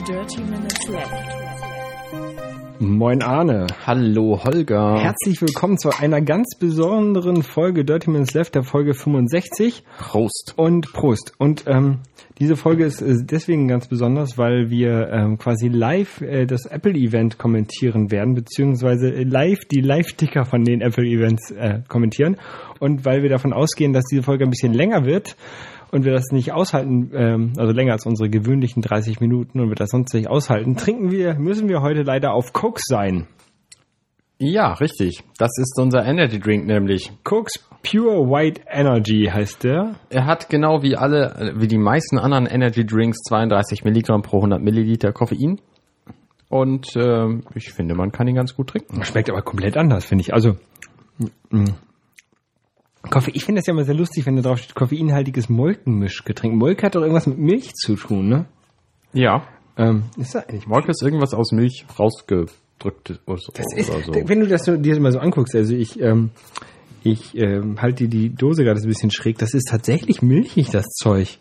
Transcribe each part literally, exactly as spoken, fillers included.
thirty minutes left. Moin Arne. Hallo Holger. Herzlich willkommen zu einer ganz besonderen Folge Dirty Minutes Left, der Folge fünfundsechzig. Prost. Und Prost. Und ähm, diese Folge ist äh, deswegen ganz besonders, weil wir ähm, quasi live äh, das Apple-Event kommentieren werden, beziehungsweise live die Live-Ticker von den Apple-Events äh, kommentieren. Und weil wir davon ausgehen, dass diese Folge ein bisschen länger wird, und wir das nicht aushalten, ähm, also länger als unsere gewöhnlichen dreißig Minuten und wir das sonst nicht aushalten, trinken wir, müssen wir heute leider auf Koks sein. Ja, richtig. Das ist unser Energy Drink nämlich. Koks Pure White Energy heißt der. Er hat genau wie alle, wie die meisten anderen Energy Drinks zweiunddreißig Milligramm pro hundert Milliliter Koffein. Und äh, ich finde, man kann ihn ganz gut trinken. Schmeckt aber komplett anders, finde ich. Also, mh. Koffein, ich finde das ja immer sehr lustig, wenn da drauf steht, koffeinhaltiges Molkenmischgetränk. Molke hat doch irgendwas mit Milch zu tun, ne? Ja. Ähm, ist das eigentlich Molke ist irgendwas aus Milch rausgedrückt oder so. Das ist, oder so. Wenn du das so, dir mal so anguckst, also ich, ähm, ich ähm, halte die Dose gerade ein bisschen schräg, das ist tatsächlich milchig, das Zeug.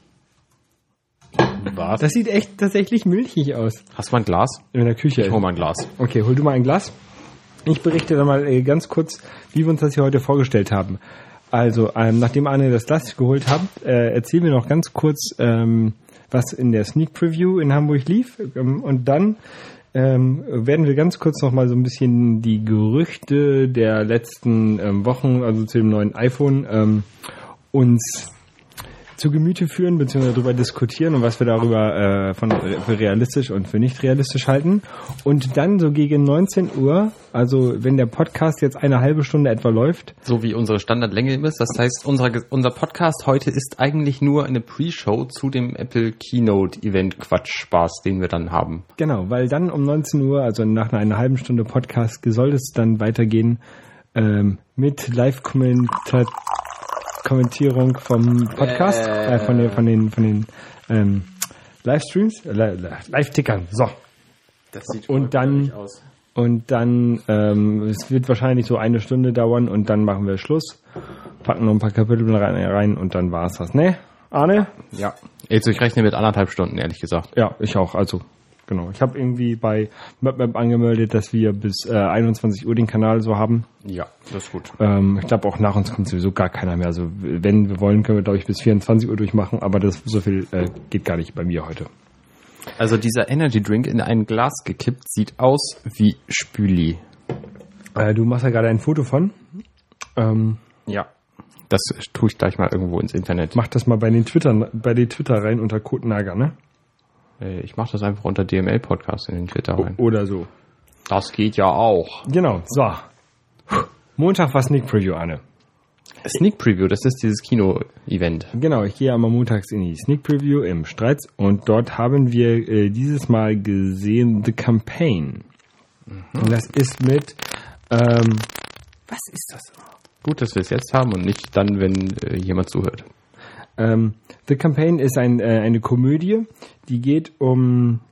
Was? Das sieht echt tatsächlich milchig aus. Hast du mal ein Glas? In der Küche. Ich hol mal ein Glas. Okay, hol du mal ein Glas. Ich berichte dann mal äh, ganz kurz, wie wir uns das hier heute vorgestellt haben. Also, ähm, nachdem Arne das Glas geholt hat, äh, erzählen wir noch ganz kurz, ähm, was in der Sneak Preview in Hamburg lief. Ähm, und dann ähm, werden wir ganz kurz noch mal so ein bisschen die Gerüchte der letzten ähm, Wochen, also zu dem neuen iPhone, ähm, uns zu Gemüte führen, beziehungsweise darüber diskutieren und was wir darüber äh, von, für realistisch und für nicht realistisch halten. Und dann so gegen neunzehn Uhr, also wenn der Podcast jetzt eine halbe Stunde etwa läuft. So wie unsere Standardlänge ist. Das heißt, unser, unser Podcast heute ist eigentlich nur eine Pre-Show zu dem Apple Keynote Event Quatsch-Spaß, den wir dann haben. Genau, weil dann um neunzehn Uhr, also nach einer halben Stunde Podcast, soll es dann weitergehen ähm, mit Live-Kommentar Kommentierung vom Podcast, äh, äh, von den, von den, von den ähm, Livestreams, äh, Live-Tickern. So. Das sieht und dann aus. Und dann, ähm, es wird wahrscheinlich so eine Stunde dauern und dann machen wir Schluss, packen noch ein paar Kapitel rein, rein und dann war's das. Ne, Arne? Ja. Jetzt, ich rechne mit anderthalb Stunden, ehrlich gesagt. Ja, ich auch. Also genau. Ich habe irgendwie bei MapMap angemeldet, dass wir bis äh, einundzwanzig Uhr den Kanal so haben. Ja, das ist gut. Ähm, ich glaube, auch nach uns kommt sowieso gar keiner mehr. Also wenn wir wollen, können wir, glaube ich, bis vierundzwanzig Uhr durchmachen. Aber das so viel äh, geht gar nicht bei mir heute. Also dieser Energy Drink in ein Glas gekippt sieht aus wie Spüli. Äh, du machst ja gerade ein Foto von. Ähm, ja. Das tue ich gleich mal irgendwo ins Internet. Mach das mal bei den Twitter, bei den Twitter rein unter Code Nager, ne? Ich mache das einfach unter D M L Podcast in den Twitter rein. Oder so. Das geht ja auch. Genau, so. Montag war Sneak Preview, Arne. Sneak Preview, das ist dieses Kino-Event. Genau, ich gehe einmal montags in die Sneak Preview im Streits und dort haben wir äh, dieses Mal gesehen The Campaign. Mhm. Und das ist mit, ähm, was ist das? Gut, dass wir es jetzt haben und nicht dann, wenn äh, jemand zuhört. Ähm, The Campaign ist ein, äh, eine Komödie, die geht um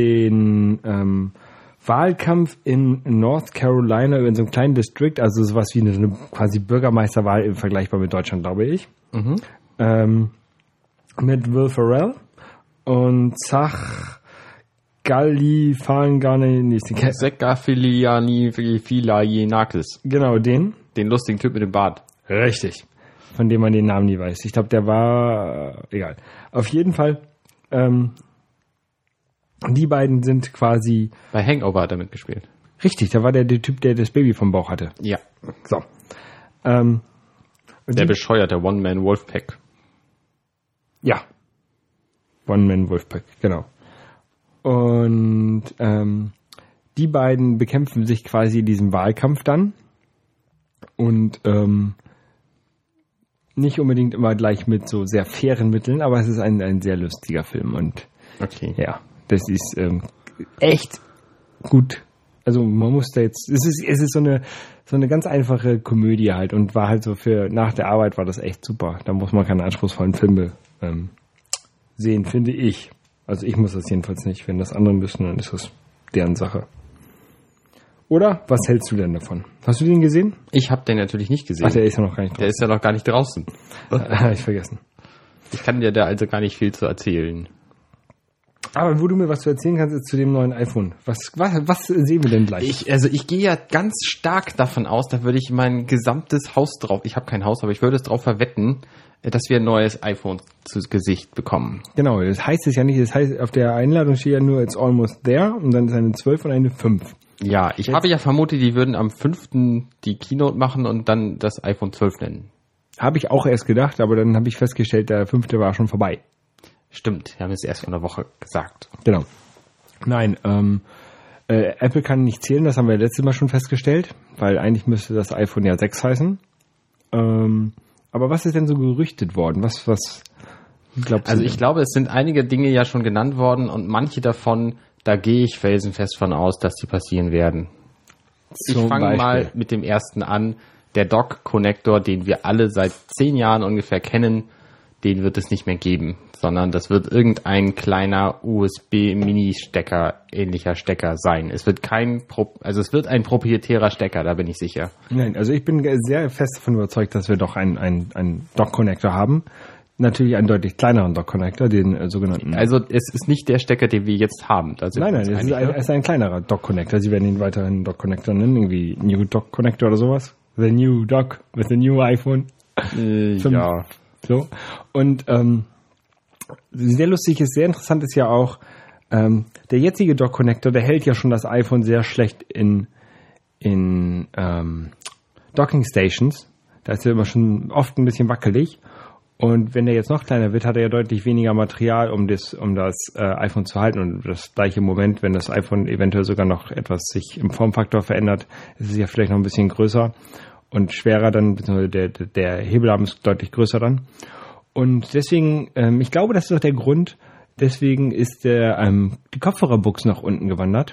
den ähm, Wahlkampf in North Carolina in so einem kleinen District, also sowas wie eine, eine quasi Bürgermeisterwahl vergleichbar mit Deutschland, glaube ich. Mhm. Ähm, mit Will Ferrell und Zach Galifianakis. Galifianakis. Genau, den. Den lustigen Typ mit dem Bart. Richtig. Von dem man den Namen nie weiß. Ich glaube, der war... Äh, egal. Auf jeden Fall... Ähm, die beiden sind quasi... Bei Hangover hat er mitgespielt. Richtig, da war der, der Typ, der das Baby vom Bauch hatte. Ja. So. Ähm, der bescheuerte One-Man-Wolfpack. Ja. One-Man-Wolfpack, genau. Und ähm, die beiden bekämpfen sich quasi in diesem Wahlkampf dann. Und ähm, nicht unbedingt immer gleich mit so sehr fairen Mitteln, aber es ist ein, ein sehr lustiger Film. Und okay. Ja, das ist ähm, echt gut. Also man muss da jetzt, es ist, es ist so eine so eine ganz einfache Komödie halt und war halt so für nach der Arbeit war das echt super. Da muss man keine anspruchsvollen Filme ähm, sehen, finde ich. Also ich muss das jedenfalls nicht. Wenn das andere müssen, dann ist das deren Sache. Oder? Was hältst du denn davon? Hast du den gesehen? Ich habe den natürlich nicht gesehen. Ach, der ist ja noch gar nicht draußen. Der ist ja noch gar nicht draußen. Habe ich vergessen. Ich kann dir da also gar nicht viel zu erzählen. Aber wo du mir was zu erzählen kannst, ist zu dem neuen iPhone. Was, was, was sehen wir denn gleich? Ich, also ich gehe ja ganz stark davon aus, da würde ich mein gesamtes Haus drauf, ich habe kein Haus, aber ich würde es drauf verwetten, dass wir ein neues iPhone zu Gesicht bekommen. Genau, das heißt es ja nicht, das heißt, auf der Einladung steht ja nur, it's almost there, und dann ist eine zwölf und eine fünf. Ja, ich Jetzt. habe ja vermutet, die würden am fünften die Keynote machen und dann das iPhone zwölf nennen. Habe ich auch erst gedacht, aber dann habe ich festgestellt, der fünfte war schon vorbei. Stimmt, wir haben es erst vor einer Woche gesagt. Genau. Nein, ähm, äh, Apple kann nicht zählen, das haben wir letztes Mal schon festgestellt, weil eigentlich müsste das iPhone ja sechs heißen. Ähm, aber was ist denn so gerüchtet worden? Was, was glaubst du? Also ich denn? glaube, es sind einige Dinge ja schon genannt worden und manche davon, da gehe ich felsenfest von aus, dass die passieren werden. Zum ich fange mal Beispiel. mit dem ersten an. Der Dock-Connector, den wir alle seit zehn Jahren ungefähr kennen, den wird es nicht mehr geben, sondern das wird irgendein kleiner U S B-Mini-Stecker, ähnlicher Stecker sein. Es wird kein, Pro- also es wird ein proprietärer Stecker, da bin ich sicher. Nein, also ich bin sehr fest davon überzeugt, dass wir doch einen, einen, einen Dock-Connector haben. Natürlich einen deutlich kleineren Dock-Connector, den äh, sogenannten... Also es ist nicht der Stecker, den wir jetzt haben. Da sind Nein, wir nein, uns es ist, einig, ein, es ist ein kleinerer Dock-Connector. Sie werden ihn weiterhin Dock-Connector nennen, irgendwie New Dock-Connector oder sowas. The New Dock with the New iPhone. Äh, Fünf. ja. So. Und ähm, sehr lustig ist, sehr interessant ist ja auch, ähm, der jetzige Dock-Connector, der hält ja schon das iPhone sehr schlecht in, in ähm, Docking-Stations. Da ist er immer schon oft ein bisschen wackelig. Und wenn der jetzt noch kleiner wird, hat er ja deutlich weniger Material, um das, um das äh, iPhone zu halten. Und das gleiche Moment, wenn das iPhone eventuell sogar noch etwas sich im Formfaktor verändert, ist es ja vielleicht noch ein bisschen größer und schwerer dann, beziehungsweise der, der Hebelarm ist deutlich größer dann. Und deswegen, ähm, ich glaube, das ist auch der Grund, deswegen ist der, ähm, die Kopfhörerbuchs nach unten gewandert,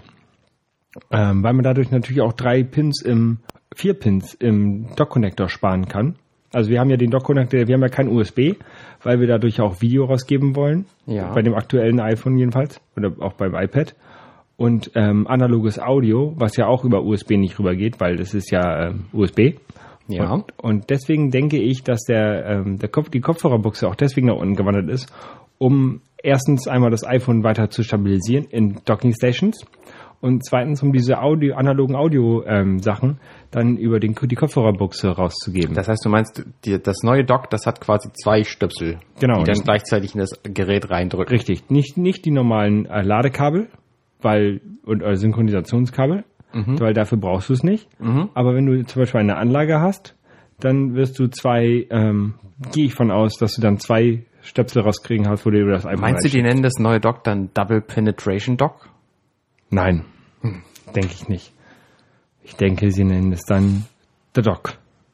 ähm, weil man dadurch natürlich auch drei Pins im, vier Pins im Dock-Connector sparen kann. Also wir haben ja den Dock-Connector, wir haben ja kein U S B, weil wir dadurch auch Video rausgeben wollen. Ja. Bei dem aktuellen iPhone jedenfalls. Oder auch beim iPad. Und ähm, analoges Audio, was ja auch über U S B nicht rübergeht, weil das ist ja ähm, U S B. Ja. Und, und deswegen denke ich, dass der, ähm, der Kopf, die Kopfhörerbuchse auch deswegen nach unten gewandert ist, um erstens einmal das iPhone weiter zu stabilisieren in Docking Stations. Und zweitens, um diese Audio, analogen Audio-Sachen ähm, dann über den, die Kopfhörerbuchse rauszugeben. Das heißt, du meinst, die, das neue Dock, das hat quasi zwei Stöpsel, Genau, die das- dann gleichzeitig in das Gerät reindrücken. Richtig. Nicht, nicht die normalen äh, Ladekabel, weil, und äh, Synchronisationskabel, weil dafür brauchst du es nicht. Mhm. Aber wenn du zum Beispiel eine Anlage hast, dann wirst du zwei, ähm, gehe ich von aus, dass du dann zwei Stöpsel rauskriegen hast, wo du das iPhone Meinst du, die reinsteckst. nennen das neue Dock dann Double Penetration Dock? Nein, hm. denke ich nicht. Ich denke, sie nennen es dann The Dock.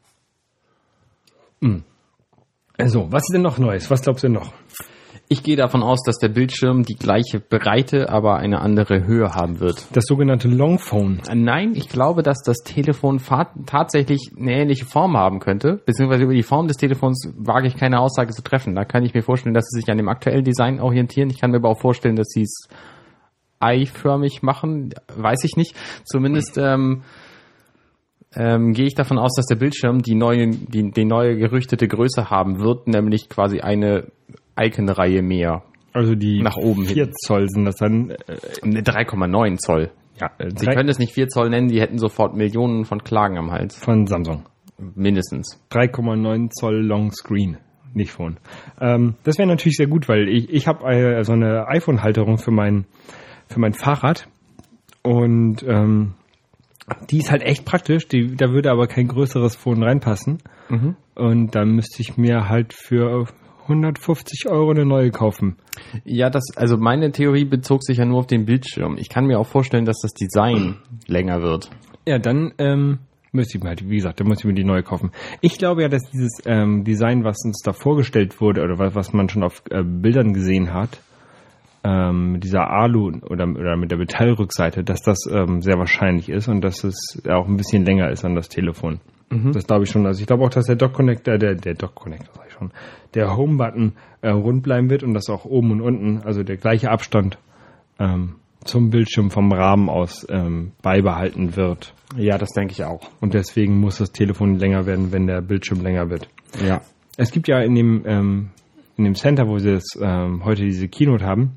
Hm. Also, was ist denn noch Neues? Was glaubst du denn noch? Ich gehe davon aus, dass der Bildschirm die gleiche Breite, aber eine andere Höhe haben wird. Das sogenannte Longphone. Nein, ich glaube, dass das Telefon fa- tatsächlich eine ähnliche Form haben könnte, beziehungsweise über die Form des Telefons wage ich keine Aussage zu treffen. Da kann ich mir vorstellen, dass sie sich an dem aktuellen Design orientieren. Ich kann mir aber auch vorstellen, dass sie es eiförmig machen, weiß ich nicht. Zumindest ähm, ähm, gehe ich davon aus, dass der Bildschirm die neue, die, die neue gerüchtete Größe haben wird, nämlich quasi eine Icon-Reihe mehr. Also die Nach oben vier hin. Zoll sind das dann. Äh, Eine drei Komma neun Zoll. ja, äh, Sie drei- können es nicht vier Zoll nennen, die hätten sofort Millionen von Klagen am Hals. von Samsung. Mindestens. drei Komma neun Zoll Long Screen, nicht Phone. Ähm, das wäre natürlich sehr gut, weil ich, ich habe äh, so eine iPhone-Halterung für mein, für mein Fahrrad und ähm, die ist halt echt praktisch. Die, da würde aber kein größeres Phone reinpassen. Mhm. Und dann müsste ich mir halt für hundertfünfzig Euro eine neue kaufen. Ja, das, also meine Theorie bezog sich ja nur auf den Bildschirm. Ich kann mir auch vorstellen, dass das Design länger wird. Ja, dann ähm, müsste ich mir halt, wie gesagt, dann muss ich mir die neue kaufen. Ich glaube ja, dass dieses ähm, Design, was uns da vorgestellt wurde oder was, was man schon auf äh, Bildern gesehen hat, ähm, mit dieser Alu oder, oder mit der Metallrückseite, dass das ähm, sehr wahrscheinlich ist und dass es auch ein bisschen länger ist an das Telefon. Mhm. Das glaube ich schon. Also ich glaube auch, dass der Dock-Connector, der, der Dock-Connector, sag ich schon, der Home-Button äh, rund bleiben wird und dass auch oben und unten, also der gleiche Abstand ähm, zum Bildschirm vom Rahmen aus ähm, beibehalten wird. Ja, das denke ich auch. Und deswegen muss das Telefon länger werden, wenn der Bildschirm länger wird. Ja. Es gibt ja in dem, ähm, in dem Center, wo sie das, ähm, heute diese Keynote haben,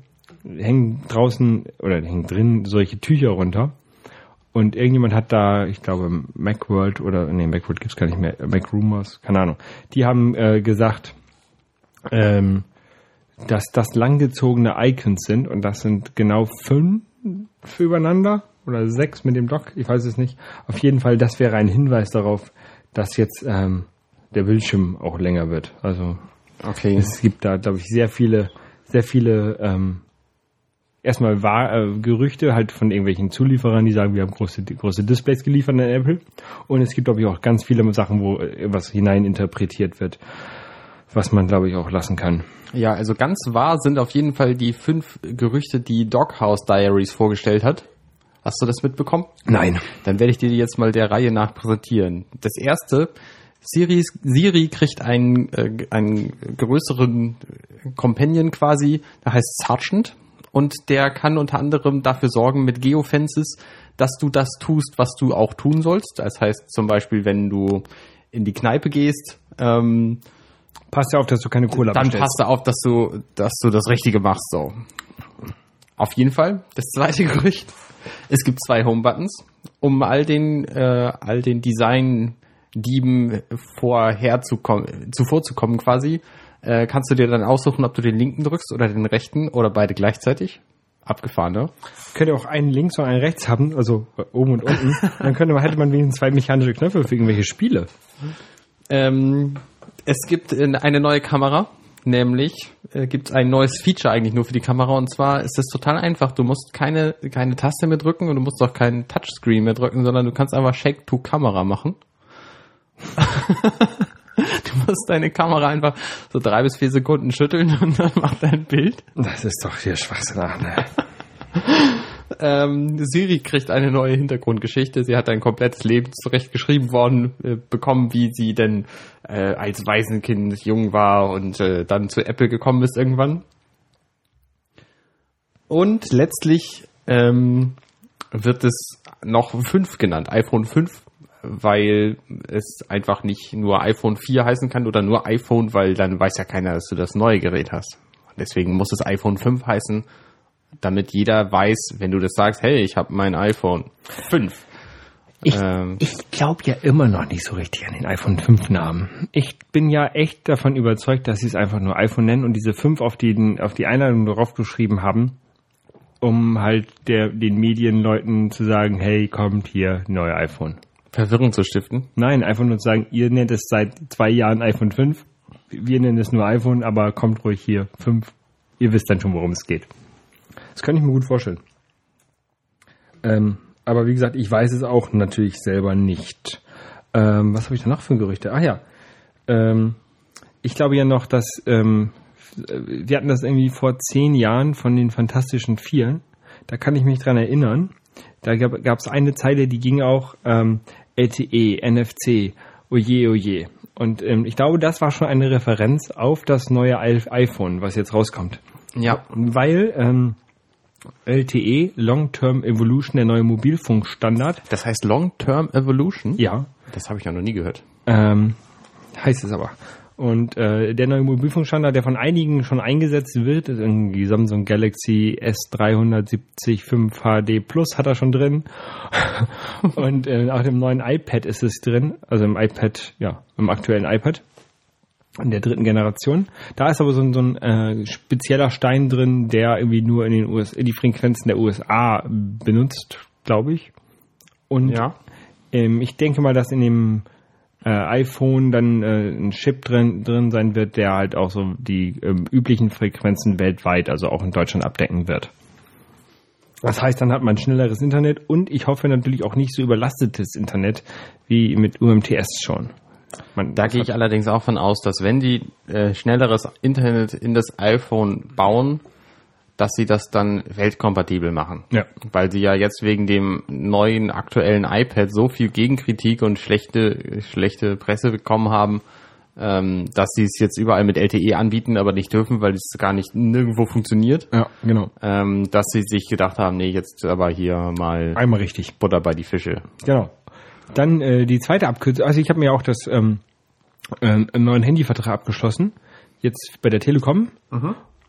hängen draußen oder hängen drin solche Tücher runter. Und irgendjemand hat da, ich glaube, Macworld oder, nee, Macworld gibt's gar nicht mehr, Macrumors, keine Ahnung. Die haben äh, gesagt, ähm, dass das langgezogene Icons sind und das sind genau fünf übereinander oder sechs mit dem Dock, ich weiß es nicht. Auf jeden Fall, das wäre ein Hinweis darauf, dass jetzt ähm, der Bildschirm auch länger wird. Also okay. Es gibt da, glaube ich, sehr viele, sehr viele ähm, erstmal war, äh, Gerüchte halt von irgendwelchen Zulieferern, die sagen, wir haben große, große Displays geliefert in Apple. Und es gibt, glaube ich, auch ganz viele Sachen, wo was hineininterpretiert wird, was man, glaube ich, auch lassen kann. Ja, also ganz wahr sind auf jeden Fall die fünf Gerüchte, die Doghouse Diaries vorgestellt hat. Hast du das mitbekommen? Nein. Dann werde ich dir die jetzt mal der Reihe nach präsentieren. Das erste, Siri, Siri kriegt einen, äh, einen größeren Companion quasi, der heißt Sergeant. Und der kann unter anderem dafür sorgen mit Geofences, dass du das tust, was du auch tun sollst. Das heißt zum Beispiel, wenn du in die Kneipe gehst, ähm, passt ja auf, dass du keine Cola dann bestellst. passt du auf, dass du, dass du das Richtige machst. So. Auf jeden Fall. Das zweite Gerücht. Es gibt zwei Home-Buttons, um all den, äh, all den Design-Dieben vorherzukommen, zuvorzukommen quasi. Äh, kannst du dir dann aussuchen, ob du den linken drückst oder den rechten oder beide gleichzeitig. Abgefahren, ne? Könnte auch einen links und einen rechts haben, also oben und unten. Dann könnte man, hätte man wenigstens zwei mechanische Knöpfe für irgendwelche Spiele. Ähm, es gibt eine neue Kamera, nämlich äh, gibt es ein neues Feature eigentlich nur für die Kamera, und zwar ist es total einfach. Du musst keine, keine Taste mehr drücken und du musst auch keinen Touchscreen mehr drücken, sondern du kannst einfach Shake to Kamera machen. Du musst deine Kamera einfach so drei bis vier Sekunden schütteln und dann macht er ein Bild. Das ist doch hier Schwachsinn. Ne? ähm, Siri kriegt eine neue Hintergrundgeschichte. Sie hat ein komplettes Leben zurecht geschrieben worden, äh, bekommen, wie sie denn äh, als Waisenkind jung war und äh, dann zu Apple gekommen ist irgendwann. Und letztlich ähm, wird es noch fünf genannt, iPhone fünf. Weil es einfach nicht nur iPhone vier heißen kann oder nur iPhone, weil dann weiß ja keiner, dass du das neue Gerät hast. Deswegen muss es iPhone fünf heißen, damit jeder weiß, wenn du das sagst, hey, ich habe mein iPhone fünf. Ich, ähm, ich glaube ja immer noch nicht so richtig an den iPhone fünf Namen. Ich bin ja echt davon überzeugt, dass sie es einfach nur iPhone nennen und diese fünf auf die, auf die Einladung drauf geschrieben haben, um halt der, den Medienleuten zu sagen, hey, kommt hier, neue iPhone. Verwirrung zu stiften? Nein, einfach nur zu sagen, ihr nennt es seit zwei Jahren iPhone fünf, wir nennen es nur iPhone, aber kommt ruhig hier, fünf. Ihr wisst dann schon, worum es geht. Das kann ich mir gut vorstellen. Ähm, aber wie gesagt, ich weiß es auch natürlich selber nicht. Ähm, was habe ich da noch für Gerüchte? Ach ja, ähm, ich glaube ja noch, dass ähm, wir hatten das irgendwie vor zehn Jahren von den Fantastischen Vier. Da kann ich mich dran erinnern. Da gab es eine Zeile, die ging auch ähm, L T E, N F C, oje, oje. Und ähm, ich glaube, das war schon eine Referenz auf das neue iPhone, was jetzt rauskommt. Ja. Weil ähm, L T E, Long-Term Evolution, der neue Mobilfunkstandard. Das heißt Long-Term Evolution? Ja. Das habe ich ja noch nie gehört. Ähm, heißt es aber. Und äh, der neue Mobilfunkstandard, der von einigen schon eingesetzt wird, ist irgendwie Samsung Galaxy S drei siebzig fünf H D Plus hat er schon drin. Und äh, auch im neuen iPad ist es drin, also im iPad, ja, im aktuellen iPad in der dritten Generation. Da ist aber so ein, so ein äh, spezieller Stein drin, der irgendwie nur in den U S A, die Frequenzen der U S A benutzt, glaube ich. Und ja. ähm, ich denke mal, dass in dem Äh, iPhone dann äh, ein Chip drin drin sein wird, der halt auch so die ähm, üblichen Frequenzen weltweit, also auch in Deutschland abdecken wird. Das heißt, dann hat man schnelleres Internet und ich hoffe natürlich auch nicht so überlastetes Internet wie mit U M T S schon. Man, da gehe ich allerdings auch von aus, dass wenn die äh, schnelleres Internet in das iPhone bauen, dass sie das dann weltkompatibel machen. Ja. Weil sie ja jetzt wegen dem neuen aktuellen iPad so viel Gegenkritik und schlechte schlechte Presse bekommen haben, ähm, dass sie es jetzt überall mit L T E anbieten, aber nicht dürfen, weil es gar nicht nirgendwo funktioniert. Ja, genau. Ähm, dass sie sich gedacht haben, nee, jetzt aber hier mal einmal richtig Butter bei die Fische. Genau. Dann äh, die zweite Abkürzung, also ich habe mir auch das ähm, äh, einen neuen Handyvertrag abgeschlossen, jetzt bei der Telekom. Mhm.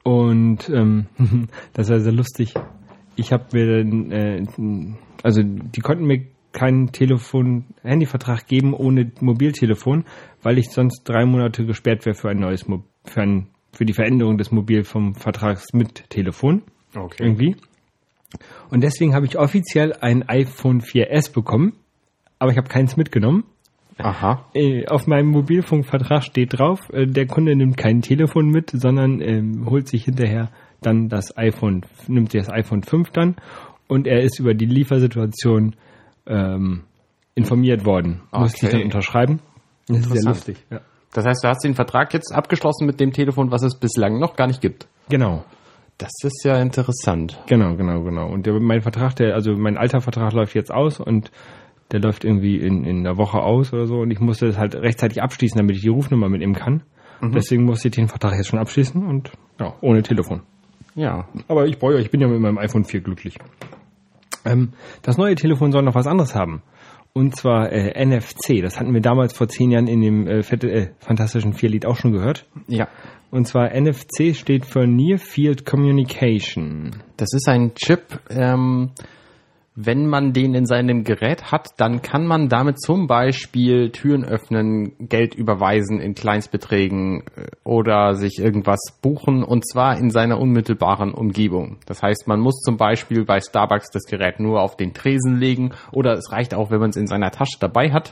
Und ähm, das war sehr lustig. Ich habe mir dann, äh, also die konnten mir keinen Telefon-Handyvertrag geben ohne Mobiltelefon, weil ich sonst drei Monate gesperrt wäre für ein neues Mo- für, ein, für die Veränderung des Mobil vom Vertrags mit Telefon. Okay. Irgendwie. Und deswegen habe ich offiziell ein iPhone vier S bekommen, aber ich habe keins mitgenommen. Aha. Äh, auf meinem Mobilfunkvertrag steht drauf, äh, der Kunde nimmt kein Telefon mit, sondern ähm, holt sich hinterher dann das iPhone, nimmt sich das iPhone fünf dann und er ist über die Liefersituation ähm, informiert worden. Okay. Musste ich dann unterschreiben. Das ist sehr lustig. Ja. Das heißt, du hast den Vertrag jetzt abgeschlossen mit dem Telefon, was es bislang noch gar nicht gibt. Genau. Das ist ja interessant. Genau, genau, genau. Und der, mein Vertrag, der, also mein alter Vertrag läuft jetzt aus und der läuft irgendwie in, in der Woche aus oder so und ich musste das halt rechtzeitig abschließen, damit ich die Rufnummer mitnehmen kann. Mhm. Deswegen musste ich den Vertrag jetzt schon abschließen und ja, ohne Telefon. Ja. Aber ich brauche, ich bin ja mit meinem iPhone vier glücklich. Ähm, das neue Telefon soll noch was anderes haben. Und zwar äh, N F C. Das hatten wir damals vor zehn Jahren in dem äh, fette, äh, fantastischen vier-Lied auch schon gehört. Ja. Und zwar N F C steht für Near Field Communication. Das ist ein Chip, ähm, wenn man den in seinem Gerät hat, dann kann man damit zum Beispiel Türen öffnen, Geld überweisen in Kleinstbeträgen oder sich irgendwas buchen und zwar in seiner unmittelbaren Umgebung. Das heißt, man muss zum Beispiel bei Starbucks das Gerät nur auf den Tresen legen oder es reicht auch, wenn man es in seiner Tasche dabei hat.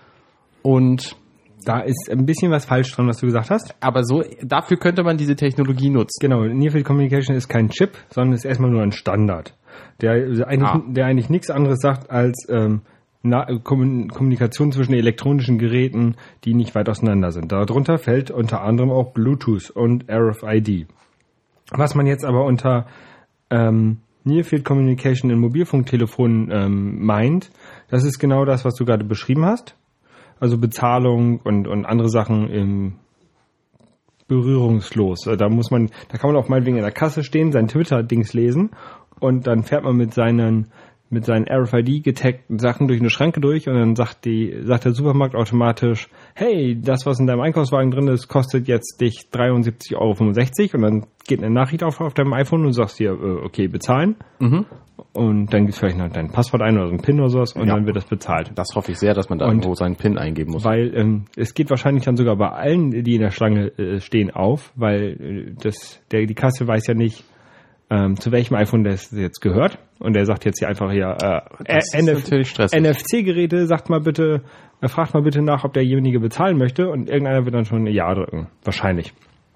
Und da ist ein bisschen was falsch dran, was du gesagt hast. Aber so, dafür könnte man diese Technologie nutzen. Genau, Near Field Communication ist kein Chip, sondern ist erstmal nur ein Standard. Der eigentlich, ah. der eigentlich nichts anderes sagt als ähm, Na, Kommunikation zwischen elektronischen Geräten, die nicht weit auseinander sind. Darunter fällt unter anderem auch Bluetooth und R F I D. Was man jetzt aber unter ähm, Near Field Communication in Mobilfunktelefonen ähm, meint, das ist genau das, was du gerade beschrieben hast. Also Bezahlung und, und andere Sachen im berührungslos. Da muss man, da kann man auch meinetwegen in der Kasse stehen, sein Twitter-Dings lesen und dann fährt man mit seinen mit seinen R F I D-getaggten Sachen durch eine Schranke durch und dann sagt die sagt der Supermarkt automatisch, hey, das, was in deinem Einkaufswagen drin ist, kostet jetzt dich dreiundsiebzig Euro fünfundsechzig und dann geht eine Nachricht auf auf deinem iPhone und du sagst dir, äh, okay, bezahlen. Mhm. Und dann gibst du vielleicht noch dein Passwort ein oder so ein PIN oder sowas und ja. dann wird das bezahlt. Das hoffe ich sehr, dass man da und irgendwo seinen PIN eingeben muss. Weil ähm, es geht wahrscheinlich dann sogar bei allen, die in der Schlange äh, stehen, auf, weil äh, das der die Kasse weiß ja nicht, ähm, zu welchem iPhone das jetzt gehört. Und der sagt jetzt hier einfach hier äh, N F C-Geräte, sagt mal bitte, äh, fragt mal bitte nach, ob derjenige bezahlen möchte und irgendeiner wird dann schon ein Ja drücken. Wahrscheinlich.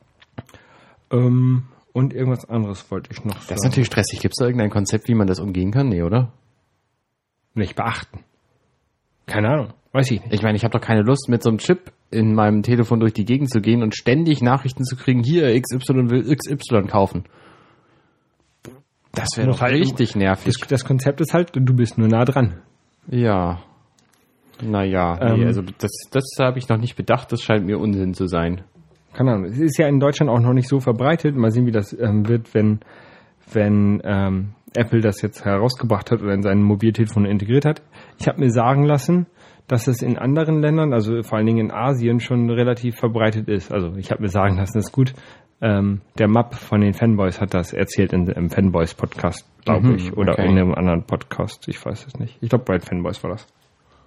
Ähm, und irgendwas anderes wollte ich noch sagen. Das ist natürlich stressig. Gibt es da irgendein Konzept, wie man das umgehen kann? Nee, oder? Nicht beachten. Keine Ahnung. Weiß ich nicht. Ich meine, ich habe doch keine Lust, mit so einem Chip in meinem Telefon durch die Gegend zu gehen und ständig Nachrichten zu kriegen, hier, X Y will X Y kaufen. Das wäre doch halt richtig nervig. Das, das Konzept ist halt, du bist nur nah dran. Ja. Naja, ähm, nee, also das, das habe ich noch nicht bedacht. Das scheint mir Unsinn zu sein. Keine Ahnung. Es ist ja in Deutschland auch noch nicht so verbreitet. Mal sehen, wie das ähm, wird, wenn, wenn ähm, Apple das jetzt herausgebracht hat oder in seinen Mobiltelefon integriert hat. Ich habe mir sagen lassen, dass es in anderen Ländern, also vor allen Dingen in Asien, schon relativ verbreitet ist. Also ich habe mir sagen lassen, das ist gut. Ähm, der Map von den Fanboys hat das erzählt in, im Fanboys-Podcast, glaube mhm, ich. Oder okay. in einem anderen Podcast. Ich weiß es nicht. Ich glaube, bei den Fanboys war das.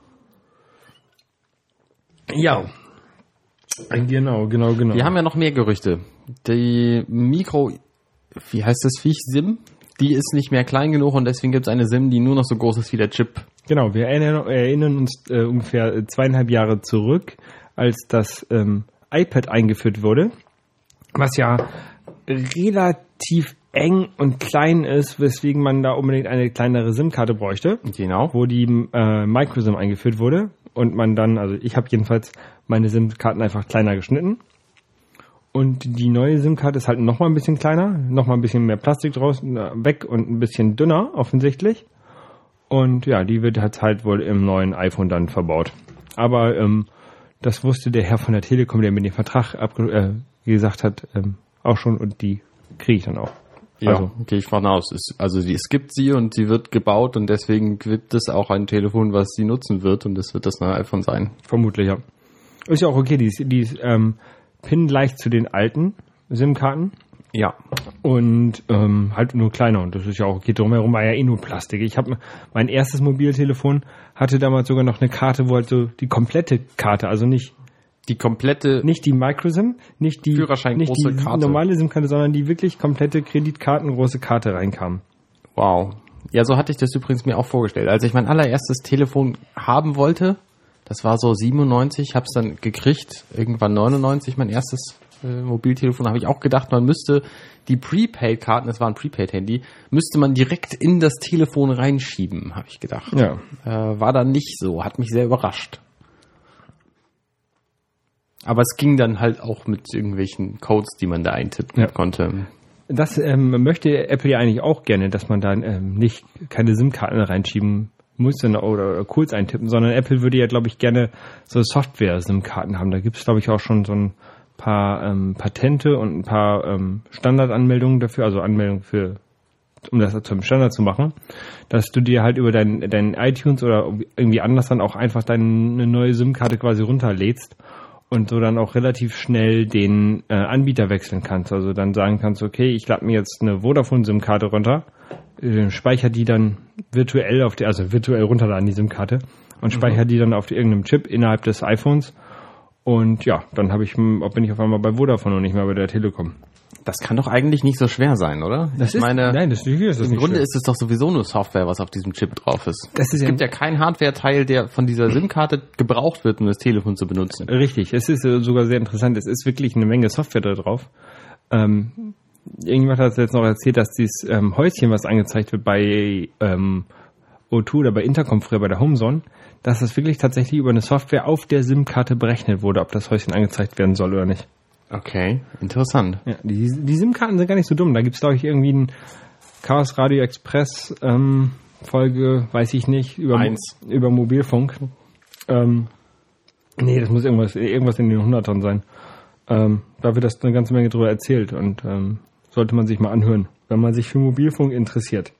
Ja. Genau, genau, genau. Wir haben ja noch mehr Gerüchte. Die Mikro, wie heißt das Viech, SIM, die ist nicht mehr klein genug und deswegen gibt es eine SIM, die nur noch so groß ist wie der Chip. Genau, wir erinnern, erinnern uns äh, ungefähr zweieinhalb Jahre zurück, als das ähm, iPad eingeführt wurde, was ja relativ eng und klein ist, weswegen man da unbedingt eine kleinere SIM-Karte bräuchte. Genau. Wo die äh, Micro-SIM eingeführt wurde und man dann, also ich habe jedenfalls meine SIM-Karten einfach kleiner geschnitten. Und die neue SIM-Karte ist halt noch mal ein bisschen kleiner, noch mal ein bisschen mehr Plastik draußen weg und ein bisschen dünner offensichtlich. Und ja, die wird halt halt wohl im neuen iPhone dann verbaut. Aber ähm, das wusste der Herr von der Telekom, der mir den Vertrag abge- äh, gesagt hat, ähm, auch schon und die kriege ich dann auch. Ja, also, gehe ich von aus. Es, also die, es gibt sie und sie wird gebaut und deswegen gibt es auch ein Telefon, was sie nutzen wird und das wird das neue iPhone sein. Vermutlich, ja. Ist ja auch okay, die ist, die ist ähm, pin leicht zu den alten SIM-Karten. Ja. Und ähm, halt nur kleiner. Und das ist ja auch, geht drumherum, war ja eh nur Plastik. Ich habe mein erstes Mobiltelefon hatte damals sogar noch eine Karte, wo halt so die komplette Karte, also nicht Die komplette nicht die Microsim, nicht die Führerschein nicht große die Karte. normale SIM-Karte, sondern die wirklich komplette Kreditkartengroße Karte reinkam. Wow. Ja, so hatte ich das übrigens mir auch vorgestellt. Als ich mein allererstes Telefon haben wollte, das war so siebenundneunzig, habe es dann gekriegt, irgendwann neunundneunzig, mein erstes äh, Mobiltelefon, habe ich auch gedacht, man müsste die Prepaid-Karten, das war ein Prepaid-Handy, müsste man direkt in das Telefon reinschieben, habe ich gedacht. Ja. Äh, war dann nicht so, hat mich sehr überrascht. Aber es ging dann halt auch mit irgendwelchen Codes, die man da eintippen Ja. konnte. Das ähm, möchte Apple ja eigentlich auch gerne, dass man da ähm, nicht keine SIM-Karten reinschieben muss oder, oder Codes eintippen, sondern Apple würde ja, glaube ich, gerne so Software-SIM-Karten haben. Da gibt es, glaube ich, auch schon so ein paar ähm, Patente und ein paar ähm, Standardanmeldungen dafür, also Anmeldungen für, um das zum Standard zu machen, dass du dir halt über dein, dein iTunes oder irgendwie anders dann auch einfach deine neue SIM-Karte quasi runterlädst und so dann auch relativ schnell den äh, Anbieter wechseln kannst. Also dann sagen kannst, okay, ich lade mir jetzt eine Vodafone-SIM-Karte runter, äh, speichere die dann virtuell auf die, also virtuell runterladen die SIM-Karte und speichere mhm. die dann auf die, irgendeinem Chip innerhalb des iPhones. Und ja, dann habe ich, bin ich auf einmal bei Vodafone und nicht mehr bei der Telekom. Das kann doch eigentlich nicht so schwer sein, oder? Das ich ist, meine, nein, das ist, das ist im nicht Grunde schwer. ist es doch sowieso nur Software, was auf diesem Chip drauf ist. Das ist es ja gibt ja keinen Hardware-Teil, der von dieser SIM-Karte gebraucht wird, um das Telefon zu benutzen. Richtig, es ist äh, sogar sehr interessant. Es ist wirklich eine Menge Software da drauf. Ähm, irgendjemand hat jetzt noch erzählt, dass dieses ähm, Häuschen, was angezeigt wird bei ähm, O zwei oder bei Intercom früher bei der HomeZone, dass das wirklich tatsächlich über eine Software auf der SIM-Karte berechnet wurde, ob das Häuschen angezeigt werden soll oder nicht. Okay, interessant. Ja, die, die SIM-Karten sind gar nicht so dumm. Da gibt's, glaube ich, irgendwie ein Chaos Radio Express ähm, Folge, weiß ich nicht, über, Eins. über Mobilfunk. Ähm, nee, das muss irgendwas, irgendwas in den Hundertern sein. Ähm, da wird das eine ganze Menge drüber erzählt und ähm, sollte man sich mal anhören, wenn man sich für Mobilfunk interessiert.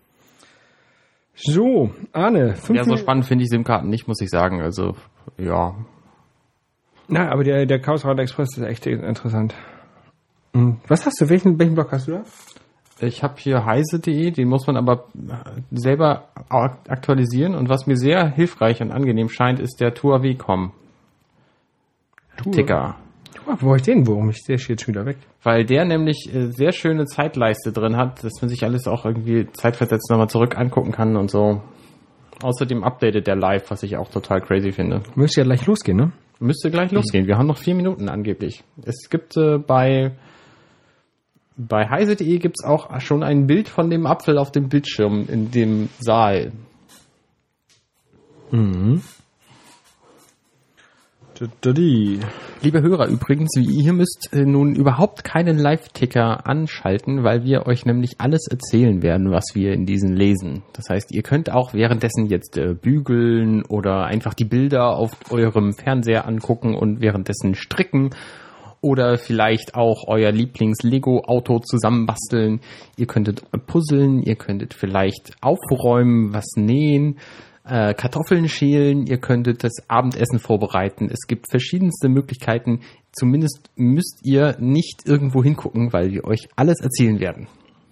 So, Arne. Fünf Ja, so spannend finde ich SIM-Karten nicht, muss ich sagen. Also, ja. Na, aber der, der Chaos Radio Express ist echt interessant. Was hast du? Welchen, welchen Blog hast du da? Ich habe hier heise punkt de, den muss man aber selber aktualisieren. Und was mir sehr hilfreich und angenehm scheint, ist der Tuawe punkt com Ticker. Wo habe ich den? Warum ist der jetzt schon wieder weg? Weil der nämlich sehr schöne Zeitleiste drin hat, dass man sich alles auch irgendwie zeitversetzt nochmal zurück angucken kann und so. Außerdem updatet der live, was ich auch total crazy finde. Müsste ja gleich losgehen, ne? Müsste gleich losgehen. Wir haben noch vier Minuten angeblich. Es gibt äh, bei bei heise punkt de gibt's auch schon ein Bild von dem Apfel auf dem Bildschirm in dem Saal. Mhm. Liebe Hörer, übrigens, ihr müsst äh, nun überhaupt keinen Live-Ticker anschalten, weil wir euch nämlich alles erzählen werden, was wir in diesen lesen. Das heißt, ihr könnt auch währenddessen jetzt äh, bügeln oder einfach die Bilder auf eurem Fernseher angucken und währenddessen stricken oder vielleicht auch euer Lieblings-Lego-Auto zusammenbasteln. Ihr könntet puzzeln, ihr könntet vielleicht aufräumen, was nähen, Äh, Kartoffeln schälen, ihr könntet das Abendessen vorbereiten. Es gibt verschiedenste Möglichkeiten. Zumindest müsst ihr nicht irgendwo hingucken, weil wir euch alles erzählen werden.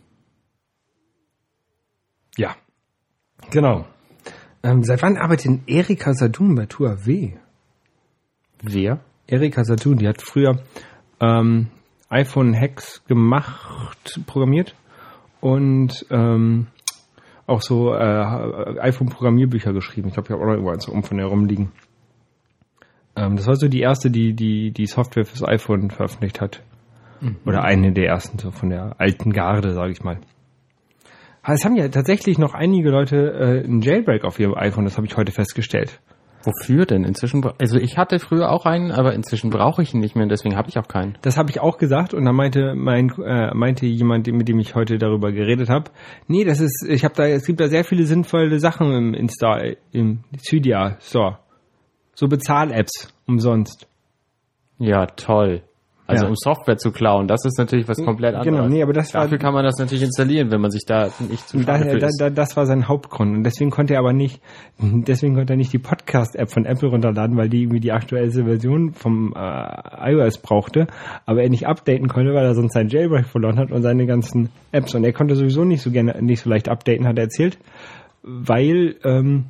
Ja, genau. Ähm, seit wann arbeitet Erika Sadun bei Tuawe? Wer? Erika Sadun, die hat früher ähm, iPhone-Hacks gemacht, programmiert und ähm, auch so äh, iPhone-Programmierbücher geschrieben. Ich glaube, ich habe auch noch irgendwo eins um von der rumliegen. Ähm, das war so die erste, die die die Software fürs iPhone veröffentlicht hat. Mhm. Oder eine der ersten, so von der alten Garde, sage ich mal. Es haben ja tatsächlich noch einige Leute äh, einen Jailbreak auf ihrem iPhone, das habe ich heute festgestellt. Wofür denn? Inzwischen, also ich hatte früher auch einen, aber inzwischen brauche ich ihn nicht mehr und deswegen habe ich auch keinen. Das habe ich auch gesagt und dann meinte mein äh, meinte jemand, mit dem ich heute darüber geredet habe, nee, das ist, ich habe da, es gibt da sehr viele sinnvolle Sachen im Insta, im Cydia Store, so Bezahl-Apps umsonst. Ja, toll. Also Ja. um Software zu klauen, das ist natürlich was komplett anderes. Genau, nee, aber das war- Dafür kann man das natürlich installieren, wenn man sich da nicht zu Da, schade für da, ist. da, das war sein Hauptgrund. Und deswegen konnte er aber nicht, deswegen konnte er nicht die Podcast-App von Apple runterladen, weil die irgendwie die aktuellste Version vom äh, iOS brauchte, aber er nicht updaten konnte, weil er sonst seinen Jailbreak verloren hat und seine ganzen Apps. Und er konnte sowieso nicht so gerne, nicht so leicht updaten, hat er erzählt, weil ähm,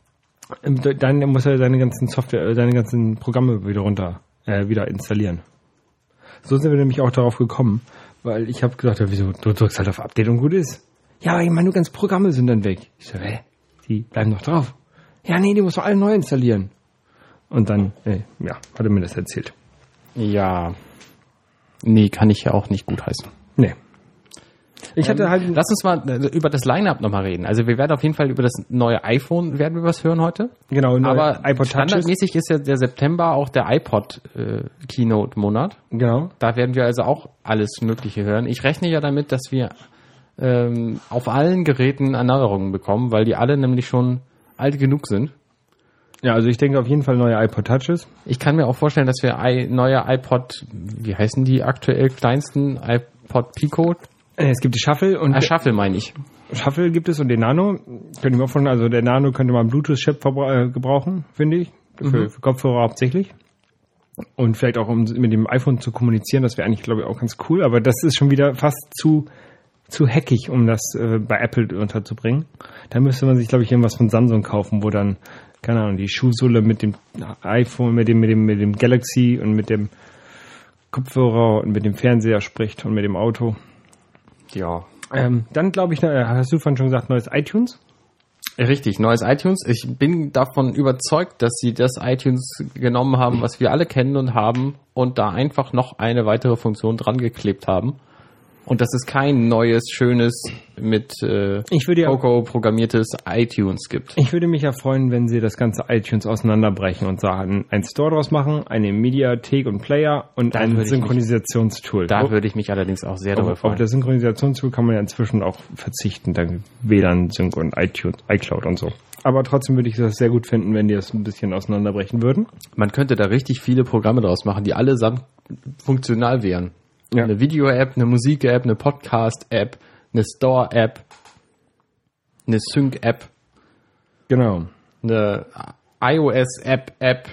dann muss er seine ganzen Software, seine ganzen Programme wieder runter, äh, wieder installieren. So sind wir nämlich auch darauf gekommen, weil ich habe gesagt, ja, wieso, du drückst halt auf Update und gut ist. Ja, aber ich meine, nur ganze Programme sind dann weg. Ich so, hä? Die bleiben noch drauf. Ja, nee, die musst du alle neu installieren. Und dann, äh, ja, hat er mir das erzählt. Ja. Nee, kann ich ja auch nicht gutheißen. Nee. Ich hatte Ähm, halt... Lass uns mal äh, über das Line-Up nochmal reden. Also wir werden auf jeden Fall über das neue iPhone, werden wir was hören heute. Genau, neue Aber iPod Touches. standardmäßig ist ja der September auch der iPod-Keynote-Monat. Genau. Da werden wir also auch alles Mögliche hören. Ich rechne ja damit, dass wir ähm, auf allen Geräten Erneuerungen bekommen, weil die alle nämlich schon alt genug sind. Ja, also ich denke auf jeden Fall neue iPod Touches. Ich kann mir auch vorstellen, dass wir I- neue iPod, wie heißen die aktuell kleinsten, iPod Pico, Äh, Es gibt die Shuffle und ah, Shuffle meine ich. Shuffle gibt es und den Nano. Könnte ich mir auch vorstellen, also der Nano könnte man Bluetooth-Chip verbra- äh, gebrauchen, finde ich. Für, Mhm. für Kopfhörer hauptsächlich. Und vielleicht auch, um mit dem iPhone zu kommunizieren. Das wäre eigentlich, glaube ich, auch ganz cool. Aber das ist schon wieder fast zu, zu hackig, um das äh, bei Apple unterzubringen. Da müsste man sich, glaube ich, irgendwas von Samsung kaufen, wo dann, keine Ahnung, die Schuhsohle mit dem iPhone, mit dem, mit dem, mit dem Galaxy und mit dem Kopfhörer und mit dem Fernseher spricht und mit dem Auto. Ja. Ähm, dann glaube ich, äh, hast du vorhin schon gesagt, neues iTunes? Richtig, neues iTunes. Ich bin davon überzeugt, dass sie das iTunes genommen haben, was wir alle kennen und haben, und da einfach noch eine weitere Funktion dran geklebt haben. Und dass es kein neues, schönes, mit äh, Ich würde ja- Coco programmiertes iTunes gibt. Ich würde mich ja freuen, wenn sie das ganze iTunes auseinanderbrechen und sagen, ein Store draus machen, eine Mediathek und Player und Da ein würde ich mich- Synchronisation-Tool. Da Auf- würde ich mich allerdings auch sehr darüber auf, auf freuen. das Synchronisationstool kann man ja inzwischen auch verzichten, dann W L A N, Sync und iTunes, iCloud und so. Aber trotzdem würde ich das sehr gut finden, wenn die das ein bisschen auseinanderbrechen würden. Man könnte da richtig viele Programme draus machen, die allesamt funktional wären. Ja. Eine Video-App, eine Musik-App, eine Podcast-App, eine Store-App, eine Sync-App, Genau. eine iOS-App-App,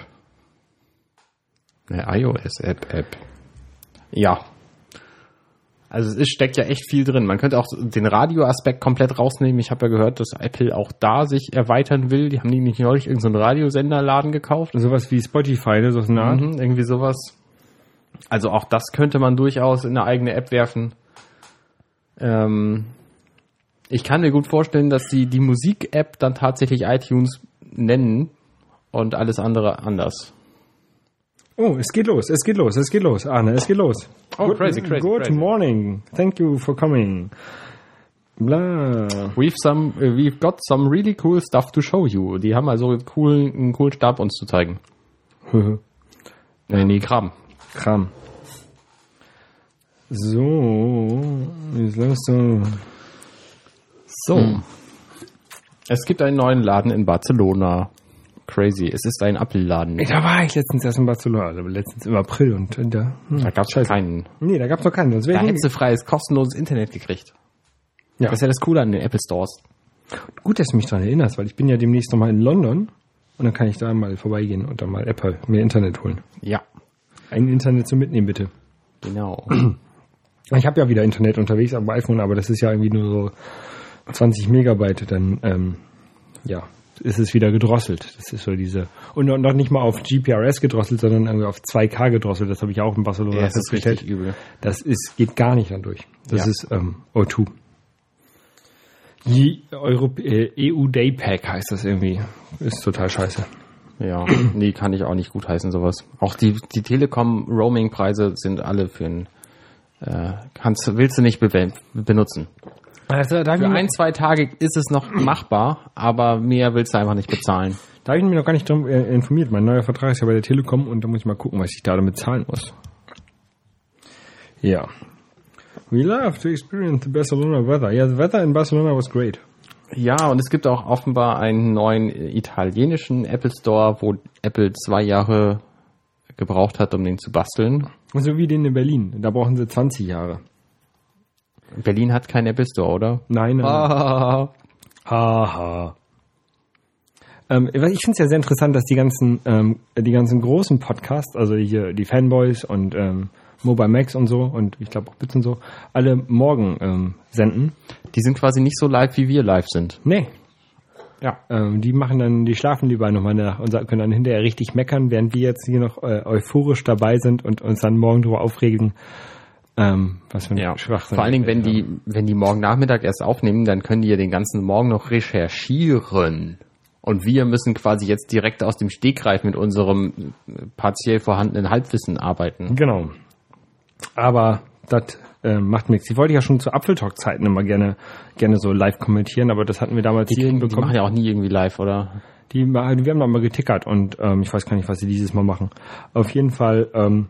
eine iOS-App-App. Ja. Also es ist, steckt ja echt viel drin. Man könnte auch den Radioaspekt komplett rausnehmen. Ich habe ja gehört, dass Apple auch da sich erweitern will. Die haben die nicht neulich irgendeinen Radiosenderladen gekauft. Sowas wie Spotify, ne, so eine Art. Mhm, irgendwie sowas. Also auch das könnte man durchaus in eine eigene App werfen. Ähm, ich kann mir gut vorstellen, dass die die Musik-App dann tatsächlich iTunes nennen und alles andere anders. Oh, es geht los, es geht los, es geht los, Arne, es geht los. Oh, good, crazy, crazy, Good crazy. morning. Thank you for coming. Bla. We've some, uh, we've got some really cool stuff to show you. Die haben also coolen, einen coolen Stab uns zu zeigen. Äh, nee, Kram. Kram. So, jetzt los so. So. Es gibt einen neuen Laden in Barcelona. Crazy. Es ist ein Appelladen. Da war ich letztens erst in Barcelona, also letztens im April und äh, da. Hm. Da gab es keinen. Nee, da gab's noch keinen. Sonst Da wäre ich hättest du freies, kostenloses Internet gekriegt. Ja. Das ist ja das Coole an den Apple Stores. Gut, dass du mich daran erinnerst, weil ich bin ja demnächst nochmal in London und dann kann ich da mal vorbeigehen und dann mal Apple mir Internet holen. Ja. Ein Internet zum Mitnehmen, bitte. Genau. Ich habe ja wieder Internet unterwegs am iPhone, aber das ist ja irgendwie nur so zwanzig Megabyte, dann ähm, ja, ist es wieder gedrosselt. Das ist so diese, und noch nicht mal auf G P R S gedrosselt, sondern irgendwie auf zwei K gedrosselt. Das habe ich auch in Barcelona Ja, das ist festgestellt. richtig übel. Das ist, geht gar nicht dadurch. Das Ja. ist ähm, O zwei. Die Europ- äh, E U Day Pack heißt das irgendwie. Ist total scheiße. Ja, nee, kann ich auch nicht gutheißen, sowas. Auch die, die Telekom-Roaming-Preise sind alle für ein, äh, kannst, willst du nicht be- benutzen. Also, da, Für ein, zwei Tage ist es noch machbar, aber mehr willst du einfach nicht bezahlen. da habe ich mich noch gar nicht drum äh, informiert. Mein neuer Vertrag ist ja bei der Telekom und da muss ich mal gucken, was ich da damit zahlen muss. Ja. We love to experience the Barcelona weather. Yeah, the weather in Barcelona was great. Ja, und es gibt auch offenbar einen neuen italienischen Apple Store, wo Apple zwei Jahre gebraucht hat, um den zu basteln. So wie den in Berlin. Da brauchen sie zwanzig Jahre. Berlin hat keinen Apple Store, oder? Nein, nein. Ah. Haha. Ähm, ich finde es ja sehr interessant, dass die ganzen, ähm, die ganzen großen Podcasts, also hier die Fanboys und ähm, Mobile Max und so und ich glaube auch Bits und so, alle morgen ähm, senden. Die sind quasi nicht so live, wie wir live sind. Nee. Ja. Ähm, die machen dann, die schlafen lieber nochmal nach und können dann hinterher richtig meckern, während wir jetzt hier noch äh, euphorisch dabei sind und uns dann morgen darüber aufregen. Ähm, was für ein Ja. Schwachsinn. Vor allen Dingen, wenn die, wenn die morgen Nachmittag erst aufnehmen, dann können die ja den ganzen Morgen noch recherchieren. Und wir müssen quasi jetzt direkt aus dem Stegreif mit unserem partiell vorhandenen Halbwissen arbeiten. Genau. Aber das äh, macht nichts. Ich wollte ja schon zu Apfeltalk-Zeiten immer gerne gerne so live kommentieren, aber das hatten wir damals Die, hier die hinbekommen. machen ja auch nie irgendwie live, oder? Die, die, wir haben da mal getickert und ähm, ich weiß gar nicht, was sie dieses Mal machen. Auf jeden Fall ähm,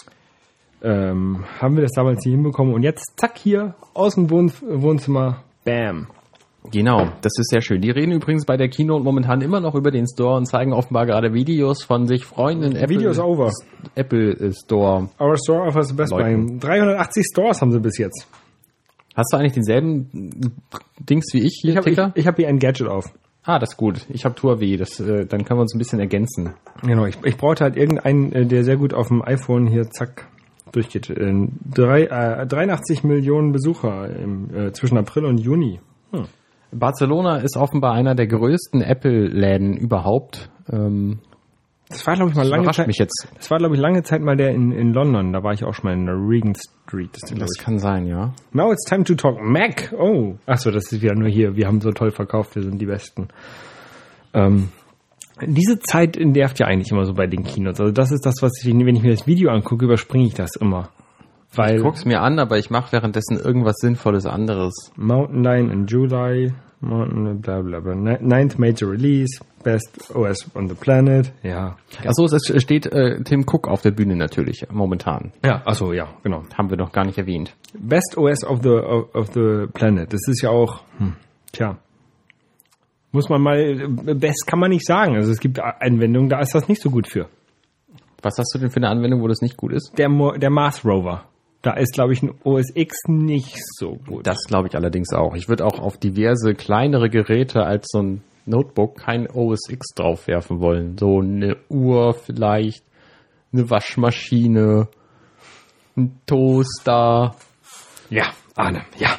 ähm, haben wir das damals nie hinbekommen und jetzt zack hier aus dem Wohn- Wohnzimmer, bam. Genau, das ist sehr schön. Die reden übrigens bei der Keynote momentan immer noch über den Store und zeigen offenbar gerade Videos von sich freunden Apple, Video is over. Apple Store. Our store offers the best buy. dreihundertachtzig Stores haben sie bis jetzt. Hast du eigentlich denselben Dings wie ich hier, Ich habe ich, Ticker? ich hab hier ein Gadget auf. Ah, das ist gut. Ich habe Tour-W, das, äh, dann können wir uns ein bisschen ergänzen. Genau, ich, ich brauchte halt irgendeinen, äh, der sehr gut auf dem iPhone hier, zack, durchgeht. Äh, drei, äh, dreiundachtzig Millionen Besucher im, äh, zwischen April und Juni. Hm. Barcelona ist offenbar einer der größten Apple-Läden überhaupt. Ähm, Das war, glaube ich, mal das lange überrascht Zeit. mich jetzt. Das war, glaube ich, lange Zeit mal der in, in London. Da war ich auch schon mal in der Regent Street. Das ist, Das ich. kann sein, ja. Now it's time to talk Mac. Oh. Achso, das ist wieder nur hier. Wir haben so toll verkauft. Wir sind die Besten. Ähm, diese Zeit nervt ja eigentlich immer so bei den Keynotes. Also das ist das, was ich, wenn ich mir das Video angucke, überspringe ich das immer. Weil Ich guck's mir an, aber ich mache währenddessen irgendwas Sinnvolles anderes. Mountain Lion in July, Mountain, bla bla bla, ninth major release, best O S on the planet, ja. Achso, es steht äh, Tim Cook auf der Bühne natürlich, momentan. Ja, achso, ja, genau. Haben wir noch gar nicht erwähnt. Best O S of the, of, of the planet, das ist ja auch, hm, tja, muss man mal, best kann man nicht sagen, also es gibt Anwendungen, da ist das nicht so gut für. Was hast du denn für eine Anwendung, wo das nicht gut ist? Der, Mo- der Mars Rover, da ist, glaube ich, ein O S X nicht so gut. Das glaube ich allerdings auch. Ich würde auch auf diverse kleinere Geräte als so ein Notebook kein O S X draufwerfen wollen. So eine Uhr vielleicht, eine Waschmaschine, ein Toaster. Ja, Arne, ja.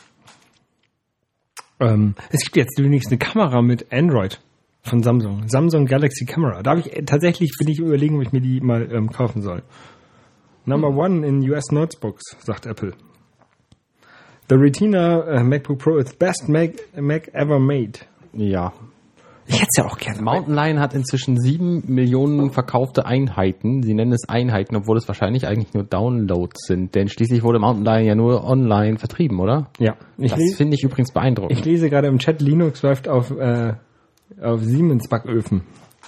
Ähm, es gibt jetzt übrigens eine Kamera mit Android von Samsung. Samsung Galaxy Camera. Da habe ich äh, tatsächlich, bin ich überlegen, ob ich mir die mal ähm, kaufen soll. Number Hm. one in U S Notebooks, sagt Apple. The Retina uh, MacBook Pro is best Mac, Mac ever made. Ja. Ich hätte es ja auch gerne. Mountain Lion hat inzwischen sieben Millionen verkaufte Einheiten. Sie nennen es Einheiten, obwohl es wahrscheinlich eigentlich nur Downloads sind. Denn schließlich wurde Mountain Lion ja nur online vertrieben, oder? Ja. Ich Das lese, finde ich übrigens beeindruckend. ich lese gerade im Chat, Linux läuft auf, äh, auf Siemens Backöfen.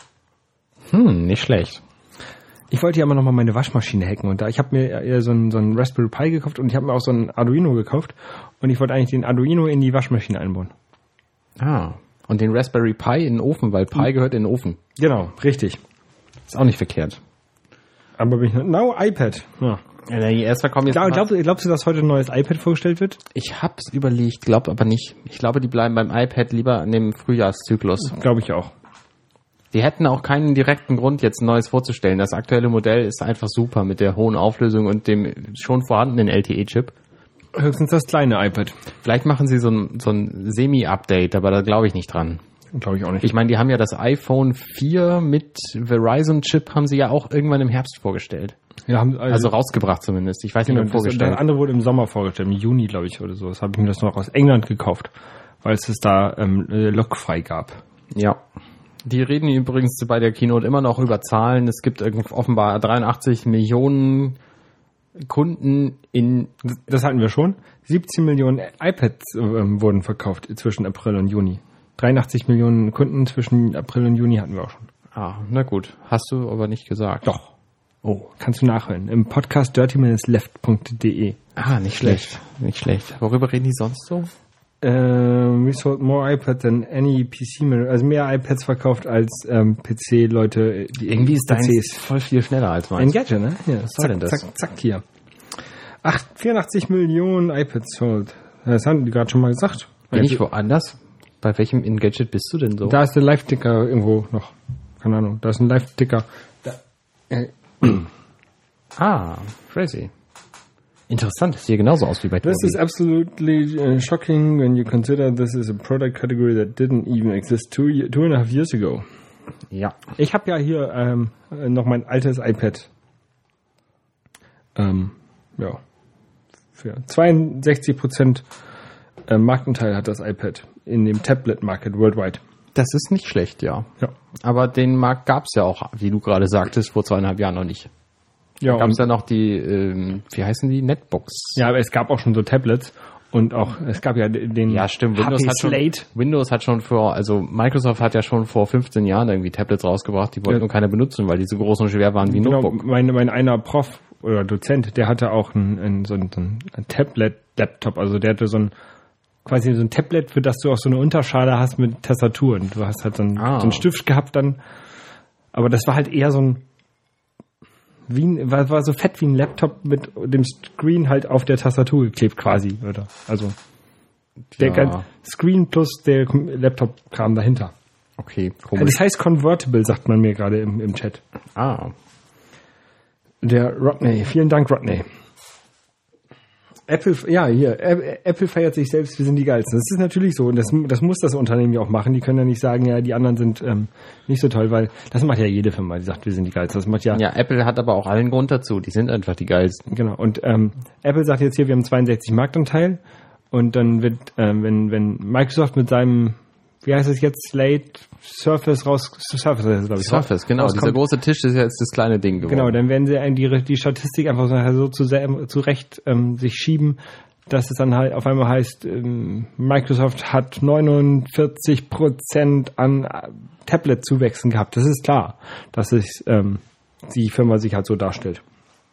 Hm, nicht schlecht. Ich wollte ja immer noch mal meine Waschmaschine hacken und da ich habe mir ja so ein, so ein Raspberry Pi gekauft und ich habe mir auch so ein Arduino gekauft und ich wollte eigentlich den Arduino in die Waschmaschine einbauen. Ah. Und den Raspberry Pi in den Ofen, weil Pi gehört in den Ofen. Genau, richtig. Ist auch nicht verkehrt. Aber bin ich noch, now iPad. Ja. Ja, erstmal kommen jetzt Glaub, glaubst, du- glaubst du, dass heute ein neues iPad vorgestellt wird? Ich hab's überlegt, glaub aber nicht. Ich glaube, die bleiben beim iPad lieber an dem Frühjahrszyklus. Glaube ich auch. Die hätten auch keinen direkten Grund, jetzt ein neues vorzustellen. Das aktuelle Modell ist einfach super mit der hohen Auflösung und dem schon vorhandenen L T E-Chip. Höchstens das kleine iPad. Vielleicht machen sie so ein, so ein Semi-Update, aber da glaube ich nicht dran. Glaube ich auch nicht. Ich meine, die haben ja das iPhone vier mit Verizon-Chip haben sie ja auch irgendwann im Herbst vorgestellt. Ja, haben, Also, also, rausgebracht zumindest. Ich weiß nicht, genau, ob das, das vorgestellt. andere wurde im Sommer vorgestellt, im Juni, glaube ich, oder so. Das habe ich mir das noch aus England gekauft, weil es es da ähm, äh, lockfrei gab. Ja. Die reden übrigens bei der Keynote immer noch über Zahlen. Es gibt irgend- offenbar dreiundachtzig Millionen Kunden in... Das hatten wir schon. siebzehn Millionen iPads ähm, wurden verkauft zwischen April und Juni. dreiundachtzig Millionen Kunden zwischen April und Juni hatten wir auch schon. Ah, na gut. Hast du aber nicht gesagt. Doch. Oh, kannst du nachhören. Im Podcast dirty minutes left punkt de. Ah, nicht schlecht. Nicht schlecht. Worüber reden die sonst so? Ähm, we sold more iPads than any P C, also mehr iPads verkauft als ähm, P C-Leute, die Irgendwie ist P Cs. deins voll viel schneller als meins. Engadget, ne? Ja, Was soll zack, denn das? zack, zack, hier. Ach, vierundachtzig Millionen iPads sold. Das haben die gerade schon mal gesagt. Bin ich woanders? Bei welchem Engadget bist du denn so? Da ist der Live-Ticker irgendwo noch. Keine Ahnung, da ist ein Live-Ticker. Da. Äh, Ah, crazy. Interessant, das sieht hier genauso aus wie bei Tobi. This is absolutely uh, shocking when you consider this is a product category that didn't even exist two, ye- two and a half years ago. Ja. Ich habe ja hier ähm, noch mein altes iPad. Ähm, ja. Für zweiundsechzig Prozent äh, Marktanteil hat das iPad in dem Tablet-Market worldwide. Das ist nicht schlecht, ja. Ja. Aber den Markt gab es ja auch, wie du gerade sagtest, vor zweieinhalb Jahren noch nicht. Ja, Gab es und, ja noch die, ähm, wie heißen die, Netbooks? ja, aber es gab auch schon so Tablets und auch, es gab ja den Ja, stimmt. Windows H P hat schon, Slate. Windows hat schon vor, also Microsoft hat ja schon vor fünfzehn Jahren irgendwie Tablets rausgebracht, die wollten Ja. nur keiner benutzen, weil die so groß und schwer waren wie ein Genau, Notebook. mein, mein einer Prof oder Dozent, der hatte auch ein, ein, so ein, so ein Tablet-Laptop, also der hatte so ein quasi so ein Tablet, für das du auch so eine Unterschale hast mit Tastaturen. Du hast halt so einen, Ah. so einen Stift gehabt dann, aber das war halt eher so ein wie ein, war, war so fett wie ein Laptop mit dem Screen halt auf der Tastatur geklebt quasi, oder? Also der Ja. ganze Screen plus der Laptop-Kram dahinter. Okay, Das komisch. heißt Convertible, sagt man mir gerade im, im Chat. Ah, Der Rodney, vielen Dank, Rodney. Apple, ja, hier, Ä- Apple feiert sich selbst, wir sind die Geilsten. Das ist natürlich so und das, das muss das Unternehmen ja auch machen. Die können ja nicht sagen, ja, die anderen sind ähm, nicht so toll, weil das macht ja jede Firma, die sagt, wir sind die Geilsten. Das macht ja, ja, Apple hat aber auch allen Grund dazu. Die sind einfach die geilsten. genau. Und ähm, Apple sagt jetzt hier, wir haben zweiundsechzig Marktanteil und dann wird, ähm, wenn, wenn Microsoft mit seinem, wie heißt es jetzt, Slate, Surface raus, Surface, glaube ich. Surface, genau. rauskommt, Dieser große Tisch ist jetzt das kleine Ding geworden. Genau, dann werden sie ein- die, die Statistik einfach so, nachher so zu sehr, zurecht ähm, sich schieben, dass es dann halt auf einmal heißt, ähm, Microsoft hat neunundvierzig Prozent an äh, Tablet-Zuwächsen gehabt. Das ist klar, dass es, ähm, die Firma sich halt so darstellt.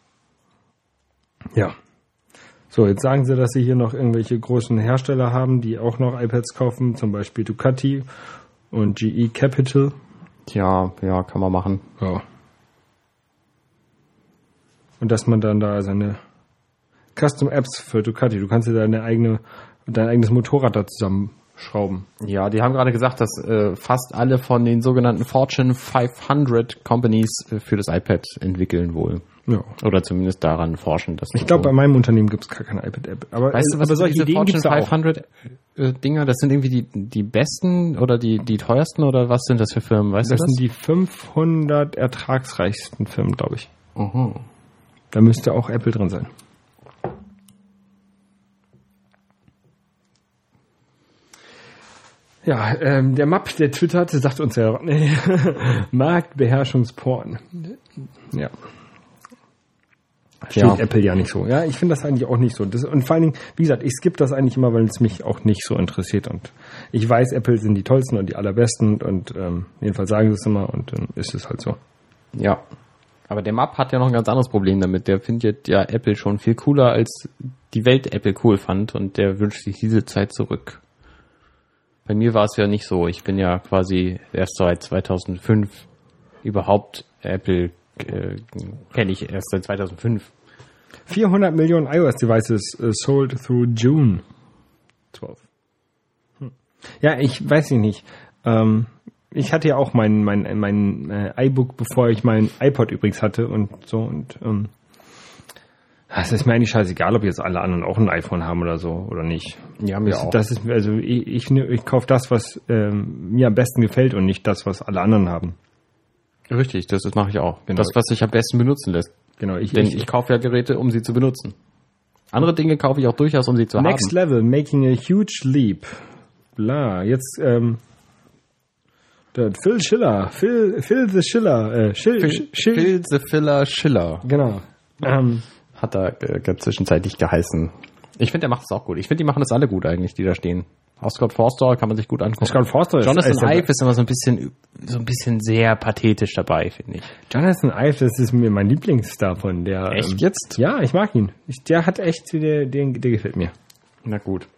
Ja. So, jetzt sagen sie, dass sie hier noch irgendwelche großen Hersteller haben, die auch noch iPads kaufen, zum Beispiel Ducati und G E Capital. Tja, ja, kann man machen. Ja. Und dass man dann da seine Custom Apps für Ducati, du kannst dir deine eigene, dein eigenes Motorrad da zusammenschrauben. Ja, die haben gerade gesagt, dass äh, fast alle von den sogenannten Fortune fünfhundert Companies äh, für das iPad entwickeln wohl. Ja. Oder zumindest daran forschen. Dass Ich glaube, bei meinem Unternehmen gibt es gar keine iPad-App. Aber, Weißt du, was aber solche diese Ideen gibt's Fortune da auch. fünfhundert äh, Dinger, das sind irgendwie die, die besten oder die, die teuersten oder was sind das für Firmen? Weißt Das du das? sind die fünfhundert ertragsreichsten Firmen, glaube ich. Mhm. Da müsste auch Apple drin sein. Ja, ähm, der Map, der twitterte, sagt uns ja, nee, Marktbeherrschungsporn. Ja. Steht Ja. Apple ja nicht so. Ja, ich finde das eigentlich auch nicht so. Das, und vor allen Dingen, wie gesagt, ich skippe das eigentlich immer, weil es mich auch nicht so interessiert. Und ich weiß, Apple sind die tollsten und die allerbesten und, und ähm, jedenfalls sagen sie es immer und dann ist es halt so. Ja. Aber der Map hat ja noch ein ganz anderes Problem damit. Der findet ja Apple schon viel cooler, als die Welt Apple cool fand und der wünscht sich diese Zeit zurück. Bei mir war es ja nicht so. Ich bin ja quasi erst seit zweitausendfünf überhaupt Apple äh, kenne ich erst seit zweitausendfünf. vierhundert Millionen iOS-Devices uh, sold through June zwölf. Hm. Ja, ich weiß nicht. Ähm, ich hatte ja auch mein, mein, mein äh, iBook, bevor ich mein iPod übrigens hatte und so. Und ähm, es ist mir eigentlich scheißegal, ob jetzt alle anderen auch ein iPhone haben oder so oder nicht. Ja, mir das, auch. das ist also ich, ich, ich kaufe das, was ähm, mir am besten gefällt und nicht das, was alle anderen haben. Richtig, das, das mache ich auch. Genau. Das, was sich am besten benutzen lässt. Genau, ich, Denn ich, ich kaufe ja Geräte, um sie zu benutzen. Andere Dinge kaufe ich auch durchaus, um sie zu Next haben. Level, making a huge leap. Bla, jetzt ähm, der Phil Schiller, Phil, Phil the Schiller, äh, Schil, Phil, Schil, Phil the Filler Schiller genau. Ähm, hat da äh, zwischenzeitlich geheißen. Ich finde, der macht es auch gut. Ich finde, die machen das alle gut eigentlich, die da stehen. Auch Scott Forstall kann man sich gut angucken. Scott Forstall ist- Jonathan ist der- Ive ist immer so ein bisschen, so ein bisschen sehr pathetisch dabei, finde ich. Jonathan Ive, das ist mir mein Lieblingsstar von der. Echt ähm, jetzt? Ja, ich mag ihn. Ich, der hat echt, der, der, der gefällt mir. Na gut.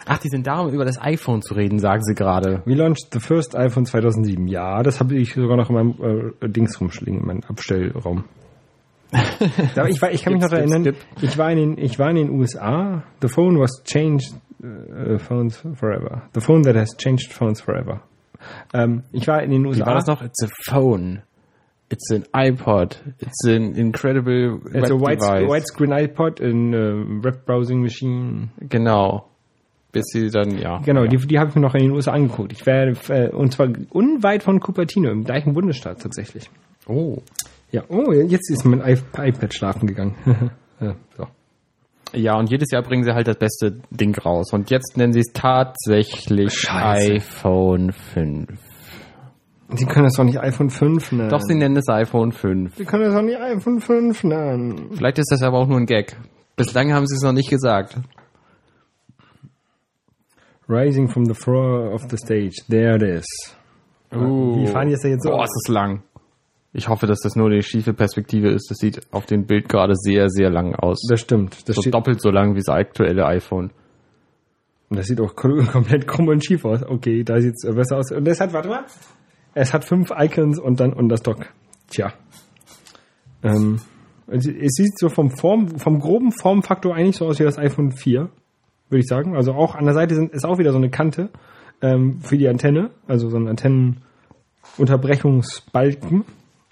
Ach, die sind da, um über das iPhone zu reden, sagen sie gerade. We launched the first iPhone zweitausendsieben. Ja, das habe ich sogar noch in meinem äh, Dings rumschlingen, in meinem Abstellraum. Aber ich, war, ich kann mich noch Skip, erinnern, skip. ich war, in den, ich war in den U S A. The phone was changed uh, phones forever. The phone that has changed phones forever. Ähm, ich war in den U S A. Wie war das noch? It's a phone. It's an iPod. It's an incredible It's a web wide, device. widescreen iPod in uh, Web-Browsing Machine. Genau. Bis sie dann, ja. Genau, ja. die, die habe ich mir noch in den U S A angeguckt. Ich wäre, äh, und zwar unweit von Cupertino, im gleichen Bundesstaat tatsächlich. Oh. Ja, oh, jetzt ist mein I- iPad schlafen gegangen. ja, so. Ja, und jedes Jahr bringen sie halt das beste Ding raus. Und jetzt nennen sie es tatsächlich Scheiße. iPhone fünf. Sie können das doch nicht iPhone fünf nennen. Doch, sie nennen es iPhone fünf. Sie können das doch nicht iPhone fünf nennen. Vielleicht ist das aber auch nur ein Gag. Bislang haben sie es noch nicht gesagt. Rising from the floor of the stage. There it is. Uh. Wie fahren die jetzt da jetzt so? Boah, ist das lang. Ich hoffe, dass das nur eine schiefe Perspektive ist. Das sieht auf dem Bild gerade sehr, sehr lang aus. Das stimmt. Das, so steht, doppelt so lang wie das aktuelle iPhone. das sieht auch kom- komplett krumm und schief aus. Okay, da sieht's besser aus. Und es hat, warte mal, es hat fünf Icons und dann und das Dock. Tja. Ähm, es es sieht so vom Form, vom groben Formfaktor eigentlich so aus wie das iPhone vier, würde ich sagen. Also auch an der Seite sind, ist auch wieder so eine Kante ähm, für die Antenne, also so ein Antennenunterbrechungsbalken.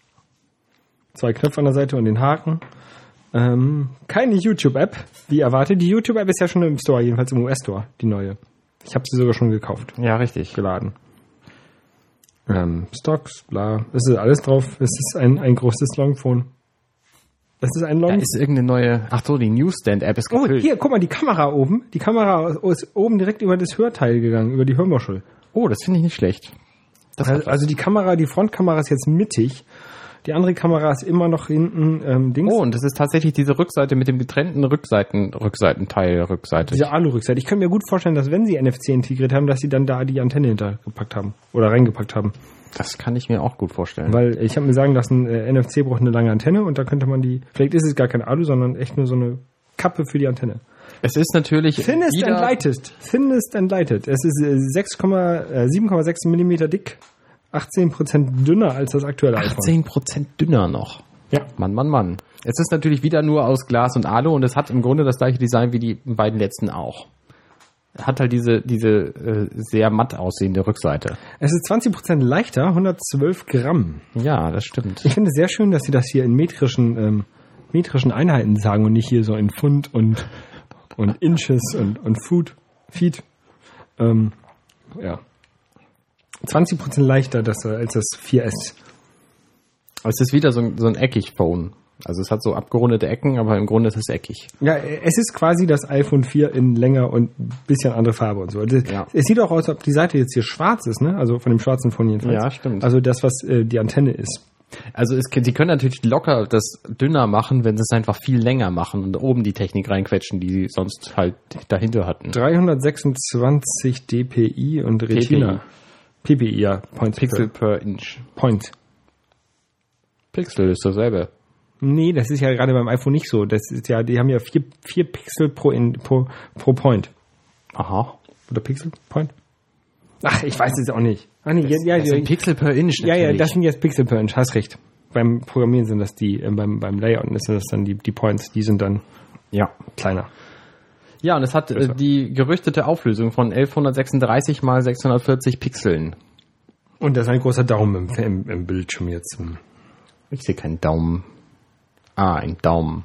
Zwei Knöpfe an der Seite und den Haken. Ähm, keine YouTube-App, wie erwartet. Die YouTube-App ist ja schon im Store, jedenfalls im U S-Store, die neue. Ich habe sie sogar schon gekauft, Ja, richtig. geladen. Ähm, Stocks, bla. Es ist alles drauf. Es ist ein, ein großes Longphone. Das ist ein Da Long... ist irgendeine neue... Ach so, die Newsstand-App ist Oh, gefüllt. hier, guck mal, die Kamera oben. Die Kamera ist oben direkt über das Hörteil gegangen, über die Hörmuschel. Oh, das finde ich nicht schlecht. Das hat Also, also die Kamera, die Frontkamera ist jetzt mittig. Die andere Kamera ist immer noch hinten ähm, Dings. Oh, und das ist tatsächlich diese Rückseite mit dem getrennten Rückseiten, Rückseitenteil, Rückseite. Diese Alu-Rückseite. Ich könnte mir gut vorstellen, dass wenn sie N F C integriert haben, dass sie dann da die Antenne hintergepackt haben. Oder reingepackt haben. Das kann ich mir auch gut vorstellen. Weil ich habe mir sagen lassen, äh, N F C braucht eine lange Antenne und da könnte man die, vielleicht ist es gar kein Alu, sondern echt nur so eine Kappe für die Antenne. Es ist natürlich Thinnest wieder and lightest. Thinnest and lighted. Es ist äh, sechs Komma, äh, sieben Komma sechs Millimeter dick. achtzehn Prozent dünner als das aktuelle iPhone. achtzehn Prozent dünner noch. Ja. Mann, Mann, Mann. Es ist natürlich wieder nur aus Glas und Alu und es hat im Grunde das gleiche Design wie die beiden letzten auch. Hat halt diese, diese äh, sehr matt aussehende Rückseite. Es ist zwanzig Prozent leichter, hundertzwölf Gramm. Ja, das stimmt. Ich finde es sehr schön, dass sie das hier in metrischen, ähm, metrischen Einheiten sagen und nicht hier so in Pfund und, und Inches und, und Food, Feet. Ähm, ja. zwanzig Prozent leichter das, äh, als das vier S. Es ist wieder so ein, so ein Eckig-Phone. Also es hat so abgerundete Ecken, aber im Grunde ist es eckig. Ja, es ist quasi das iPhone vier in länger und ein bisschen andere Farbe und so. Das, Ja. Es sieht auch aus, als ob die Seite jetzt hier schwarz ist, ne? Also von dem schwarzen Phone jedenfalls. Ja, stimmt. Also das, was äh, die Antenne ist. Also es, sie können natürlich locker das dünner machen, wenn sie es einfach viel länger machen und oben die Technik reinquetschen, die sie sonst halt dahinter hatten. dreihundertsechsundzwanzig dpi und Retina. P P I, ja. Points Pixel per per Inch. Point. Pixel ist dasselbe. Nee, das ist ja gerade beim iPhone nicht so. Das ist ja, die haben ja vier, vier Pixel pro, in, pro, pro Point. Aha. Oder Pixel Point? Ach, ich weiß es auch nicht. Ach nee, ja, ja, Das sind ja, Pixel per Inch ja, natürlich. ja, das sind jetzt Pixel per Inch, hast recht. Beim Programmieren sind das die, äh, beim, beim Layouten sind das dann die, die Points, die sind dann ja. kleiner. Ja, und es hat äh, Besser. die gerüchtete Auflösung von elfhundertsechsunddreißig mal sechshundertvierzig Pixeln. Und das ist ein großer Daumen im, im, im Bildschirm jetzt. Ich sehe keinen Daumen. Ah, ein Daumen.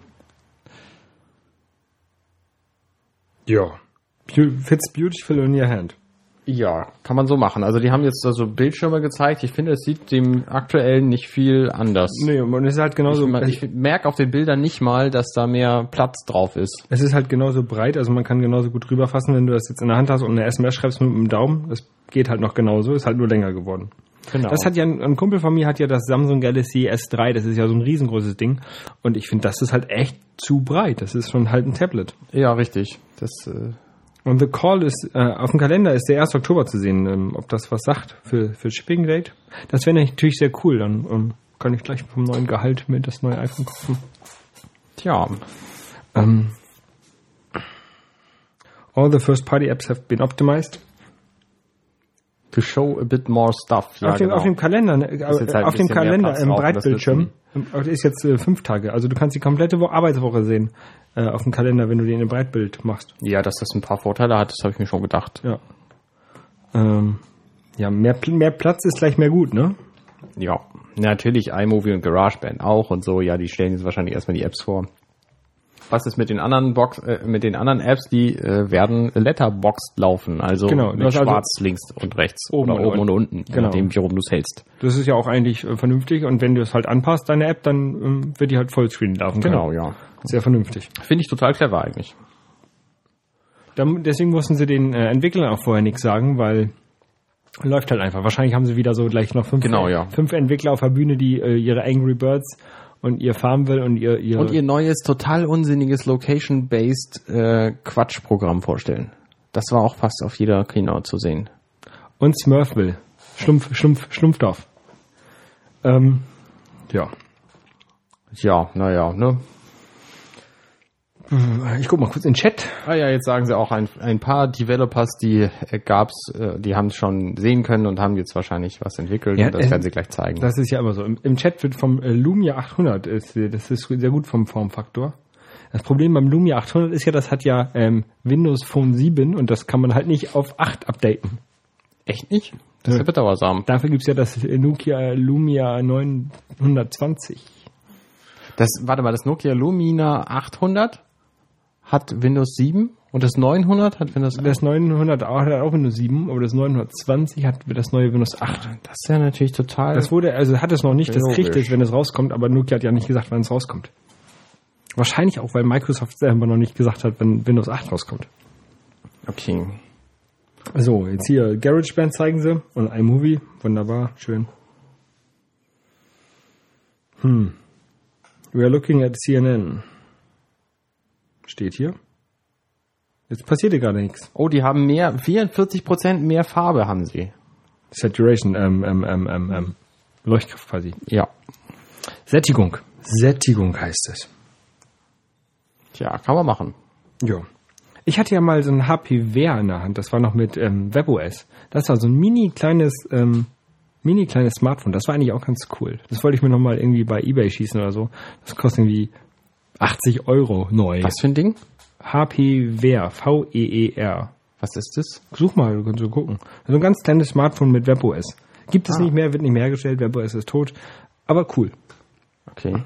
Ja. Beau- Fits beautiful in your hand. Ja, kann man so machen. Also die haben jetzt also Bildschirme gezeigt. Ich finde, es sieht dem aktuellen nicht viel anders. Nee, und es ist halt genauso, ich ich merke auf den Bildern nicht mal, dass da mehr Platz drauf ist. es ist halt genauso breit, also man kann genauso gut drüber fassen, wenn du das jetzt in der Hand hast und eine S M S schreibst mit dem Daumen. Das geht halt noch genauso, ist halt nur länger geworden. Genau. Das hat ja ein, ein Kumpel von mir hat ja das Samsung Galaxy S drei, das ist ja so ein riesengroßes Ding und ich finde, das ist halt echt zu breit. Das ist schon halt ein Tablet. Ja, richtig. Das äh, Und The Call ist, äh, auf dem Kalender ist der erste Oktober zu sehen, ähm, ob das was sagt für, für Shipping Date. Das wäre natürlich sehr cool, dann ähm, kann ich gleich vom neuen Gehalt mir das neue iPhone kaufen. tja. Ähm, All the first-party apps have been optimized. To show a bit more stuff. Ja, auf, dem, genau. auf dem Kalender, ne, halt auf dem Kalender im drauf, Breitbildschirm, das ist jetzt äh, fünf Tage. Also du kannst die komplette Wo- Arbeitswoche sehen äh, auf dem Kalender, wenn du den im Breitbild machst. Ja, dass das ein paar Vorteile hat, das habe ich mir schon gedacht. Ja. Ähm, ja, mehr, mehr Platz ist gleich mehr gut, ne? Ja, natürlich iMovie und GarageBand auch und so. Ja, die stellen jetzt wahrscheinlich erstmal die Apps vor. Was ist mit den anderen Box, äh, mit den anderen Apps, die äh, werden letterboxed laufen, also Genau, mit das also schwarz links und rechts oben oder und oben und unten, je Genau. nachdem, wie rum du es hältst. Das ist ja auch eigentlich äh, vernünftig und wenn du es halt anpasst, deine App, dann ähm, wird die halt Vollscreen laufen können. Genau, ja. Sehr vernünftig. Finde ich total clever eigentlich. Dann, deswegen mussten sie den äh, Entwicklern auch vorher nichts sagen, weil läuft halt einfach. Wahrscheinlich haben sie wieder so gleich noch fünf, Genau, ja. fünf Entwickler auf der Bühne, die äh, ihre Angry Birds und ihr Farmville und ihr, ihr Und ihr neues, total unsinniges Location-based äh, Quatschprogramm vorstellen. Das war auch fast auf jeder Keynote zu sehen. und Smurfville. Schlumpf, Schlumpf, Schlumpfdorf. Ähm, ja. Ja, naja, ne? Ich guck mal kurz in den Chat. Ah ja, jetzt sagen sie auch, ein, ein paar Developers, die äh, gab's, äh, die haben es schon sehen können und haben jetzt wahrscheinlich was entwickelt Ja, und das äh, werden sie gleich zeigen. Das ist ja immer so. Im, im Chat wird vom äh, Lumia achthundert, ist, das ist sehr gut vom Formfaktor. Das Problem beim Lumia achthundert ist ja, das hat ja ähm, Windows Phone sieben und das kann man halt nicht auf acht updaten. Echt nicht? Das ist ja bedauersam. Dafür gibt's ja das Nokia Lumia neunhundertzwanzig. Das, warte mal, das Nokia Lumia achthundert hat Windows sieben und das neunhundert hat Windows acht. Das neunhundert auch- hat auch Windows sieben, aber das neunhundertzwanzig hat das neue Windows acht. Das ist ja natürlich total... Das wurde, also hat es noch nicht, das kriegt Logisch. es, wenn es rauskommt, aber Nokia hat ja nicht gesagt, wann es rauskommt. Wahrscheinlich auch, weil Microsoft selber noch nicht gesagt hat, wenn Windows acht rauskommt. Okay. So, jetzt hier GarageBand zeigen sie und iMovie. Wunderbar, schön. Hm. We are looking at C N N. Steht hier. Jetzt passiert hier gerade nichts. Oh, die haben mehr, vierundvierzig Prozent mehr Farbe haben sie. Saturation, ähm, ähm, ähm, ähm, ähm. Leuchtkraft quasi. Ja. Sättigung. Sättigung heißt es. Tja, kann man machen. Ja. Ich hatte ja mal so ein H P Ware in der Hand, das war noch mit ähm, WebOS. Das war so ein mini kleines, ähm, mini kleines Smartphone. Das war eigentlich auch ganz cool. Das wollte ich mir nochmal irgendwie bei eBay schießen oder so. Das kostet irgendwie achtzig Euro neu. Was für ein Ding? H P Ware, V E E R. Was ist das? Such mal, du kannst so gucken. Also ein ganz kleines Smartphone mit WebOS. Gibt es Ah. nicht mehr, wird nicht mehr hergestellt, WebOS ist tot. Aber cool. Okay.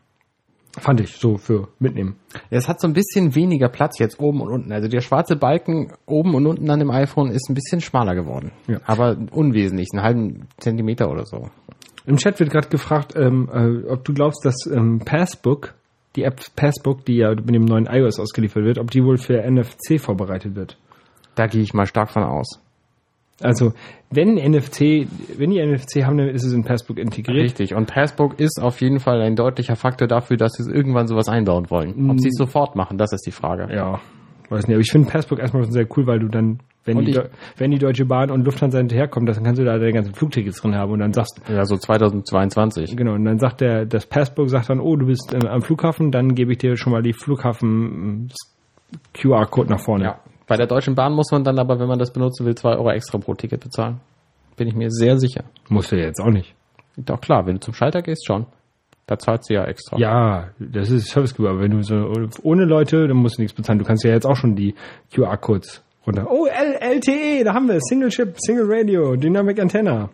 Fand ich, so für mitnehmen. Ja, es hat so ein bisschen weniger Platz jetzt oben und unten. Also der schwarze Balken oben und unten an dem iPhone ist ein bisschen schmaler geworden. Ja. Aber unwesentlich, einen halben Zentimeter oder so. Im Chat wird gerade gefragt, ähm, äh, ob du glaubst, dass ähm, Passbook, die App Passbook, die ja mit dem neuen iOS ausgeliefert wird, ob die wohl für N F C vorbereitet wird. Da gehe ich mal stark von aus. Also, wenn N F C, wenn die N F C haben, dann ist es in Passbook integriert. Richtig. Und Passbook ist auf jeden Fall ein deutlicher Faktor dafür, dass sie irgendwann sowas einbauen wollen. Ob sie es sofort machen, das ist die Frage. Ja, weiß nicht. Aber ich finde Passbook erstmal schon sehr cool, weil du dann, wenn Und die, ich- Deu- wenn die Deutsche Bahn und Lufthansa hinterherkommen, dann kannst du da deine ganzen Flugtickets drin haben und dann sagst, Ja, so zweitausendzweiundzwanzig. genau, und dann sagt der, das Passbook sagt dann, oh, du bist äh, am Flughafen, dann gebe ich dir schon mal die Flughafen Q R-Code nach vorne. Ja. Bei der Deutschen Bahn muss man dann aber, wenn man das benutzen will, zwei Euro extra pro Ticket bezahlen. Bin ich mir sehr sicher. Musst du ja jetzt auch nicht. Doch klar, wenn du zum Schalter gehst, schon. Da zahlt sie ja extra. Ja, das ist Servicegebühr, aber wenn du so ohne Leute, dann musst du nichts bezahlen. Du kannst ja jetzt auch schon die Q R-Codes runter. Oh, L L T E, da haben wir es. Single Chip, Single Radio, Dynamic Antenna.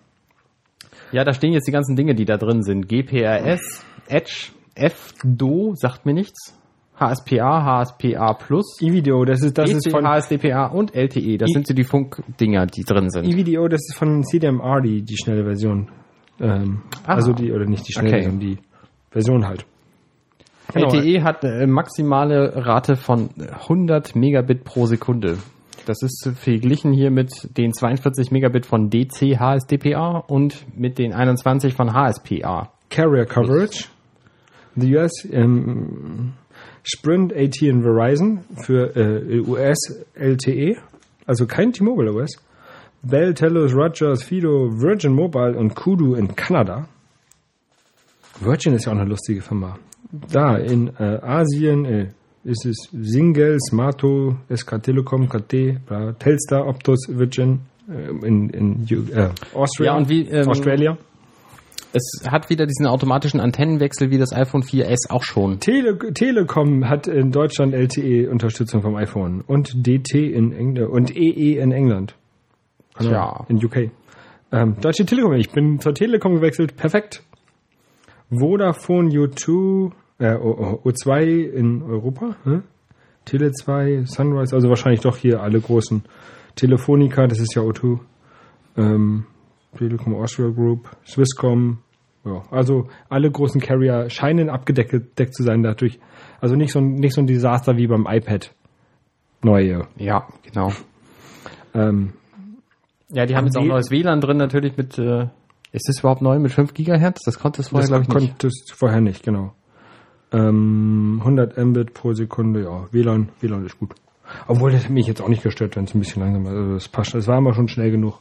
Ja, da stehen jetzt die ganzen Dinge, die da drin sind. G P R S, Edge, F D O, sagt mir nichts. H S P A, H S P A Plus, E-Video, das ist, das ist von H S D P A und L T E. Das I- sind so die Funkdinger, die drin sind. E-Video, das ist von C D M R, die, die schnelle Version. Ähm, Ah. Also die, oder nicht die schnelle Okay. Version, die Version halt. Genau. L T E hat eine maximale Rate von hundert Megabit pro Sekunde. Das ist verglichen hier mit den zweiundvierzig Megabit von D C H S D P A und mit den einundzwanzig von H S P A. Carrier Coverage. The U S, ähm, Sprint, A T und Verizon für äh, U S L T E, also kein T-Mobile O S. Bell, Telus, Rogers, Fido, Virgin Mobile und Kudu in Kanada. Virgin ist ja auch eine lustige Firma. Da in äh, Asien, äh, ist es Singel, Smarto, S K Telekom, K T, bla, Telstar, Optus, Virgin äh, in, in äh, Austria, Ja, und wie, ähm, Australia. Es hat wieder diesen automatischen Antennenwechsel wie das iPhone vier S auch schon. Tele Telekom hat in Deutschland L T E-Unterstützung vom iPhone und D T in England und E E in England. Also Tja. in U K. Ähm, Deutsche Telekom, ich bin zur Telekom gewechselt, perfekt. Vodafone U zwei, äh, O zwei in Europa, hm? Tele zwei, Sunrise, also wahrscheinlich doch hier alle großen. Telefonica, das ist ja O zwei. Ähm, Telekom Austria Group, Swisscom, ja, also alle großen Carrier scheinen abgedeckt gedeckt zu sein dadurch. Also nicht so ein, nicht so ein Desaster wie beim iPad. Neue. Ja, genau. Ähm, Ja, die haben jetzt auch die- neues W L A N drin, natürlich mit, äh, ist das überhaupt neu mit fünf Gigahertz? Das konnte es vorher, das glaube ich, nicht. konntest du vorher nicht, genau. Ähm, hundert Mbit pro Sekunde, ja, W L A N, W L A N ist gut. Obwohl, das hat mich jetzt auch nicht gestört, wenn es ein bisschen langsamer ist. Also das passt, es war immer schon schnell genug.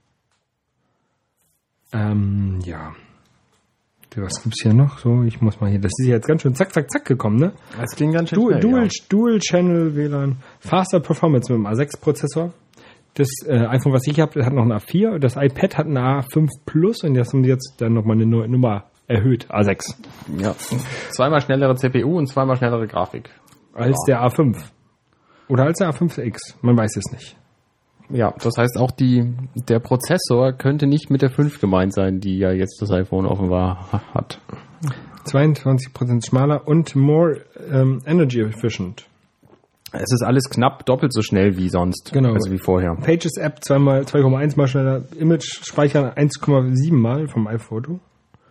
Ähm, ja. Was gibt's hier noch? So, ich muss mal hier, das ist jetzt ganz schön zack, zack, zack gekommen, ne? Das ging ganz schön Dual, schnell, Dual, ja. Dual Channel W L A N, Faster Performance mit dem A sechs Prozessor. Das äh, iPhone, was ich habe, hat noch ein A vier. Das iPad hat ein A fünf Plus und jetzt haben die jetzt dann nochmal eine neue Nummer erhöht, A sechs. Ja. Zweimal schnellere C P U und zweimal schnellere Grafik. Als der A fünf. Oder als der A fünf X. Man weiß es nicht. Ja, das heißt auch die, der Prozessor könnte nicht mit der fünf gemeint sein, die ja jetzt das iPhone offenbar ha- hat. zweiundzwanzig Prozent schmaler und more ähm, energy efficient. Es ist alles knapp doppelt so schnell wie sonst. Genau. Also wie vorher. Pages App zwei Komma eins mal schneller. Image speichern eins Komma sieben mal vom iPhoto.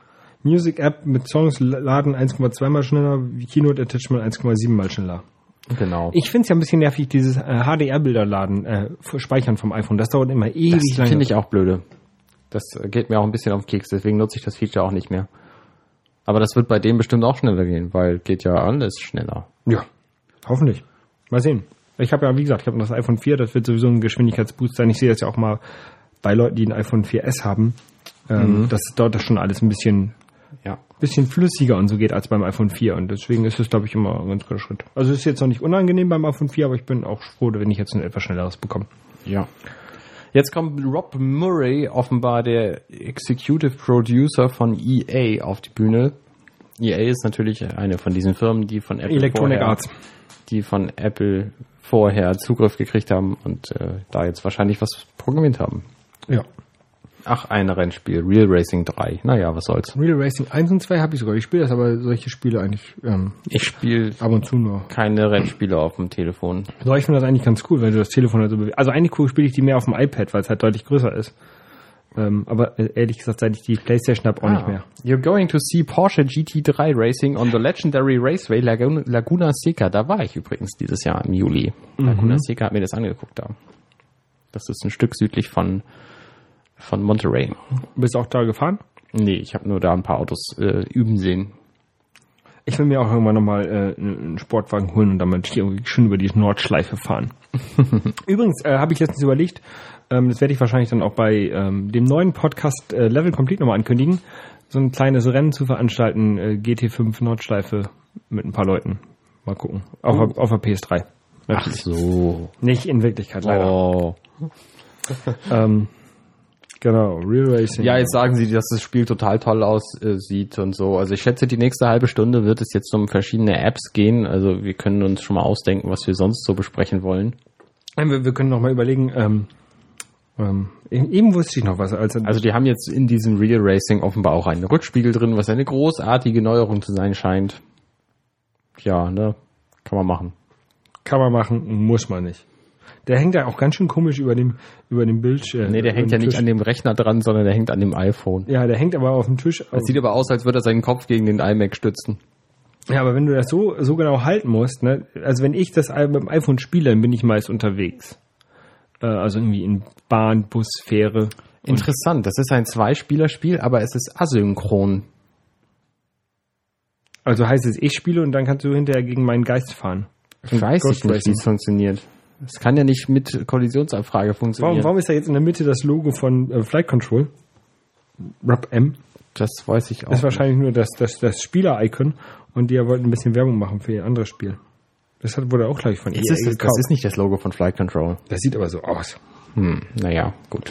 Music App mit Songs laden eins Komma zwei mal schneller. Keynote Attachment eins Komma sieben mal schneller. Genau. Ich finde es ja ein bisschen nervig, dieses äh, H D R-Bilder laden, äh, speichern vom iPhone. Das dauert immer ewig Das lange. finde ich auch blöde. Das geht mir auch ein bisschen auf den Keks, deswegen nutze ich das Feature auch nicht mehr. Aber das wird bei dem bestimmt auch schneller gehen, weil geht ja alles schneller. Ja, hoffentlich. Mal sehen. Ich habe ja, wie gesagt, ich habe das iPhone vier, das wird sowieso ein Geschwindigkeitsboost sein. Ich sehe das ja auch mal bei Leuten, die ein iPhone vier S haben, ähm, Mhm. dass dort das schon alles ein bisschen, Ja. bisschen flüssiger und so geht als beim iPhone vier. Und deswegen ist es, glaube ich, immer ein ganz guter Schritt. Also es ist jetzt noch nicht unangenehm beim iPhone vier, aber ich bin auch froh, wenn ich jetzt ein etwas schnelleres bekomme. Ja. Jetzt kommt Rob Murray, offenbar der Executive Producer von E A, auf die Bühne. E A ist natürlich eine von diesen Firmen, die von Apple Electronic vorher, Arts. die von Apple vorher Zugriff gekriegt haben und äh, da jetzt wahrscheinlich was programmiert haben. Ja. Ach, ein Rennspiel, Real Racing drei. Naja, was soll's. Real Racing eins und zwei habe ich sogar. Ich spiele das, aber solche Spiele eigentlich ähm, Ich spiele ab und zu nur. keine Rennspiele auf dem Telefon. So, ich finde das eigentlich ganz cool, wenn du das Telefon halt so bewegst. Also eigentlich cool spiele ich die mehr auf dem iPad, weil es halt deutlich größer ist. Ähm, aber äh, ehrlich gesagt, seit ich die PlayStation habe, auch nicht mehr. You're going to see Porsche G T drei Racing on the legendary raceway Laguna, Laguna Seca. Da war ich übrigens dieses Jahr im Juli. Laguna Seca hat mir das angeguckt da. Das ist ein Stück südlich von, von Monterey. Bist du auch da gefahren? Nee, ich habe nur da ein paar Autos äh, üben sehen. Ich will mir auch irgendwann nochmal äh, einen Sportwagen holen und damit hier irgendwie schön über die Nordschleife fahren. Übrigens äh, habe ich letztens überlegt, ähm, das werde ich wahrscheinlich dann auch bei ähm, dem neuen Podcast äh, Level Complete nochmal ankündigen, so ein kleines Rennen zu veranstalten, äh, G T fünf Nordschleife mit ein paar Leuten. Mal gucken. Auf, Oh. auf der P S drei. Ach so. Nicht in Wirklichkeit, leider. Oh. Ähm, genau, Real Racing. Ja, jetzt sagen sie, dass das Spiel total toll aussieht und so. Also ich schätze, die nächste halbe Stunde wird es jetzt um verschiedene Apps gehen. Also wir können uns schon mal ausdenken, was wir sonst so besprechen wollen. Wir, wir können noch mal überlegen, ähm, ähm, eben wusste ich noch was. Als, Also die haben jetzt in diesem Real Racing offenbar auch einen Rückspiegel drin, was eine großartige Neuerung zu sein scheint. Ja, ne? Kann man machen. kann man machen, muss man nicht. Der hängt ja auch ganz schön komisch über dem, über dem Bildschirm. Nee, der hängt ja nicht an dem Rechner dran, sondern der hängt an dem iPhone. Ja, der hängt aber auf dem Tisch. Das sieht aber aus, als würde er seinen Kopf gegen den iMac stützen. Ja, aber wenn du das so, so genau halten musst, ne, also wenn ich das mit dem iPhone spiele, dann bin ich meist unterwegs. Äh, also irgendwie in Bahn, Bus, Fähre. Interessant, das ist ein Zweispielerspiel, aber es ist asynchron. Also heißt es, ich spiele und dann kannst du hinterher gegen meinen Geist fahren. Ich weiß Ghost nicht, wie Racing. es funktioniert. Es kann ja nicht mit Kollisionsabfrage funktionieren. Warum, warum ist da jetzt in der Mitte das Logo von äh, Flight Control? R A P M. Das weiß ich auch. Das ist wahrscheinlich nur das, das, das Spieler-Icon und die wollten ein bisschen Werbung machen für ihr anderes Spiel. Das hat, wurde auch, glaube ich, von E A gekauft. Das ist nicht das Logo von Flight Control. Das sieht aber so aus. Hm, naja, gut.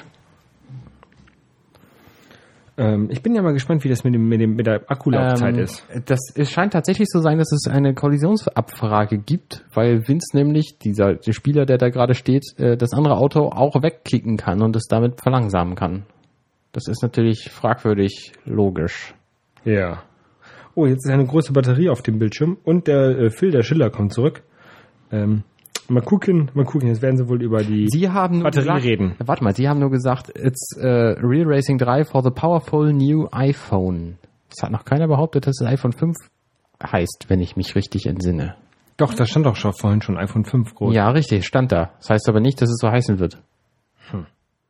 Ähm, ich bin ja mal gespannt, wie das mit, dem, mit, dem, mit der Akkulaufzeit ähm, ist. Das, es scheint tatsächlich so sein, dass es eine Kollisionsabfrage gibt, weil Vince nämlich, dieser der Spieler, der da gerade steht, äh, das andere Auto auch wegkicken kann und es damit verlangsamen kann. Das ist natürlich fragwürdig logisch. Ja. Oh, jetzt ist eine große Batterie auf dem Bildschirm und der äh, Phil, der Schiller, kommt zurück. Ähm, mal gucken, mal gucken, jetzt werden sie wohl über die Sie haben Batterie gesagt, reden. Warte mal, Sie haben nur gesagt, it's uh, Real Racing drei for the powerful new iPhone. Das hat noch keiner behauptet, dass es iPhone fünf heißt, wenn ich mich richtig entsinne. Doch, da stand doch schon vorhin schon iPhone fünf groß. Ja, richtig, stand da. Das heißt aber nicht, dass es so heißen wird. Hm.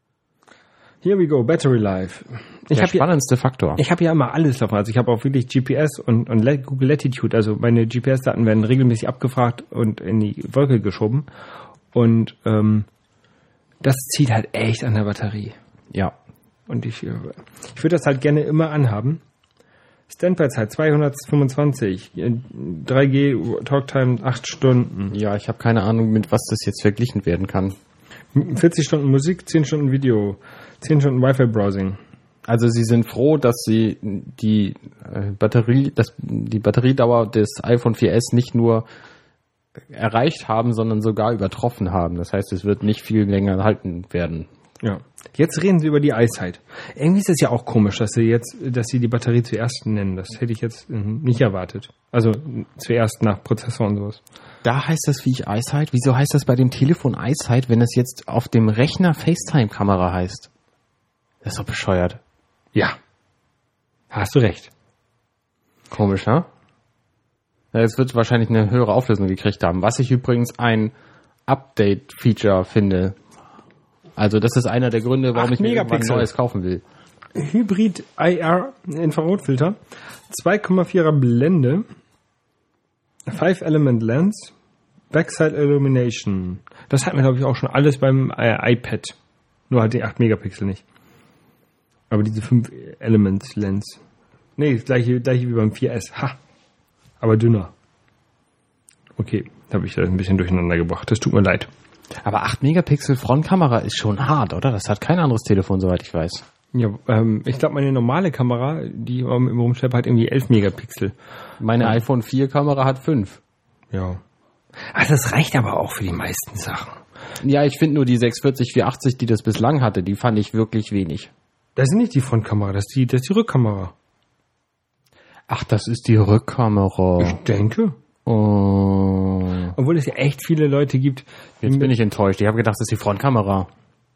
Here we go, Battery Life. Ich Der hab spannendste ja, Faktor. Ich habe ja immer alles davon. Also ich habe auch wirklich G P S und, und Google Latitude. Also meine G P S-Daten werden regelmäßig abgefragt und in die Wolke geschoben. Und ähm, das zieht halt echt an der Batterie. Ja. Und ich, ich würde das halt gerne immer anhaben. Standby-Zeit zweihundertfünfundzwanzig, drei G Talktime acht Stunden. Ja, ich habe keine Ahnung, mit was das jetzt verglichen werden kann. vierzig Stunden Musik, zehn Stunden Video, zehn Stunden Wi-Fi-Browsing. Also Sie sind froh, dass Sie die äh, Batterie, das, die Batteriedauer des iPhone vier S nicht nur erreicht haben, sondern sogar übertroffen haben. Das heißt, es wird nicht viel länger halten werden. Ja. Jetzt reden Sie über die iSight. Irgendwie ist es ja auch komisch, dass Sie jetzt, dass Sie die Batterie zuerst nennen. Das hätte ich jetzt nicht erwartet. Also zuerst nach Prozessor und sowas. Da heißt das Viech iSight. Wieso heißt das bei dem Telefon iSight, wenn es jetzt auf dem Rechner FaceTime-Kamera heißt? Das ist doch bescheuert. Ja. Hast du recht. Komisch, ne? Ja, jetzt wird es wahrscheinlich eine höhere Auflösung gekriegt haben. Was ich übrigens ein Update-Feature finde. Also das ist einer der Gründe, warum ich mir irgendwann ein neues kaufen will. Hybrid I R Infrarotfilter, zwei Komma vierer Blende, five Element Lens, Backside Illumination. Das hatten wir, glaube ich, auch schon alles beim äh, iPad. Nur halt die acht Megapixel nicht. Aber diese fünf Element Lens. Nee, das gleiche, gleiche wie beim vier S. Ha! Aber dünner. Okay, da habe ich das ein bisschen durcheinander gebracht. Das tut mir leid. Aber acht Megapixel Frontkamera ist schon hart, oder? Das hat kein anderes Telefon, soweit ich weiß. Ja, ähm, ich glaube, meine normale Kamera, die ähm, im Rumschlepp, hat irgendwie elf Megapixel. Meine ja. iPhone vier Kamera hat fünf. Ja. Ach, das reicht aber auch für die meisten Sachen. Ja, ich finde nur die sechs vierzig vierhundertachtzig, die das bislang hatte, die fand ich wirklich wenig. Das ist nicht die Frontkamera, das ist die, das ist die Rückkamera. Ach, das ist die Rückkamera. Ich denke. Oh. Obwohl es ja echt viele Leute gibt. Jetzt bin ich enttäuscht. Ich habe gedacht, das ist die Frontkamera.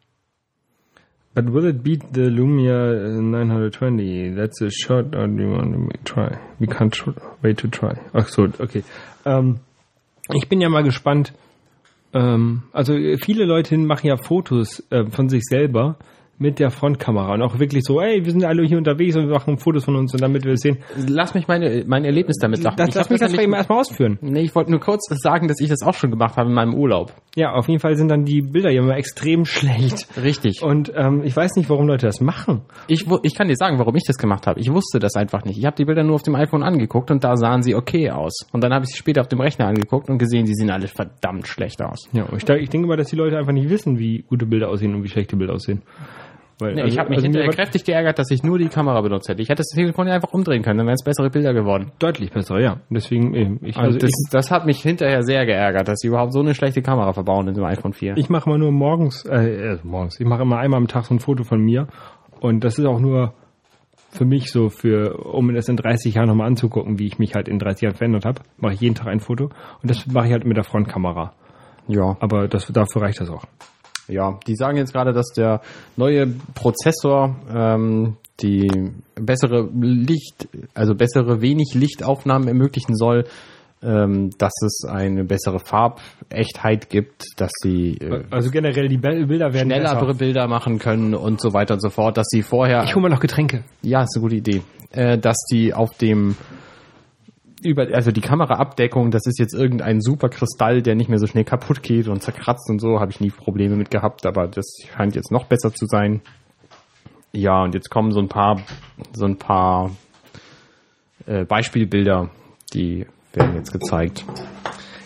But will it beat the Lumia nine twenty? That's a shot or do you want to try? We can't wait to try. Ach so, okay. Ähm, ich bin ja mal gespannt. Ähm, also viele Leute machen ja Fotos äh, von sich selber mit der Frontkamera und auch wirklich so, ey, wir sind alle hier unterwegs und wir machen Fotos von uns und damit wir es sehen. Lass mich meine, mein Erlebnis damit sagen. Das, lass mich das mal erstmal ausführen. Nee, ich wollte nur kurz sagen, dass ich das auch schon gemacht habe in meinem Urlaub. Ja, auf jeden Fall sind dann die Bilder ja immer extrem schlecht. Richtig. Und ähm, ich weiß nicht, warum Leute das machen. Ich, ich kann dir sagen, warum ich das gemacht habe. Ich wusste das einfach nicht. Ich habe die Bilder nur auf dem iPhone angeguckt und da sahen sie okay aus. Und dann habe ich sie später auf dem Rechner angeguckt und gesehen, sie sehen alle verdammt schlecht aus. Ja, ich, ich denke mal, dass die Leute einfach nicht wissen, wie gute Bilder aussehen und wie schlechte Bilder aussehen. Weil, nee, also, ich habe mich also hinterher kräftig geärgert, dass ich nur die Kamera benutzt hätte. Ich hätte das Telefon ja einfach umdrehen können, dann wären es bessere Bilder geworden. Deutlich besser, ja. Deswegen, ich, also das, ich, das hat mich hinterher sehr geärgert, dass sie überhaupt so eine schlechte Kamera verbauen in dem iPhone vier. Ich mache mal nur morgens, äh, also morgens, ich mache immer einmal am Tag so ein Foto von mir und das ist auch nur für mich so, für um mir das in dreißig Jahren nochmal anzugucken, wie ich mich halt in dreißig Jahren verändert habe, mache ich jeden Tag ein Foto und das mache ich halt mit der Frontkamera. Ja. Aber das, dafür reicht das auch. Ja, die sagen jetzt gerade, dass der neue Prozessor ähm, die bessere Licht, also bessere wenig Lichtaufnahmen ermöglichen soll, ähm, dass es eine bessere Farbechtheit gibt, dass sie äh, also generell die Bilder werden schnellere besser. Bilder machen können und so weiter und so fort, dass sie vorher... Ich hole mal noch Getränke. Ja, ist eine gute Idee. Äh, dass die auf dem über, also die Kameraabdeckung, das ist jetzt irgendein super Kristall, der nicht mehr so schnell kaputt geht und zerkratzt und so, habe ich nie Probleme mit gehabt, aber das scheint jetzt noch besser zu sein. Ja, und jetzt kommen so ein paar, so ein paar äh, Beispielbilder, die werden jetzt gezeigt.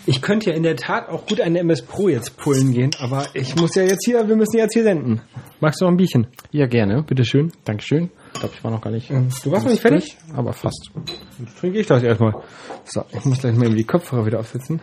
Ich könnte ja in der Tat auch gut eine M S Pro jetzt pullen gehen, aber ich muss ja jetzt hier, wir müssen jetzt hier senden. Magst du noch ein Bierchen? Ja, gerne. Bitteschön. Dankeschön. Ich glaube, ich war noch gar nicht. Du warst noch nicht fertig? Durch, aber fast. Dann trinke ich das erstmal. So, ich muss gleich mal eben die Kopfhörer wieder aufsetzen.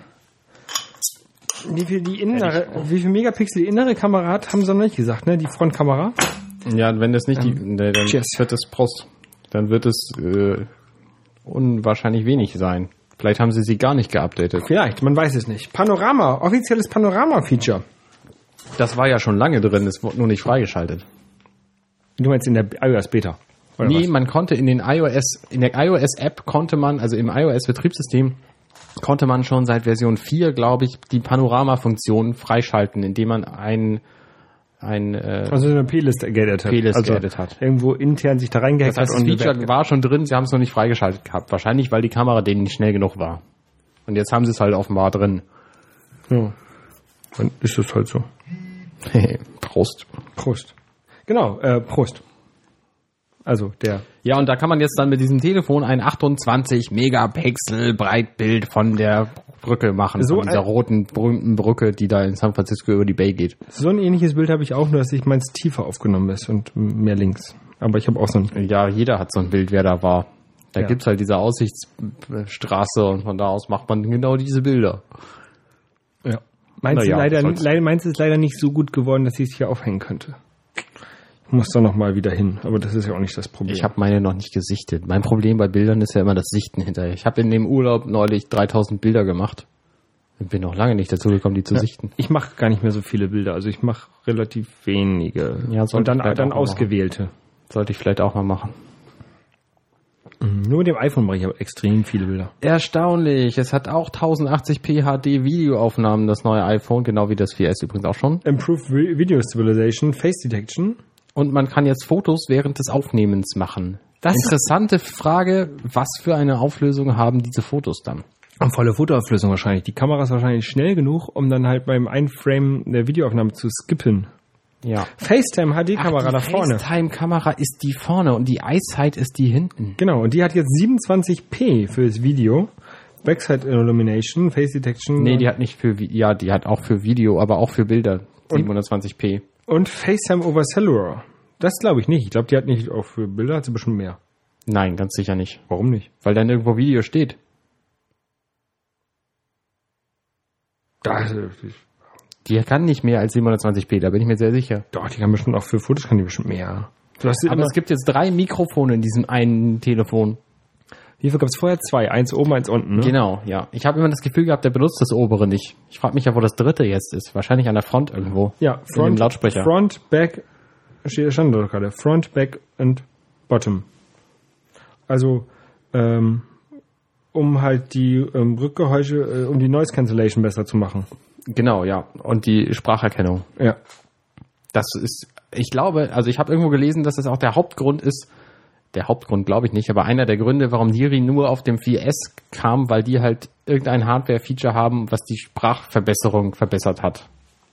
Wie viel die innere, wie viel Megapixel die innere Kamera hat, haben sie noch nicht gesagt, ne? Die Frontkamera. Ja, wenn das nicht Ähm, die, ne, dann cheers. wird es Prost. Dann wird es äh, unwahrscheinlich wenig sein. Vielleicht haben sie sie gar nicht geupdatet. Vielleicht, man weiß es nicht. Panorama, offizielles Panorama-Feature. Das war ja schon lange drin, es wurde nur nicht freigeschaltet. Du meinst in der iOS-Beta? Oder Nee, was? man konnte in den iOS, in der iOS-App konnte man, also im iOS-Betriebssystem, konnte man schon seit Version vier, glaube ich, die Panorama-Funktion freischalten, indem man ein, ein äh, Also eine P-List geedit hat. P-List also geedit hat. Irgendwo intern sich da reingehackt Das heißt, hat. das und Feature bewertet. war schon drin, sie haben es noch nicht freigeschaltet gehabt. Wahrscheinlich, weil die Kamera denen nicht schnell genug war. Und jetzt haben sie es halt offenbar drin. Ja. Dann ist das halt so. Prost. Prost. Genau, äh, Prost. Also der. Ja, und da kann man jetzt dann mit diesem Telefon ein achtundzwanzig Megapixel Breitbild von der Brücke machen. So von dieser ein- roten, berühmten Brücke, die da in San Francisco über die Bay geht. So ein ähnliches Bild habe ich auch, nur dass ich meins tiefer aufgenommen ist und mehr links. Aber ich habe auch so ein. Ja, jeder hat so ein Bild, wer da war. Da Ja. gibt's halt diese Aussichtsstraße und von da aus macht man genau diese Bilder. Ja. Meins, Na ist ja, leider, soll's. leider, meins ist leider nicht so gut geworden, dass ich es hier aufhängen könnte. Ich muss da noch mal wieder hin, aber das ist ja auch nicht das Problem. Ich habe meine noch nicht gesichtet. Mein Problem bei Bildern ist ja immer das Sichten hinterher. Ich habe in dem Urlaub neulich dreitausend Bilder gemacht und bin noch lange nicht dazu gekommen, die zu Ja. sichten. Ich mache gar nicht mehr so viele Bilder, also ich mache relativ wenige. Ja, sollte und dann, ich vielleicht dann auch mal ausgewählte. Sollte ich vielleicht auch mal machen. Nur mit dem iPhone mache ich aber extrem viele Bilder. Erstaunlich. Es hat auch tausendachtzig p H D Videoaufnahmen, das neue iPhone, genau wie das vier S übrigens auch schon. Improved Vi- Video Stabilization, Face Detection. Und man kann jetzt Fotos während des Aufnehmens machen. Das Interessante Frage, was für eine Auflösung haben diese Fotos dann? Und volle Fotoauflösung wahrscheinlich. Die Kamera ist wahrscheinlich schnell genug, um dann halt beim Einframe der Videoaufnahme zu skippen. Ja. FaceTime H D-Kamera die da vorne. FaceTime-Kamera ist die vorne und die EyeSight ist die hinten. Genau, und die hat jetzt siebenundzwanzig p fürs Video. Backside Illumination, Face Detection. Nee, die hat nicht für, Vi- ja, die hat auch für Video, aber auch für Bilder siebenhundertzwanzig p. Und FaceTime over Cellular. Das glaube ich nicht. Ich glaube, die hat nicht auch für Bilder, hat sie bestimmt mehr. Nein, ganz sicher nicht. Warum nicht? Weil dann irgendwo Video steht. Da, Die kann nicht mehr als siebenhundertzwanzig p, da bin ich mir sehr sicher. doch, die kann bestimmt auch für Fotos, kann die bestimmt mehr. Du hast Aber immer, es gibt jetzt drei Mikrofone in diesem einen Telefon. wie viel gab es vorher? Zwei. Eins oben, eins unten, ne? Genau, ja. Ich habe immer das Gefühl gehabt, der benutzt das obere nicht. Ich frage mich ja, wo das dritte jetzt ist. Wahrscheinlich an der Front irgendwo. Ja, in dem Front, Lautsprecher. Front, Back, steht stand da gerade. Front, Back und Bottom. Also, ähm, um halt die ähm, Rückgeräusche, äh, um die Noise Cancellation besser zu machen. Genau, ja. Und die Spracherkennung. Ja. Das ist, ich glaube, also ich habe irgendwo gelesen, dass das auch der Hauptgrund ist, der Hauptgrund glaube ich nicht, aber einer der Gründe, warum Siri nur auf dem vier S kam, weil die halt irgendein Hardware-Feature haben, was die Sprachverbesserung verbessert hat.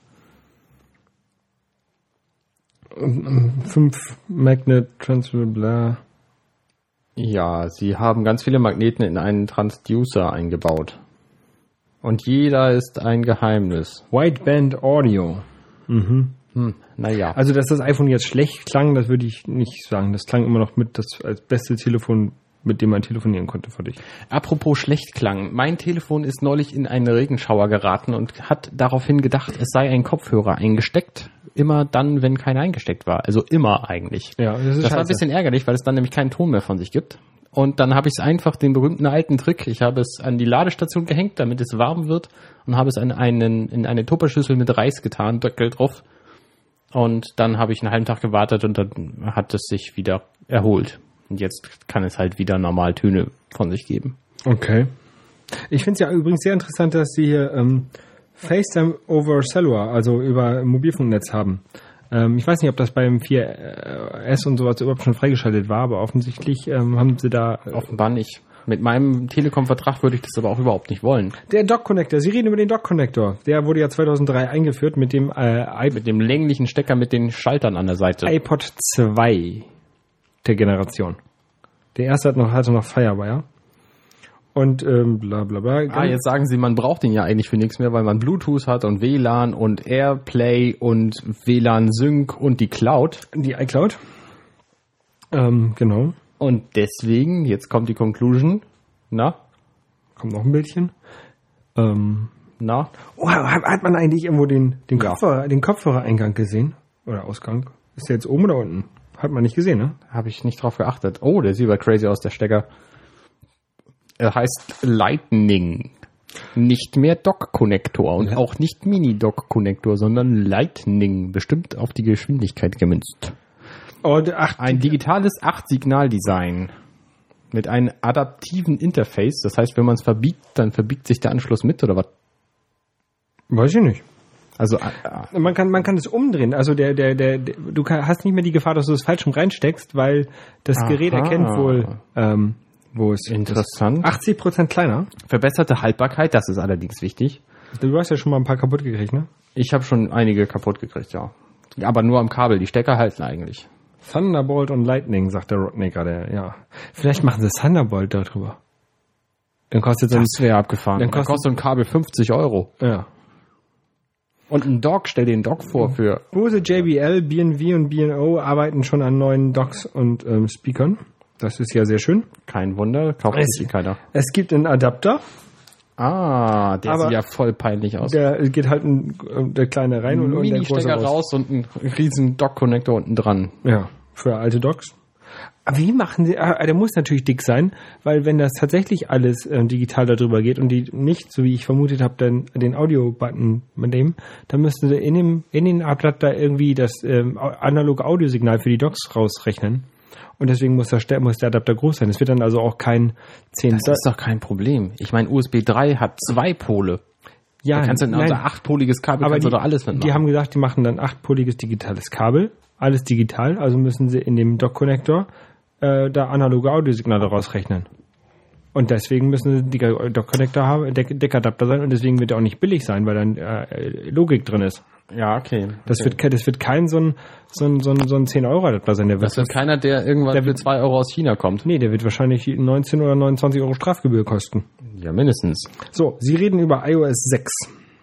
Fünf Magnet Transfer, bla. Ja, sie haben ganz viele Magneten in einen Transducer eingebaut. Und jeder ist ein Geheimnis. Wideband Audio. Mhm. Hm, naja. Also, dass das iPhone jetzt schlecht klang, das würde ich nicht sagen. Das klang immer noch mit das als beste Telefon, mit dem man telefonieren konnte für dich. Apropos Schlechtklang. Mein Telefon ist neulich in einen Regenschauer geraten und hat daraufhin gedacht, es sei ein Kopfhörer eingesteckt. Immer dann, wenn keiner eingesteckt war. Also immer eigentlich. Ja, das ist Das war ein scheiße. bisschen ärgerlich, weil es dann nämlich keinen Ton mehr von sich gibt. Und dann habe ich es einfach, den berühmten alten Trick, ich habe es an die Ladestation gehängt, damit es warm wird, und habe es an einen, in eine Tupperschüssel mit Reis getan, Deckel drauf. Und dann habe ich einen halben Tag gewartet und dann hat es sich wieder erholt. Und jetzt kann es halt wieder normal Töne von sich geben. Okay. Ich finde es ja übrigens sehr interessant, dass sie hier ähm, FaceTime over Cellular, also über Mobilfunknetz haben. Ähm, ich weiß nicht, ob das beim vier S und sowas überhaupt schon freigeschaltet war, aber offensichtlich ähm, haben sie da... Äh, Offenbar nicht. Mit meinem Telekom-Vertrag würde ich das aber auch überhaupt nicht wollen. der Dock-Connector, Sie reden über den Dock-Connector. Der wurde ja zweitausenddrei eingeführt mit dem äh, Mit dem länglichen Stecker mit den Schaltern an der Seite. iPod zwei der Generation. Der erste hat noch, hatte noch Firewire. Und ähm, bla bla bla. Ah, jetzt sagen Sie, man braucht den ja eigentlich für nichts mehr, weil man Bluetooth hat und W L A N und Airplay und W L A N Sync und die Cloud. Die iCloud. Ähm, genau. Und deswegen, jetzt kommt die Conclusion. Na? Kommt noch ein Bildchen. Ähm, Na? oh, hat, hat man eigentlich irgendwo den, den, Ja. Kopfhörer, den Kopfhörereingang gesehen? Oder Ausgang? Ist der jetzt oben oder unten? Hat man nicht gesehen, ne? Habe ich nicht drauf geachtet. Oh, der sieht aber crazy aus, der Stecker. Er heißt Lightning. Nicht mehr Dock-Konnektor und Ja. auch nicht Mini-Dock-Konnektor, sondern Lightning. Bestimmt auf die Geschwindigkeit gemünzt. Oh, der- ach, Ein digitales acht-Signal-Design mit einem adaptiven Interface. Das heißt, wenn man es verbiegt, dann verbiegt sich der Anschluss mit, oder was? weiß ich nicht. Also, äh, Man kann, man kann es umdrehen. Also der, der, der, der du kann, hast nicht mehr die Gefahr, dass du es falsch rum reinsteckst, weil das Aha. Gerät erkennt wohl, ähm, wo es interessant. achtzig Prozent kleiner. Verbesserte Haltbarkeit, das ist allerdings wichtig. Du hast ja schon mal ein paar kaputt gekriegt, ne? Ich habe schon einige kaputt gekriegt, ja. Aber nur am Kabel, die Stecker halten eigentlich. Thunderbolt und Lightning, sagt der Rodney gerade, ja. Vielleicht machen sie Thunderbolt darüber. Dann kostet Das es wäre abgefahren. Dann Dann kostet- kostet ein Kabel fünfzig Euro. ja. Und ein Dock, stell dir einen Dock vor für... Bose, J B L, B und W und B und O arbeiten schon an neuen Docks und ähm, Speakern. Das ist ja sehr schön. Kein Wunder, kauft Es- sich keiner. Es gibt einen Adapter, Ah, der Aber sieht ja voll peinlich aus. der geht halt ein, äh, der kleine rein und, und der große Mini-Stecker raus. raus und ein riesen Dock-Connector unten dran. Ja, für alte Docks. Aber wie machen sie, ah, der muss natürlich dick sein, weil wenn das tatsächlich alles äh, digital darüber geht und die nicht, so wie ich vermutet habe, den, den Audio-Button mit dem, dann müssten sie in dem, in den Adapter irgendwie das ähm, analoge Audiosignal für die Docks rausrechnen. Und deswegen muss der, Ste- muss der Adapter groß sein. Es wird dann also auch kein zehn Das ist doch kein Problem. Ich meine, U S B drei hat zwei Pole. ja, Da kannst du in nein. unser achtpoliges Kabel Aber kannst die, du doch alles mitmachen. die haben gesagt, die machen dann achtpoliges digitales Kabel. Alles digital. Also müssen sie in dem Dock-Connector äh, da analoge Audiosignale rausrechnen. Und deswegen müssen sie die Dock-Connector haben, Deck- Deckadapter sein. Und deswegen wird er auch nicht billig sein, weil dann äh, Logik drin ist. ja, okay. Das, okay. wird, ke- das wird kein so ein, so ein, so ein, so ein zehn-Euro-Adapter sein. Der wird, Das wird keiner, der irgendwann Der für wird- zwei Euro aus China kommt. nee, der wird wahrscheinlich neunzehn oder neunundzwanzig Euro Strafgebühr kosten. Ja, mindestens. So, Sie reden über i O S sechs.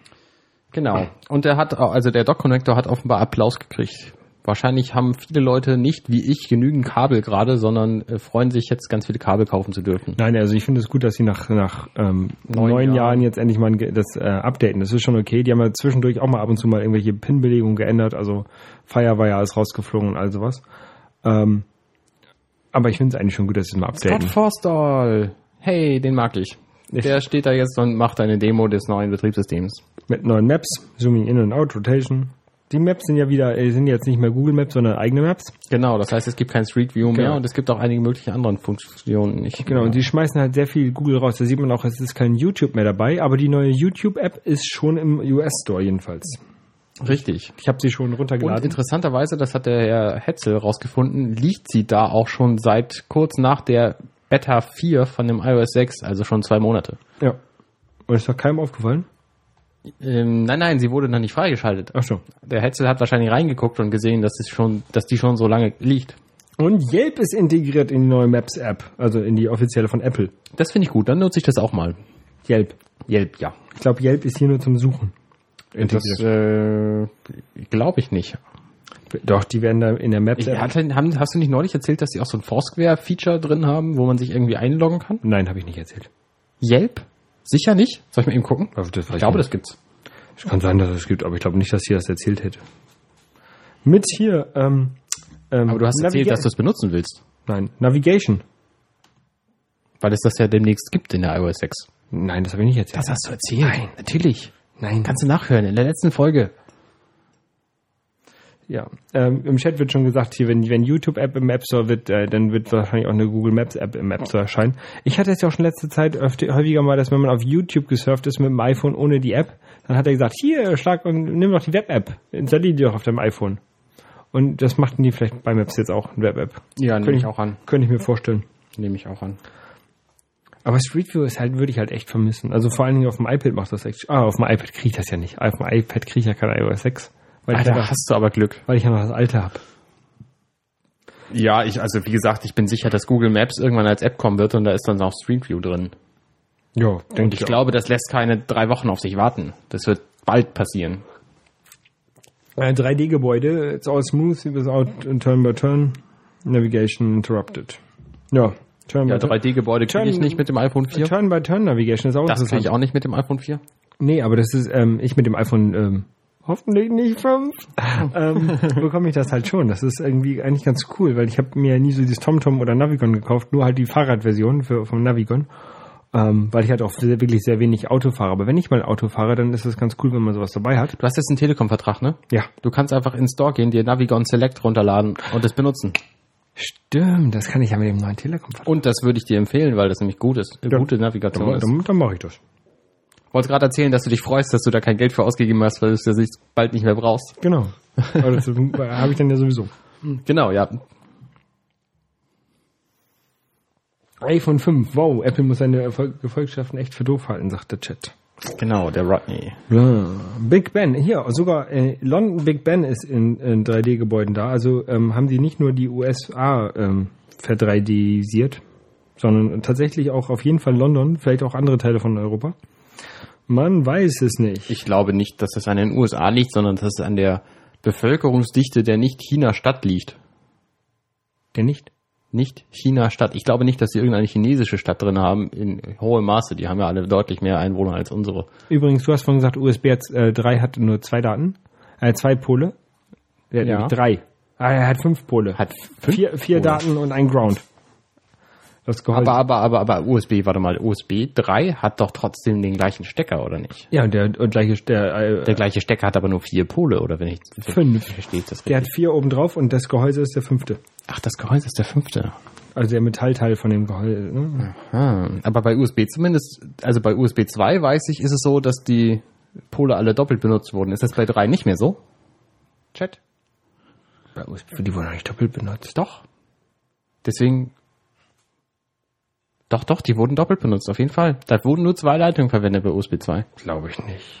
Genau. Und der hat, au- also der Dock-Connector hat offenbar Applaus gekriegt. Wahrscheinlich haben viele Leute nicht, wie ich, genügend Kabel gerade, sondern äh, freuen sich jetzt, ganz viele Kabel kaufen zu dürfen. Nein, also ich finde es gut, dass sie nach, nach ähm, neun, Neun Jahren. Jahren jetzt endlich mal ein Ge- das äh, updaten. Das ist schon okay. Die haben ja zwischendurch auch mal ab und zu mal irgendwelche Pin-Belegungen geändert. Also Fire war ja alles rausgeflogen und all sowas. Ähm, aber ich finde es eigentlich schon gut, dass sie es mal Scott updaten. Forstall. Hey, den mag ich. Ich- Der steht da jetzt und macht eine Demo des neuen Betriebssystems. Mit neuen Maps, Zooming in und out, Rotation. Die Maps sind ja wieder, äh, sind jetzt nicht mehr Google Maps, sondern eigene Maps. Genau, das heißt, es gibt kein Street View mehr Genau. und es gibt auch einige mögliche anderen Funktionen nicht. Genau, und die schmeißen halt sehr viel Google raus. Da sieht man auch, es ist kein YouTube mehr dabei, aber die neue YouTube-App ist schon im U S-Store jedenfalls. Richtig. Ich habe sie schon Und runtergeladen. interessanterweise, das hat der Herr Hetzel rausgefunden, liegt sie da auch schon seit kurz nach der Beta vier von dem i O S sechs, also schon zwei Monate. Ja. Und ist doch keinem aufgefallen? Ähm, nein, nein, sie wurde noch nicht freigeschaltet. Ach so. Der Hetzel hat wahrscheinlich reingeguckt und gesehen, dass es schon, dass die schon so lange liegt. Und Yelp ist integriert in die neue Maps-App, also in die offizielle von Apple. Das finde ich gut, dann nutze ich das auch mal. Yelp. Yelp, ja. Ich glaube, Yelp ist hier nur zum Suchen. Das äh, glaube ich nicht. Doch, die werden da in der Ich, Maps-App. hatte, haben, hast du nicht neulich erzählt, dass sie auch so ein Foursquare-Feature drin haben, wo man sich irgendwie einloggen kann? Nein, habe ich nicht erzählt. Yelp? Sicher nicht? Soll ich mal eben gucken? Also das weiß Ich glaube, nicht. das gibt's. Es kann sein, dass es gibt, aber ich glaube nicht, dass hier das erzählt hätte. Mit hier, ähm, ähm, Aber du hast erzählt, Naviga- dass du es benutzen willst. Nein, Navigation. Weil es das ja demnächst gibt in der i O S sechs. Nein, das habe ich nicht erzählt. hast du erzählt. Nein, natürlich. Nein. Kannst du nachhören in der letzten Folge. Ja, ähm, im Chat wird schon gesagt, hier, wenn, wenn YouTube-App im App Store wird, äh, dann wird wahrscheinlich auch eine Google Maps-App im App Store erscheinen. Ich hatte es ja auch schon letzte Zeit öfter, häufiger mal, dass wenn man auf YouTube gesurft ist mit dem iPhone ohne die App, dann hat er gesagt, hier, schlag und nimm doch die Web-App, installier die doch auf deinem iPhone. Und das machten die vielleicht bei Maps jetzt auch, eine Web-App. Ja, Könnte nehme ich ich auch an. Könnte ich mir vorstellen. Nehme ich auch an. Aber Street View ist halt, würde ich halt echt vermissen. Also vor allen Dingen auf dem iPad macht das echt, ah, auf dem iPad kriege ich das ja nicht. Auf dem iPad kriege ich ja kein i O S sechs. Weil ich, Alter, ja noch, hast du aber Glück. weil ich ja noch das alte habe. Ja, ich, also wie gesagt, ich bin sicher, dass Google Maps irgendwann als App kommen wird und da ist dann auch Street View drin. Ja, denke Und ich glaube, das lässt keine drei Wochen auf sich warten. Das wird bald passieren. Ein drei D-Gebäude, it's all smooth, without turn-by-turn, navigation interrupted. Ja, turn Ja, by drei D-Gebäude kriege ich nicht mit dem iPhone vier. Turn-by-Turn-Navigation ist auch Das kriege interessant. ich auch nicht mit dem iPhone vier. Nee, aber das ist, ähm, ich mit dem iPhone, ähm, hoffentlich nicht fünf, ähm, bekomme ich das halt schon. Das ist irgendwie eigentlich ganz cool, weil ich habe mir nie so dieses TomTom oder Navigon gekauft, nur halt die Fahrradversion für, vom Navigon. Ähm, weil ich halt auch sehr, wirklich sehr wenig Auto fahre. Aber wenn ich mal Auto fahre, dann ist es ganz cool, wenn man sowas dabei hat. Du hast jetzt einen Telekom-Vertrag, ne? Ja. Du kannst einfach in den Store gehen, dir Navigon Select runterladen und das benutzen. Stimmt, das kann ich ja mit dem neuen Telekom-Vertrag. Und das würde ich dir empfehlen, weil das nämlich gut ist, Ja. gute Navigation Dann, ist. dann, dann mache ich das. Ich wollte gerade erzählen, dass du dich freust, dass du da kein Geld für ausgegeben hast, weil du es ja sich bald nicht mehr brauchst. Genau. Aber das habe ich dann ja sowieso. Genau, ja. iPhone fünf, wow, Apple muss seine Erfolg Gefolgschaften echt für doof halten, sagt der Chat. Genau, der Rodney. Ja. Big Ben, hier, sogar äh, London Big Ben ist in, in drei D-Gebäuden da. Also ähm, haben die nicht nur die U S A ähm, ver drei D-isiert, sondern tatsächlich auch auf jeden Fall London, vielleicht auch andere Teile von Europa. Man weiß es nicht. Ich glaube nicht, dass das an den U S A liegt, sondern dass es an der Bevölkerungsdichte der Nicht-China-Stadt liegt. Der nicht? Nicht-China-Stadt. Ich glaube nicht, dass sie irgendeine chinesische Stadt drin haben in hohem Maße. Die haben ja alle deutlich mehr Einwohner als unsere. Übrigens, du hast vorhin gesagt, U S B drei hat nur zwei Daten, äh, zwei Pole. Er hat Ja. nämlich drei. Ah, er hat fünf Pole. Hat fünf vier, vier Pole. Daten und ein Ground. Das Gehäuse. Aber, aber, aber, aber U S B, warte mal, U S B drei hat doch trotzdem den gleichen Stecker, oder nicht? Ja, der und gleiche, der, äh, Der gleiche Stecker hat aber nur vier Pole, oder wenn ich Fünf. verstehe das der richtig? hat vier oben drauf und das Gehäuse ist der fünfte. Ach, das Gehäuse ist der fünfte. Also der Metallteil von dem Gehäuse. Ne? Ah, aber bei U S B zumindest, also bei U S B zwei weiß ich, ist es so, dass die Pole alle doppelt benutzt wurden. Ist das bei drei nicht mehr so? Chat? Bei U S B, die wurden noch nicht doppelt benutzt. Doch. Deswegen. Doch, doch, die wurden doppelt benutzt, auf jeden Fall. Da wurden nur zwei Leitungen verwendet bei U S B zwei. Glaube ich nicht.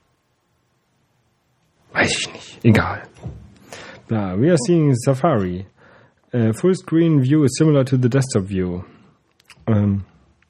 Weiß ich nicht. Egal. Bla, we are seeing Safari. Uh, full screen view is similar to the desktop view. Ähm,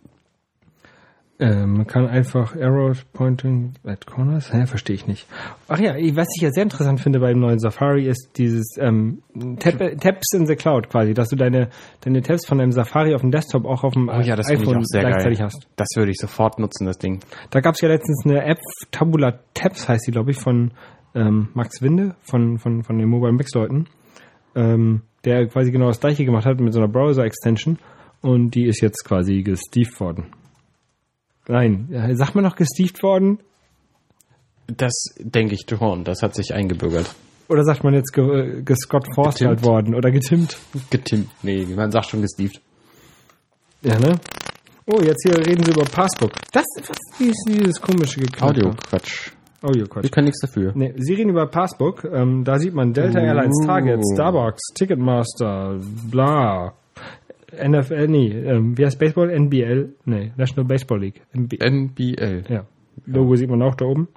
ähm, man kann einfach Arrow pointing at corners. Hä, verstehe ich nicht. Ach ja, ich- was ich ja sehr interessant finde beim neuen Safari ist dieses ähm, Tab, Tabs in the Cloud quasi, dass du deine deine Tabs von deinem Safari auf dem Desktop auch auf dem Oh ja, das finde ich iPhone auch sehr gleichzeitig geil. hast. Das würde ich sofort nutzen, das Ding. Da gab es ja letztens eine App, Tabula Tabs heißt die, glaube ich, von ähm, Max Winde, von, von, von den Mobile Mix-Leuten, ähm, der quasi genau das gleiche gemacht hat mit so einer Browser-Extension und die ist jetzt quasi gestieft worden. Nein, ja, sagt man noch gestieft worden? Das denke ich schon, das hat sich eingebürgert. Oder sagt man jetzt ge, gescott-forstelt worden oder getimmt? Getimmt, nee, man sagt schon gestieft. Ja, ne? Oh, jetzt hier reden sie über Passbook. Das was ist dieses, dieses komische Geknacker? Audio-Quatsch. Audio-Quatsch. Wir können nichts dafür. Nee, Sie reden über Passbook. Ähm, da sieht man Delta Airlines, Target, Starbucks, Ticketmaster, bla. N F L, nee, ähm, wie heißt Baseball? N B L? Nee, National Baseball League. N B L. N B L. Ja. Logo sieht man auch da oben.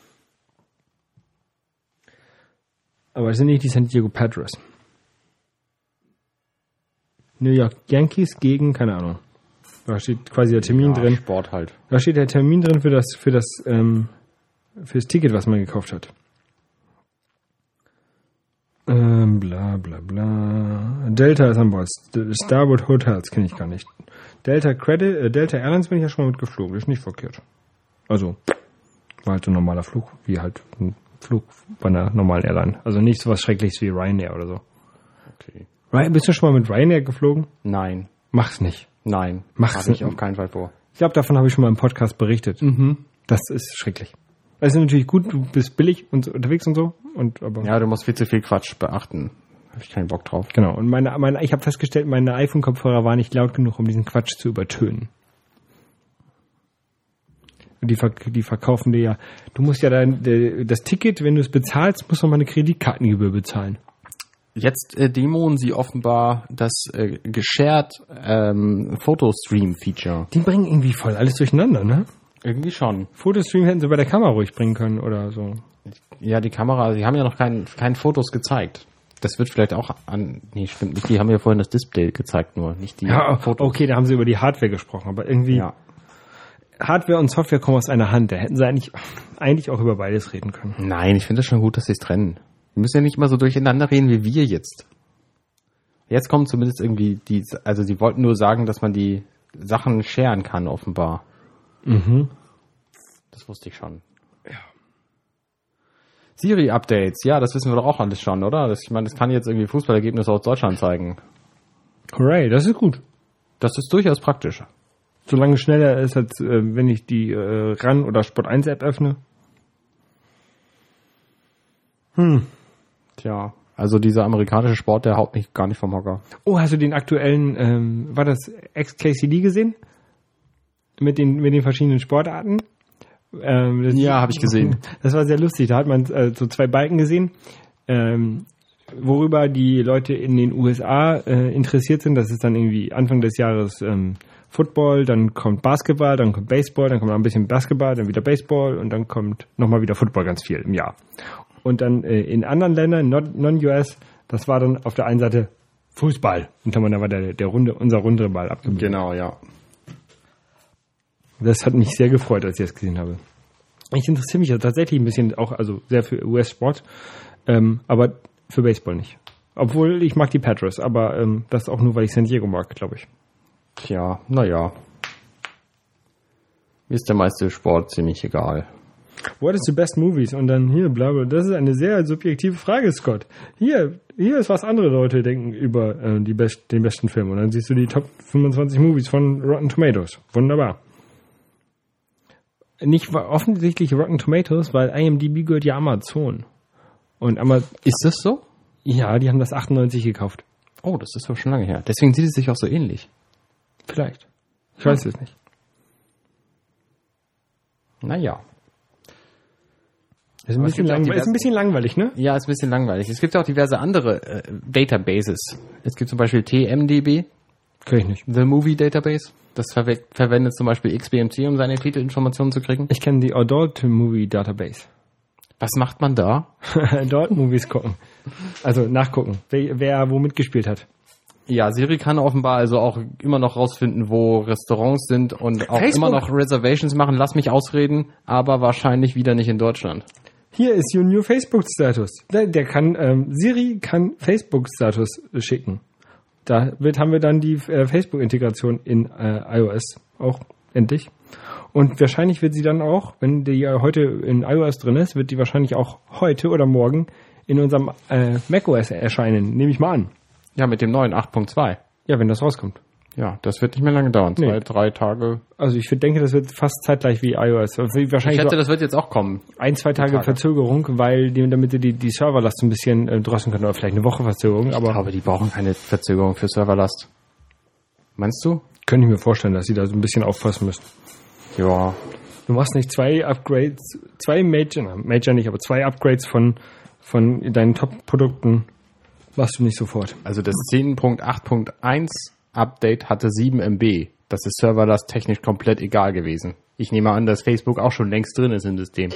Aber es sind nicht die San Diego Padres. New York Yankees gegen, keine Ahnung. Da steht quasi der Termin Ja, drin. Sport halt. Da steht der Termin drin für das, für das, ähm, fürs Ticket, was man gekauft hat. Ähm, bla bla bla. Delta ist an Bord. Starwood Hotels kenne ich gar nicht. Delta Credit, äh, Delta Airlines bin ich ja schon mal mitgeflogen. Das ist nicht verkehrt. Also, war halt so ein normaler Flug, wie halt ein Flug bei einer normalen Airline. Also nicht so was Schreckliches wie Ryanair oder so. Okay. Ryan, bist du schon mal mit Ryanair geflogen? Nein. Mach's nicht. Nein. Mach's Habe ich nicht. auf keinen Fall vor. Ich glaube, davon habe ich schon mal im Podcast berichtet. Mhm. Das ist schrecklich. Es ist natürlich gut, du bist billig und so, unterwegs und so. Und aber Ja, du musst viel zu viel Quatsch beachten. Habe ich keinen Bock drauf. genau. Und meine, meine, ich habe festgestellt, meine iPhone-Kopfhörer waren nicht laut genug, um diesen Quatsch zu übertönen. Und die, verk- die verkaufen dir ja. Du musst ja dein, de- das Ticket, wenn du es bezahlst, musst du noch mal eine Kreditkartengebühr bezahlen. Jetzt äh, demoen sie offenbar das äh, geshared ähm, Fotostream-Feature. Die bringen irgendwie voll alles durcheinander, ne? Irgendwie schon. Fotostream hätten sie bei der Kamera ruhig bringen können oder so. Ja, die Kamera, sie haben ja noch kein, kein Fotos gezeigt. Das wird vielleicht auch an... Nee, stimmt nicht. Die haben ja vorhin das Display gezeigt, nur nicht die Ja, Fotos. okay, da haben sie über die Hardware gesprochen, aber irgendwie. Ja. Hardware und Software kommen aus einer Hand. Da hätten sie eigentlich, eigentlich auch über beides reden können. Nein, ich finde es schon gut, dass sie es trennen. Wir müssen ja nicht mal so durcheinander reden wie wir jetzt. Jetzt kommen zumindest irgendwie die, also sie wollten nur sagen, dass man die Sachen sharen kann, offenbar. Mhm. Das wusste ich schon. Ja. Siri-Updates, ja, das wissen wir doch auch alles schon, oder? Das, ich meine, das kann jetzt irgendwie Fußballergebnisse aus Deutschland zeigen. Hooray, das ist gut. Das ist durchaus praktisch. Solange schneller ist, als äh, wenn ich die äh, RAN oder Sport eins App öffne. Hm. Tja, also dieser amerikanische Sport, der haut mich gar nicht vom Hocker. Oh, hast du den aktuellen, ähm, war das X K C D gesehen? Mit den, mit den verschiedenen Sportarten? Ähm, das, ja, habe ich gesehen. Das war sehr lustig. Da hat man äh, so zwei Balken gesehen, ähm, worüber die Leute in den U S A äh, interessiert sind. Das ist dann irgendwie Anfang des Jahres ähm, Football, dann kommt Basketball, dann kommt Baseball, dann kommt noch ein bisschen Basketball, dann wieder Baseball und dann kommt nochmal wieder Football ganz viel im Jahr. Und dann äh, in anderen Ländern, non-U S, das war dann auf der einen Seite Fußball. Und dann war der, der Runde, unser runde Ball abgebildet. Genau, ja. Das hat mich sehr gefreut, als ich das gesehen habe. Ich interessiere mich ja tatsächlich ein bisschen auch, also sehr für U S-Sport, ähm, aber für Baseball nicht. Obwohl, ich mag die Padres, aber ähm, das auch nur, weil ich San Diego mag, glaube ich. Tja, naja. Mir ist der meiste Sport ziemlich egal. What is the best movies? Und dann hier, bla bla. Das ist eine sehr subjektive Frage, Scott. Hier, hier ist, was andere Leute denken über äh, die best, den besten Film. Und dann siehst du die Top fünfundzwanzig Movies von Rotten Tomatoes. Wunderbar. Nicht offensichtlich Rotten Tomatoes, weil I M D B gehört ja Amazon. Und Amazon. Ist das so? Ja, die haben das achtundneunzig gekauft. Oh, das ist doch schon lange her. Deswegen sieht es sich auch so ähnlich. Vielleicht. Ich weiß es nicht. Naja. Ist ein, bisschen langwe- ist ein bisschen langweilig, ne? Ja, ist ein bisschen langweilig. Es gibt ja auch diverse andere äh, Databases. Es gibt zum Beispiel T M D B. Kenn ich nicht. The Movie Database. Das verwe- verwendet zum Beispiel X B M C, um seine Titelinformationen zu kriegen. Ich kenne die Adult Movie Database. Was macht man da? Adult Movies gucken. Also nachgucken, wer, wer wo mitgespielt hat. Ja, Siri kann offenbar also auch immer noch rausfinden, wo Restaurants sind und auch Facebook. immer noch Reservations machen. Lass mich ausreden, aber wahrscheinlich wieder nicht in Deutschland. Hier ist your new Facebook-Status. Der, der kann, ähm, Siri kann Facebook-Status schicken. Da wird, haben wir dann die äh, Facebook-Integration in äh, iOS auch endlich. Und wahrscheinlich wird sie dann auch, wenn die ja heute in iOS drin ist, wird die wahrscheinlich auch heute oder morgen in unserem äh, macOS erscheinen. Nehme ich mal an. Ja, mit dem neuen acht Punkt zwei. Ja, wenn das rauskommt. Ja, das wird nicht mehr lange dauern. Zwei, Nee. drei Tage. Also ich denke, das wird fast zeitgleich wie iOS. Ich Wahrscheinlich schätze, so das wird jetzt auch kommen. ein, zwei Tage, Tage. Verzögerung, weil die, damit sie die, die Serverlast ein bisschen äh, drosseln können. Oder vielleicht eine Woche Verzögerung. Aber Ich glaube, die brauchen keine Verzögerung für Serverlast. Meinst du? könnte ich mir vorstellen, dass sie da so ein bisschen aufpassen müssen. Ja. Du machst nicht zwei Upgrades, zwei Major, na, Major nicht, aber zwei Upgrades von, von deinen Top-Produkten machst du nicht sofort. Also das zehn Punkt acht Punkt eins Update hatte sieben Megabyte. Das ist Serverlast technisch komplett egal gewesen. Ich nehme an, dass Facebook auch schon längst drin ist im System.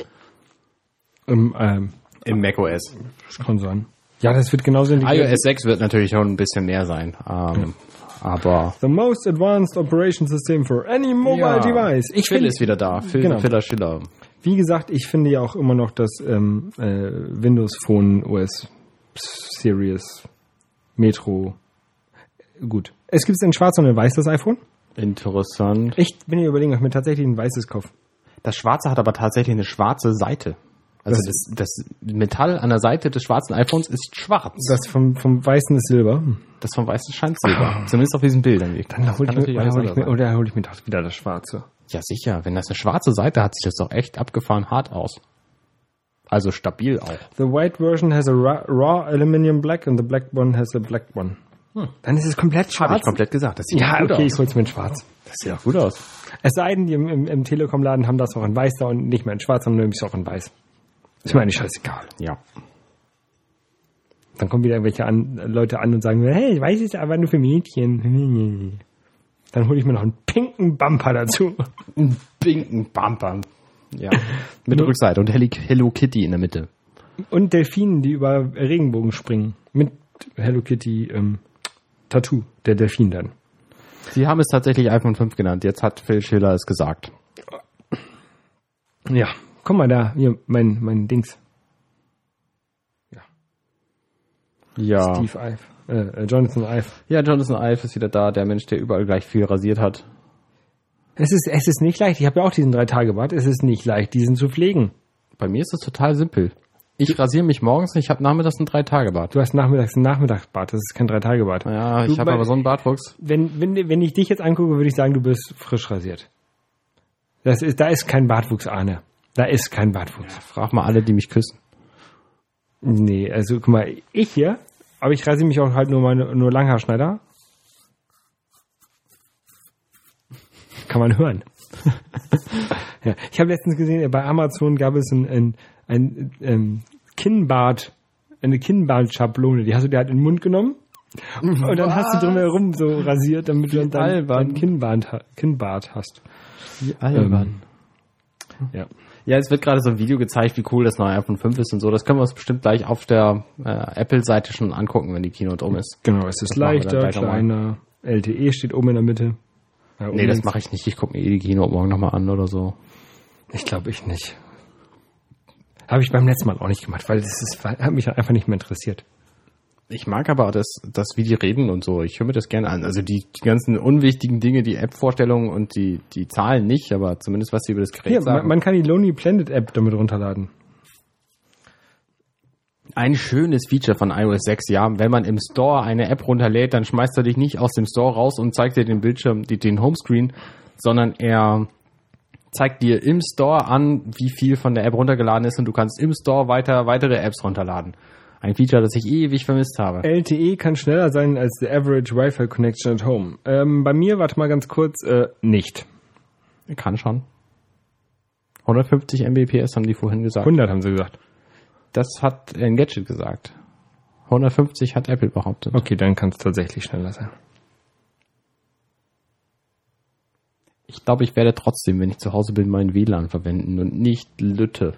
Im, ähm, Im macOS. das kann sein. Ja, das wird genauso integriert. iOS sechs wird natürlich schon ein bisschen mehr sein. Ähm, aber The most advanced operation system for any mobile ja, device. Ich Phil finde, ist wieder da. Phil, Genau. Philler Schiller. wie gesagt, ich finde ja auch immer noch das ähm, äh, Windows Phone O S Series Metro gut. Es gibt es in schwarz und in weiß, das iPhone. Interessant. Ich bin hier überlegen, ob ich mir tatsächlich ein weißes kaufe. Das Schwarze hat aber tatsächlich eine schwarze Seite. Also das, das Metall an der Seite des schwarzen iPhones ist schwarz. Das vom, vom weißen ist Silber. Das vom weißen scheint Silber. Zumindest auf diesen Bildern. Dann Das hole kann ich, mir- natürlich oder alles hol ich, mir- sein. oder hol ich mir doch wieder das schwarze. Ja, sicher. Wenn das eine schwarze Seite hat, sieht das doch echt abgefahren hart aus. Also stabil auch. The white version has a ra- raw aluminium black and the black one has a black one. Hm. Dann ist es komplett schwarz. Habe ich komplett gesagt. Das sieht ja, gut okay, aus. ich hol's mir in schwarz. Das sieht auch gut aus. Es sei denn, die im, im, im Telekom-Laden haben das auch in weiß da und nicht mehr in schwarz, sondern nämlich auch in weiß. Ist mir eigentlich scheißegal. Ja. Dann kommen wieder irgendwelche an, Leute an und sagen, hey, weiß ist aber nur für Mädchen. Dann hole ich mir noch einen pinken Bumper dazu. Ein pinken Bumper. Ja. Mit Rückseite und Hello, Hello Kitty in der Mitte. Und Delfinen, die über Regenbogen springen. Mit Hello Kitty ähm, Tattoo, der Delfin dann. Sie haben es tatsächlich iPhone fünf genannt. Jetzt hat Phil Schiller es gesagt. Ja, guck mal da, hier, mein, mein Dings. Ja. Ja. Steve Ive. Äh, Jonathan Ive. Ja, Jonathan Ive ist wieder da, der Mensch, der überall gleich viel rasiert hat. Es ist, es ist nicht leicht. Ich habe ja auch diesen Drei-Tage-Bart. Es ist nicht leicht, diesen zu pflegen. Bei mir ist es total simpel. Ich rasiere mich morgens, ich habe nachmittags einen Drei-Tage-Bart. Du hast nachmittags einen Nachmittagsbart. Das ist kein Drei-Tage-Bart. Ja, ich habe aber so einen Bartwuchs. Wenn, wenn, wenn ich dich jetzt angucke, würde ich sagen, du bist frisch rasiert. Das ist, da ist kein Bartwuchs, Arne. Da ist kein Bartwuchs. Frag mal alle, die mich küssen. Nee, also guck mal, ich hier, aber ich rasiere mich auch halt nur meine, nur Langhaarschneider. Kann man hören. Ja, ich habe letztens gesehen, bei Amazon gab es ein, ein, ein, ein Kinnbart, eine Kinnbartschablone. Die hast du dir halt in den Mund genommen und Was? Dann hast du drumherum so rasiert, damit Wie du dann dein Kinnbart, Kinnbart hast. Wie albern. Ähm, ja. Ja, es wird gerade so ein Video gezeigt, wie cool das neue iPhone fünf ist und so. Das können wir uns bestimmt gleich auf der äh, Apple-Seite schon angucken, wenn die Keynote um ist. Genau, es ist das leichter, kleiner. L T E steht oben in der Mitte. Ja, nee, das mache ich nicht. Ich gucke mir eh die Keynote morgen nochmal an oder so. Ich glaube, ich nicht. Habe ich beim letzten Mal auch nicht gemacht, weil das ist, hat mich einfach nicht mehr interessiert. Ich mag aber das, das, wie die reden und so. Ich höre mir das gerne an. Also die, die ganzen unwichtigen Dinge, die App-Vorstellungen und die, die Zahlen nicht, aber zumindest was sie über das Gerät Hier, sagen. Man, man kann die Lonely Planet App damit runterladen. Ein schönes Feature von iOS sechs, ja. Wenn man im Store eine App runterlädt, dann schmeißt er dich nicht aus dem Store raus und zeigt dir den Bildschirm, die, den Homescreen, sondern er zeigt dir im Store an, wie viel von der App runtergeladen ist und du kannst im Store weiter weitere Apps runterladen. Ein Feature, das ich ewig vermisst habe. L T E kann schneller sein als the average Wi-Fi connection at home. Ähm, bei mir, warte mal ganz kurz, äh, nicht. Kann schon. hundertfünfzig Mbps per haben die vorhin gesagt. hundert haben sie gesagt. Das hat Engadget gesagt. hundertfünfzig hat Apple behauptet. Okay, dann kann es tatsächlich schneller sein. Ich glaube, ich werde trotzdem, wenn ich zu Hause bin, meinen W L A N verwenden und nicht Lütte.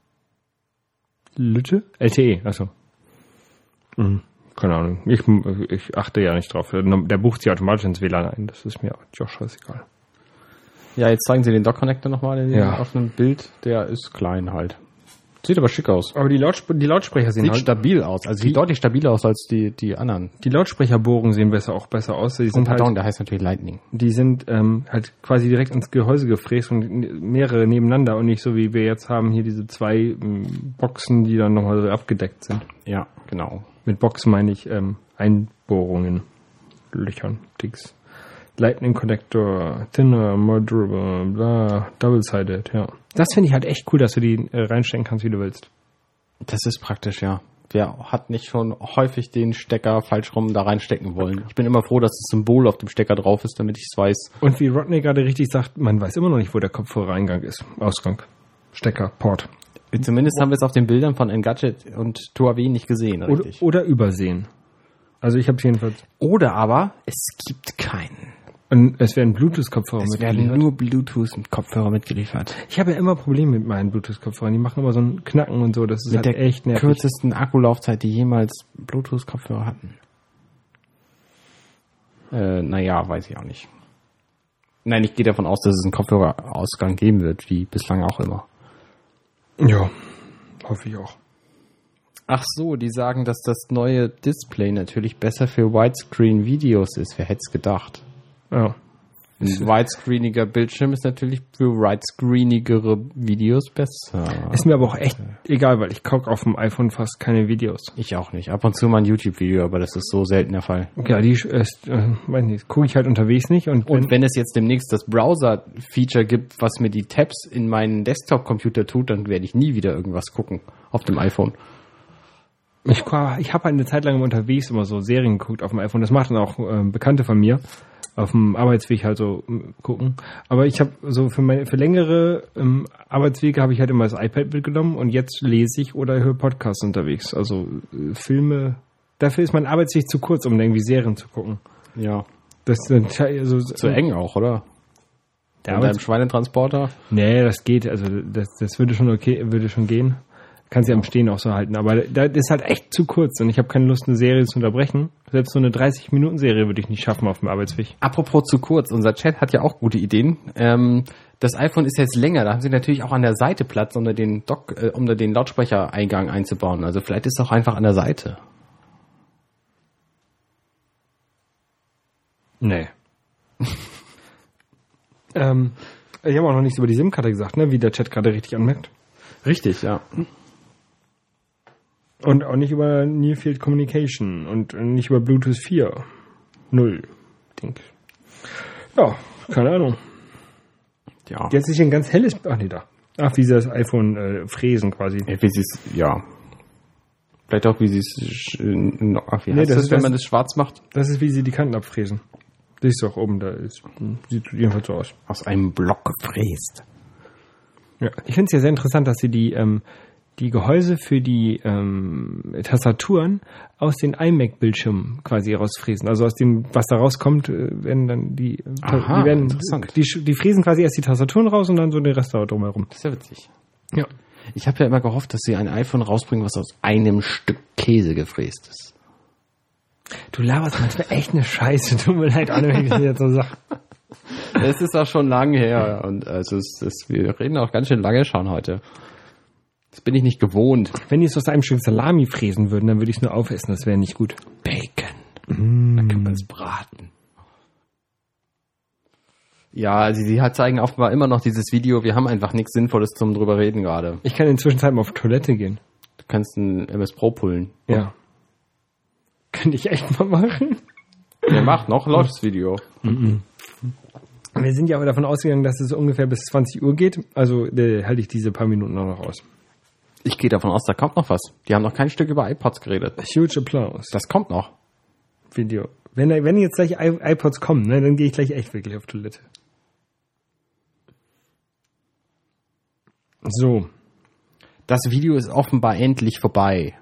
Lütte? L T E, achso. Mhm. Keine Ahnung. Ich, ich achte ja nicht drauf. Der bucht sich automatisch ins W L A N ein. Das ist mir auch scheißegal. Ja, jetzt zeigen sie den Dock-Connector nochmal ja. auf einem Bild. Der ist klein halt. Sieht aber schick aus. Aber die, Lautsp- die Lautsprecher sehen sieht halt stabil aus. Also sieht deutlich stabiler aus als die, die anderen. Die Lautsprecherbohrungen sehen besser auch besser aus. Die sind oh, pardon, halt, der heißt natürlich Lightning. Die sind ähm, halt quasi direkt ins Gehäuse gefräst und mehrere nebeneinander und nicht so wie wir jetzt haben hier diese zwei ähm, Boxen, die dann nochmal so abgedeckt sind. Ja, genau. Mit Boxen meine ich ähm, Einbohrungen, Löchern, Dings. Lightning Connector, thinner, more durable, bla, double-sided, ja. Das finde ich halt echt cool, dass du die äh, reinstecken kannst, wie du willst. Das ist praktisch, ja. Wer hat nicht schon häufig den Stecker falsch rum da reinstecken wollen? Ich bin immer froh, dass das Symbol auf dem Stecker drauf ist, damit ich es weiß. Und wie Rodney gerade richtig sagt, man weiß immer noch nicht, wo der Kopfhörereingang ist. Ausgang, Stecker, Port. Zumindest haben wir es auf den Bildern von Engadget und Huawei nicht gesehen, richtig? Oder, oder übersehen. Also ich habe es jedenfalls. Oder aber, es gibt keinen. Und es werden Bluetooth-Kopfhörer mitgeliefert. Es werden nur Bluetooth-Kopfhörer mitgeliefert. Ich habe ja immer Probleme mit meinen Bluetooth-Kopfhörern. Die machen immer so einen Knacken und so. Das ist mit halt der echt nervig. Kürzesten Akkulaufzeit, die jemals Bluetooth-Kopfhörer hatten. Äh, naja, weiß ich auch nicht. Nein, ich gehe davon aus, dass es einen Kopfhörerausgang geben wird, wie bislang auch immer. Ja, hoffe ich auch. Ach so, die sagen, dass das neue Display natürlich besser für Widescreen-Videos ist. Wer hätte es gedacht? Ja. Ein widescreeniger Bildschirm ist natürlich für widescreenigere Videos besser. Ist mir aber auch echt egal, weil ich gucke auf dem iPhone fast keine Videos. Ich auch nicht. Ab und zu mal ein YouTube-Video, aber das ist so selten der Fall. Ja, die ist, äh, weiß nicht, gucke ich halt unterwegs nicht. Und, und wenn es jetzt demnächst das Browser-Feature gibt, was mir die Tabs in meinen Desktop-Computer tut, dann werde ich nie wieder irgendwas gucken auf dem iPhone. Ich, ich habe halt eine Zeit lang unterwegs immer so Serien geguckt auf dem iPhone. Das machen auch äh, Bekannte von mir. Auf dem Arbeitsweg halt so gucken. Aber ich habe so für meine für längere ähm, Arbeitswege habe ich halt immer das iPad mitgenommen und jetzt lese ich oder höre Podcasts unterwegs. Also äh, Filme. Dafür ist mein Arbeitsweg zu kurz, um irgendwie Serien zu gucken. Ja. Das ist also, zu eng auch, oder? Der Mit deinem Schweinetransporter? Nee, das geht. Also das, das würde schon okay, würde schon gehen. Kannst ja am Stehen auch so halten. Aber das ist halt echt zu kurz und ich habe keine Lust, eine Serie zu unterbrechen. Selbst so eine dreißig-Minuten-Serie würde ich nicht schaffen auf dem Arbeitsweg. Apropos zu kurz, unser Chat hat ja auch gute Ideen. Ähm, das iPhone ist jetzt länger, da haben sie natürlich auch an der Seite Platz, um den Dock, äh, um den Lautsprechereingang einzubauen. Also vielleicht ist es auch einfach an der Seite. Nee. ähm, ich habe auch noch nichts über die SIM-Karte gesagt, ne? Wie der Chat gerade richtig anmerkt. Richtig, ja. Und auch nicht über Near Field Communication und nicht über Bluetooth vier. Null. Denk. Ja, keine Ahnung. Ja. Jetzt ist ein ganz helles... Ach nee, da. Ach, wie sie das iPhone äh, fräsen quasi. Ja, wie sie es... Ja. Vielleicht auch, wie sie es... Ach, wie nee, heißt das das, ist wenn das, man das schwarz macht? Das ist, wie sie die Kanten abfräsen. Siehst du auch oben, da ist... Sieht jedenfalls so aus. Aus einem Block gefräst. Ja. Ich finde es ja sehr interessant, dass sie die... Ähm, die Gehäuse für die ähm, Tastaturen aus den iMac-Bildschirmen quasi rausfräsen. Also aus dem, was da rauskommt, werden dann die, Aha, die werden, interessant. Die, die fräsen quasi erst die Tastaturen raus und dann so den Rest da drumherum. Das ist ja witzig. Ja. Ich habe ja immer gehofft, dass sie ein iPhone rausbringen, was aus einem Stück Käse gefräst ist. Du laberst manchmal echt eine Scheiße. Tut mir leid, Anne, wenn ich das jetzt so sage. Es ist auch schon lange her und also es ist, wir reden auch ganz schön lange schon heute. Das bin ich nicht gewohnt. Wenn die es aus einem Stück Salami fräsen würden, dann würde ich es nur aufessen. Das wäre nicht gut. Bacon. Mm. Dann kann man es braten. Ja, sie, sie halt zeigen offenbar immer noch dieses Video. Wir haben einfach nichts Sinnvolles zum drüber reden gerade. Ich kann in der Zwischenzeit mal auf Toilette gehen. Du kannst ein M S Pro pullen. Ja. Könnte ich echt mal machen. Wer macht noch? Läuft das Video. Mm-mm. Wir sind ja aber davon ausgegangen, dass es ungefähr bis zwanzig Uhr geht. Also äh, halte ich diese paar Minuten auch noch aus. Ich gehe davon aus, da kommt noch was. Die haben noch kein Stück über iPods geredet. Huge Applaus. Das kommt noch. Video. Wenn, wenn jetzt gleich iPods kommen, ne, dann gehe ich gleich echt wirklich auf Toilette. So. Das Video ist offenbar endlich vorbei.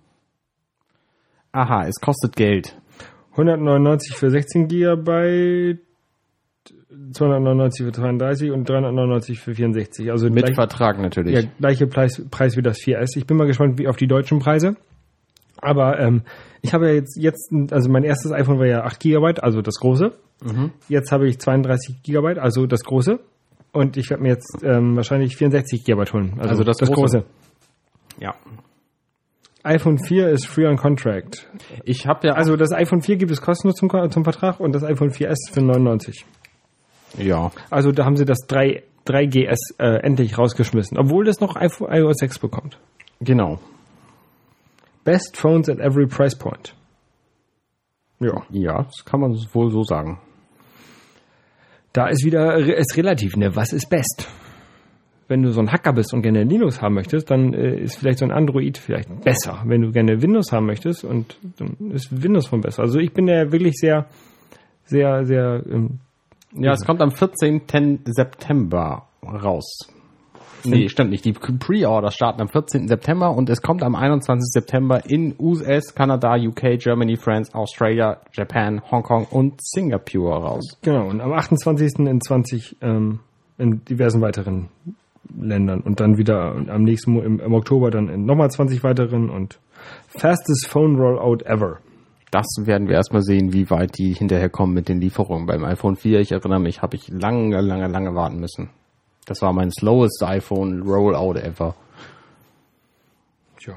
Aha, es kostet Geld. hundertneunundneunzig für sechzehn Gigabyte, zweihundertneunundneunzig für zweiunddreißig und dreihundertneunundneunzig für vierundsechzig. Also mit gleich, Vertrag natürlich. Ja, gleiche Preis, Preis wie das vier S. Ich bin mal gespannt wie auf die deutschen Preise. Aber ähm, ich habe ja jetzt, jetzt, also mein erstes iPhone war ja acht Gigabyte, also das große. Mhm. Jetzt habe ich zweiunddreißig Gigabyte, also das große. Und ich werde mir jetzt ähm, wahrscheinlich vierundsechzig Gigabyte holen. Also, also das, das große. große. Ja. iPhone vier ist free on contract. Ich habe ja... Also das iPhone vier gibt es kostenlos zum, zum Vertrag und das iPhone vier S für neunundneunzig. Ja. Also da haben sie das drei G S äh, endlich rausgeschmissen, obwohl das noch iPhone, i O S sechs bekommt. Genau. Best phones at every price point. Ja. Ja, das kann man wohl so sagen. Da ist wieder, ist relativ, ne? Was ist best? Wenn du so ein Hacker bist und gerne Linux haben möchtest, dann äh, ist vielleicht so ein Android vielleicht besser. Wenn du gerne Windows haben möchtest, und dann ist Windows von besser. Also ich bin ja wirklich sehr, sehr, sehr... Ähm, ja, es kommt am vierzehnten September raus. Nee, stimmt nicht. Die Pre-Orders starten am vierzehnten September und es kommt am einundzwanzigsten September in U S, Kanada, U K, Germany, France, Australia, Japan, Hongkong und Singapur raus. Genau, und am achtundzwanzigsten in zwanzig, ähm, in diversen weiteren Ländern und dann wieder am nächsten Mo- im, im Oktober dann in nochmal zwanzig weiteren und fastest phone rollout ever. Das werden wir erstmal sehen, wie weit die hinterherkommen mit den Lieferungen. Beim iPhone vier, ich erinnere mich, habe ich lange, lange, lange warten müssen. Das war mein slowest iPhone Rollout ever. Tja.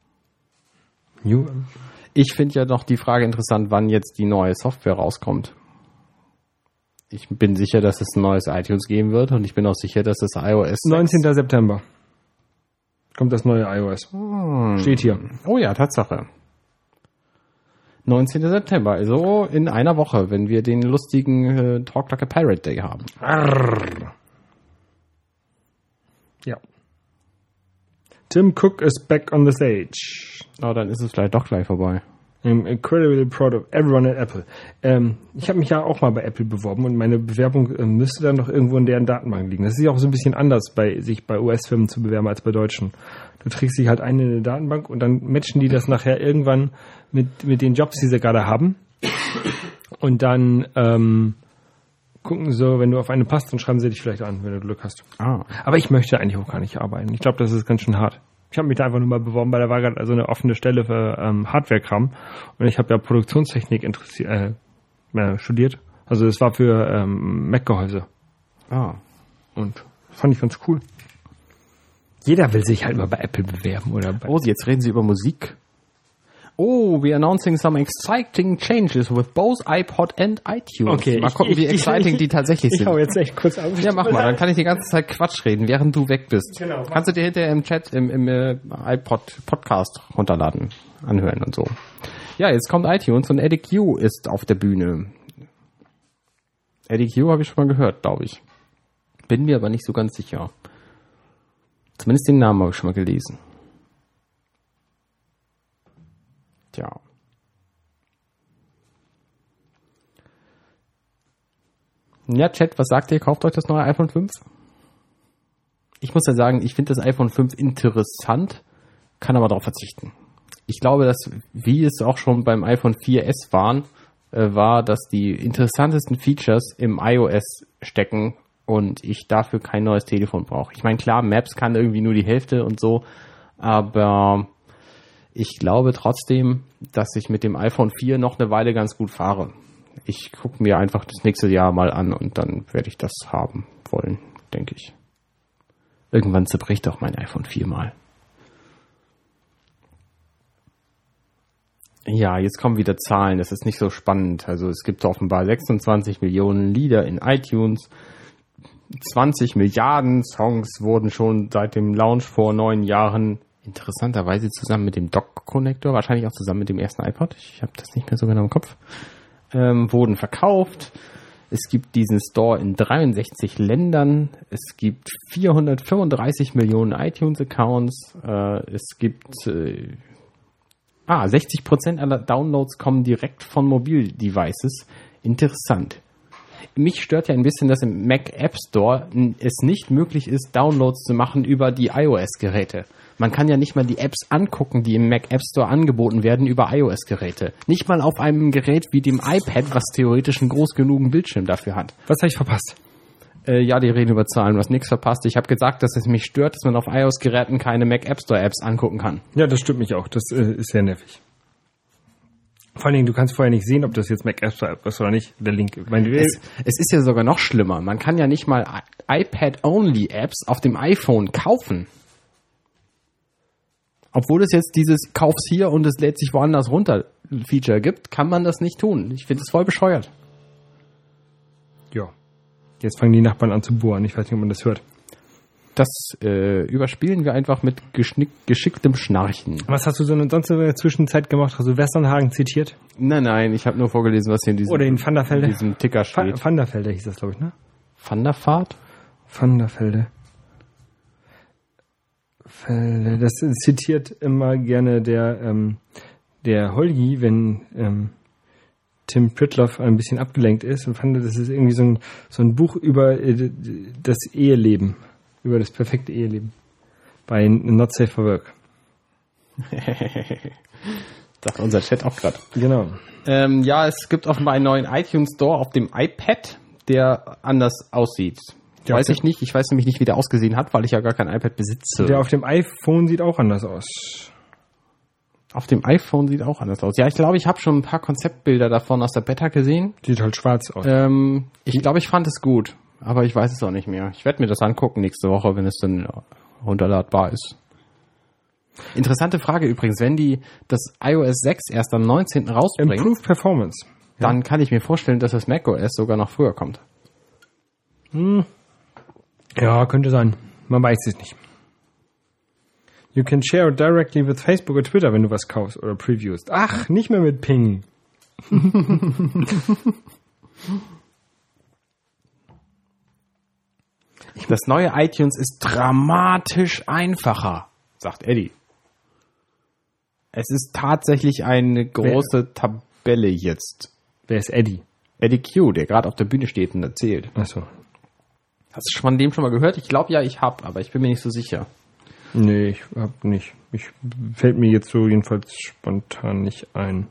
Ich finde ja noch die Frage interessant, wann jetzt die neue Software rauskommt. Ich bin sicher, dass es ein neues iTunes geben wird und ich bin auch sicher, dass das iOS neunzehnten September kommt das neue iOS. Hm. Steht hier. Oh ja, Tatsache. neunzehnten September, also in einer Woche, wenn wir den lustigen äh, Talk Like a Pirate Day haben. Arr. Ja. Tim Cook is back on the stage. Oh, dann ist es vielleicht doch gleich vorbei. I'm incredibly proud of everyone at Apple. Ähm, ich habe mich ja auch mal bei Apple beworben und meine Bewerbung äh, müsste dann noch irgendwo in deren Datenbank liegen. Das ist ja auch so ein bisschen anders, bei sich bei U S-Firmen zu bewerben als bei Deutschen. Du trägst dich halt ein in eine Datenbank und dann matchen die das nachher irgendwann mit, mit den Jobs, die sie gerade haben. Und dann ähm, gucken so, wenn du auf eine passt, dann schreiben sie dich vielleicht an, wenn du Glück hast. Ah. Aber ich möchte eigentlich auch gar nicht arbeiten. Ich glaube, das ist ganz schön hart. Ich habe mich da einfach nur mal beworben, weil da war gerade also eine offene Stelle für ähm, Hardware-Kram. Und ich habe ja Produktionstechnik interessiert, äh, äh, studiert. Also es war für ähm, Mac-Gehäuse. Ah. Und fand ich ganz cool. Jeder will sich halt mal bei Apple bewerben, oder? Bei Oh, jetzt reden Sie über Musik. Oh, we're announcing some exciting changes with both iPod and iTunes. Okay, mal ich- gucken, ich- wie ich- exciting ich- die tatsächlich Ich sind. hau jetzt echt kurz auf. Ja, mach mal, dann kann ich die ganze Zeit Quatsch reden, während du weg bist. Genau. Kannst du dir hinterher im Chat, im, im äh, iPod Podcast runterladen, anhören und so. Ja, jetzt kommt iTunes und Eddie Q ist auf der Bühne. Eddie Q habe ich schon mal gehört, glaube ich. Bin mir aber nicht so ganz sicher. Zumindest den Namen habe ich schon mal gelesen. Tja. Ja, Chat, was sagt ihr? Kauft euch das neue iPhone fünf? Ich muss ja sagen, ich finde das iPhone fünf interessant, kann aber darauf verzichten. Ich glaube, dass, wie es auch schon beim iPhone vier S waren, äh, war, dass die interessantesten Features im iOS stecken und ich dafür kein neues Telefon brauche. Ich meine, klar, Maps kann irgendwie nur die Hälfte und so, aber ich glaube trotzdem, dass ich mit dem iPhone vier noch eine Weile ganz gut fahre. Ich gucke mir einfach das nächste Jahr mal an und dann werde ich das haben wollen, denke ich. Irgendwann zerbricht auch mein iPhone vier mal. Ja, jetzt kommen wieder Zahlen, das ist nicht so spannend. Also es gibt offenbar sechsundzwanzig Millionen Lieder in iTunes. zwanzig Milliarden Songs wurden schon seit dem Launch vor neun Jahren interessanterweise zusammen mit dem Dock-Connector, wahrscheinlich auch zusammen mit dem ersten iPod, ich habe das nicht mehr so genau im Kopf, ähm, wurden verkauft. Es gibt diesen Store in dreiundsechzig Ländern. Es gibt vierhundertfünfunddreißig Millionen iTunes-Accounts. Äh, es gibt äh, ah, sechzig Prozent aller Downloads kommen direkt von Mobildevices. Interessant. Mich stört ja ein bisschen, dass im Mac App Store es nicht möglich ist, Downloads zu machen über die iOS-Geräte. Man kann ja nicht mal die Apps angucken, die im Mac App Store angeboten werden über iOS-Geräte. Nicht mal auf einem Gerät wie dem iPad, was theoretisch einen groß genugen Bildschirm dafür hat. Was habe ich verpasst? Äh, ja, die reden über Zahlen, du hast nichts verpasst. Ich habe gesagt, dass es mich stört, dass man auf iOS-Geräten keine Mac App Store Apps angucken kann. Ja, das stimmt mich auch. Das äh, ist sehr nervig. Vor allen Dingen, du kannst vorher nicht sehen, ob das jetzt Mac App Store App ist oder nicht. Der Link. Mein, Es, es ist ja sogar noch schlimmer. Man kann ja nicht mal I- iPad-Only-Apps auf dem iPhone kaufen. Obwohl es jetzt dieses Kauf's hier und es lädt sich woanders runter Feature gibt, kann man das nicht tun. Ich finde es voll bescheuert. ja. Jetzt fangen die Nachbarn an zu bohren. Ich weiß nicht, ob man das hört. Das äh, überspielen wir einfach mit geschnick, geschicktem Schnarchen. Was hast du so sonst in der Zwischenzeit gemacht? Hast du Westernhagen zitiert? Nein, nein, ich habe nur vorgelesen, was hier in diesem, Oder in Van der Velde? in diesem Ticker steht. Van der Velde hieß das, glaube ich, ne? Van der Vaart? Van der Velde. Velde. Das zitiert immer gerne der, ähm, der Holgi, wenn ähm, Tim Pritloff ein bisschen abgelenkt ist und fand, das ist irgendwie so ein, so ein Buch über äh, das Eheleben, über das perfekte Eheleben bei Not Safe for Work. Sagt unser Chat auch gerade. Genau. Ähm, ja, es gibt offenbar einen neuen iTunes Store auf dem iPad, der anders aussieht. Ja, Weiß okay. ich nicht. Ich weiß nämlich nicht, wie der ausgesehen hat, weil ich ja gar kein iPad besitze. Der auf dem iPhone sieht auch anders aus. Auf dem iPhone sieht auch anders aus. Ja, ich glaube, ich habe schon ein paar Konzeptbilder davon aus der Beta gesehen. Sieht halt schwarz aus. Ähm, ich glaube, ich fand es gut, aber ich weiß es auch nicht mehr. Ich werde mir das angucken nächste Woche, wenn es dann runterladbar ist. Interessante Frage übrigens, wenn die das iOS sechs erst am neunzehnten rausbringen, Improved Performance. dann kann ich mir vorstellen, dass das macOS sogar noch früher kommt. Hm. Ja, könnte sein. Man weiß es nicht. You can share it directly with Facebook oder Twitter, wenn du was kaufst oder previewst. Ach, nicht mehr mit Ping. Das neue iTunes ist dramatisch einfacher, sagt Eddie. Es ist tatsächlich eine große Tabelle jetzt. Wer ist Eddie? Eddie Q, der gerade auf der Bühne steht und erzählt. Achso. Hast du von dem schon mal gehört? Ich glaube ja, ich habe, aber ich bin mir nicht so sicher. Nee, ich hab nicht. Ich fällt mir jetzt so jedenfalls spontan nicht ein.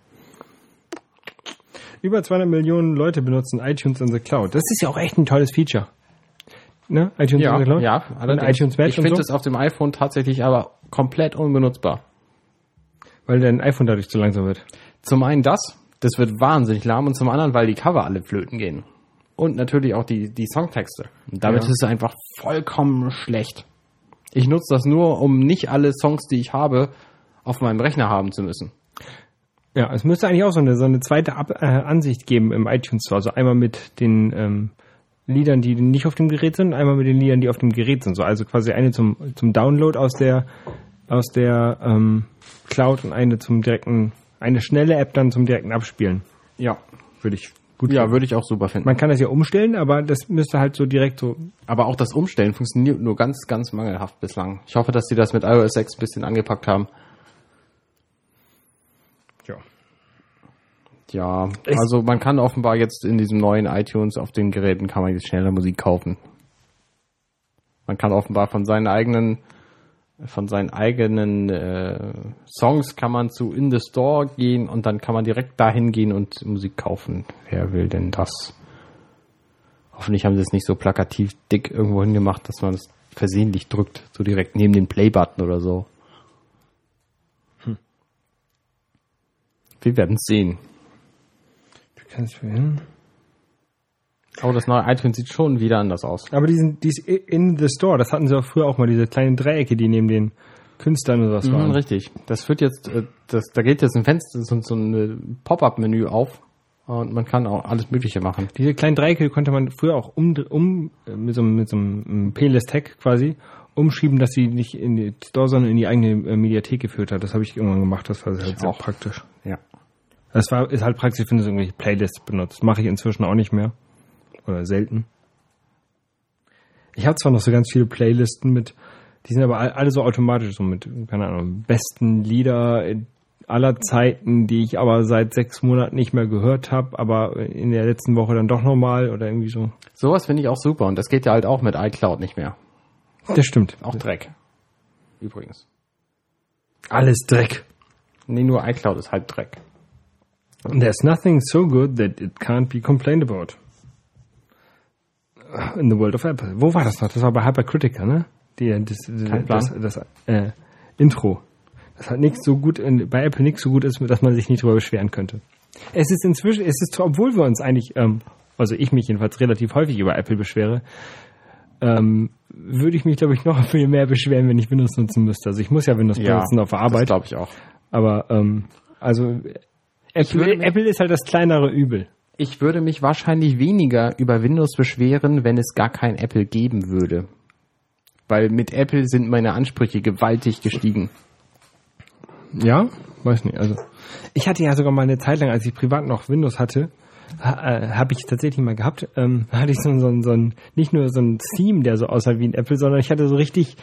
Über zweihundert Millionen Leute benutzen iTunes in the Cloud. Das ist ja auch echt ein tolles Feature. ne? iTunes Ja, on the Cloud. ja, Und allerdings. iTunes Match Ich und finde so. es auf dem iPhone tatsächlich aber komplett unbenutzbar. Weil dein iPhone dadurch zu langsam wird. Zum einen das, das wird wahnsinnig lahm, und zum anderen, weil die Cover alle flöten gehen. Und natürlich auch die, die Songtexte. Und damit Ja. ist es einfach vollkommen schlecht. Ich nutze das nur, um nicht alle Songs, die ich habe, auf meinem Rechner haben zu müssen. Ja, es müsste eigentlich auch so eine, so eine zweite Ab äh, Ansicht geben im iTunes Store. Also einmal mit den ähm, Liedern, die nicht auf dem Gerät sind, einmal mit den Liedern, die auf dem Gerät sind. So, also quasi eine zum, zum Download aus der, aus der ähm, Cloud und eine zum direkten, eine schnelle App dann zum direkten Abspielen. Ja. Würde ich gut Ja, finden. würde ich auch super finden. Man kann das ja umstellen, aber das müsste halt so direkt so. Aber auch das Umstellen funktioniert nur ganz, ganz mangelhaft bislang. Ich hoffe, dass sie das mit iOS sechs ein bisschen angepackt haben. Ja. Ja, also man kann offenbar jetzt in diesem neuen iTunes auf den Geräten kann man jetzt schneller Musik kaufen. Man kann offenbar von seinen eigenen von seinen eigenen äh, Songs kann man zu In the Store gehen und dann kann man direkt dahin gehen und Musik kaufen. Wer will denn das? Hoffentlich haben sie es nicht so plakativ dick irgendwo hingemacht, dass man es versehentlich drückt, so direkt neben den Play-Button oder so. Hm. Wir werden es sehen. Du kannst hin. Aber das neue iTunes sieht schon wieder anders aus. Aber die sind, die ist in the Store. Das hatten sie auch früher auch mal, diese kleinen Dreiecke, die neben den Künstlern oder was Mhm, waren. richtig. Das wird jetzt, äh, das, da geht jetzt ein Fenster, so, so ein Pop-up-Menü auf und man kann auch alles Mögliche machen. Diese kleinen Dreiecke konnte man früher auch um, um mit so, einem- mit so einem Playlist-Tag quasi umschieben, dass sie nicht in die Store, sondern in die eigene äh, Mediathek geführt hat. Das habe ich irgendwann gemacht. Das war halt sehr auch. praktisch. Ja. Das war, ist halt praktisch, wenn du so irgendwelche Playlists benutzt. Mache ich inzwischen auch nicht mehr. Oder selten. Ich habe zwar noch so ganz viele Playlisten mit, die sind aber all- alle so automatisch, so mit, keine Ahnung, besten Lieder aller Zeiten, die ich aber seit sechs Monaten nicht mehr gehört habe, aber in der letzten Woche dann doch nochmal oder irgendwie so. Sowas finde ich auch super und das geht ja halt auch mit iCloud nicht mehr. Das stimmt. Auch Dreck. Übrigens. Alles Dreck. Nee, nur iCloud ist halt Dreck. There's nothing so good that it can't be complained about. In the world of Apple. Wo war das noch? Das war bei Hypercritica, ne? Die, das, Kein das, Plan. das, das äh, Intro. Das hat nichts so gut, in, bei Apple nichts so gut ist, dass man sich nicht drüber beschweren könnte. Es ist inzwischen, es ist, obwohl wir uns eigentlich, ähm, also ich mich jedenfalls relativ häufig über Apple beschwere, ähm, würde ich mich, glaube ich, noch viel mehr beschweren, wenn ich Windows nutzen müsste. Also ich muss ja Windows benutzen auf der das Arbeit. glaube ich auch. Aber, ähm, also, Apple, würde mich- Apple ist halt das kleinere Übel. Ich würde mich wahrscheinlich weniger über Windows beschweren, wenn es gar kein Apple geben würde. Weil mit Apple sind meine Ansprüche gewaltig gestiegen. Ja? Weiß nicht. Also ich hatte ja sogar mal eine Zeit lang, als ich privat noch Windows hatte, ha, äh, habe ich tatsächlich mal gehabt, ähm, hatte ich so, so, so ein, nicht nur so ein Theme, der so aussah wie ein Apple, sondern ich hatte so richtig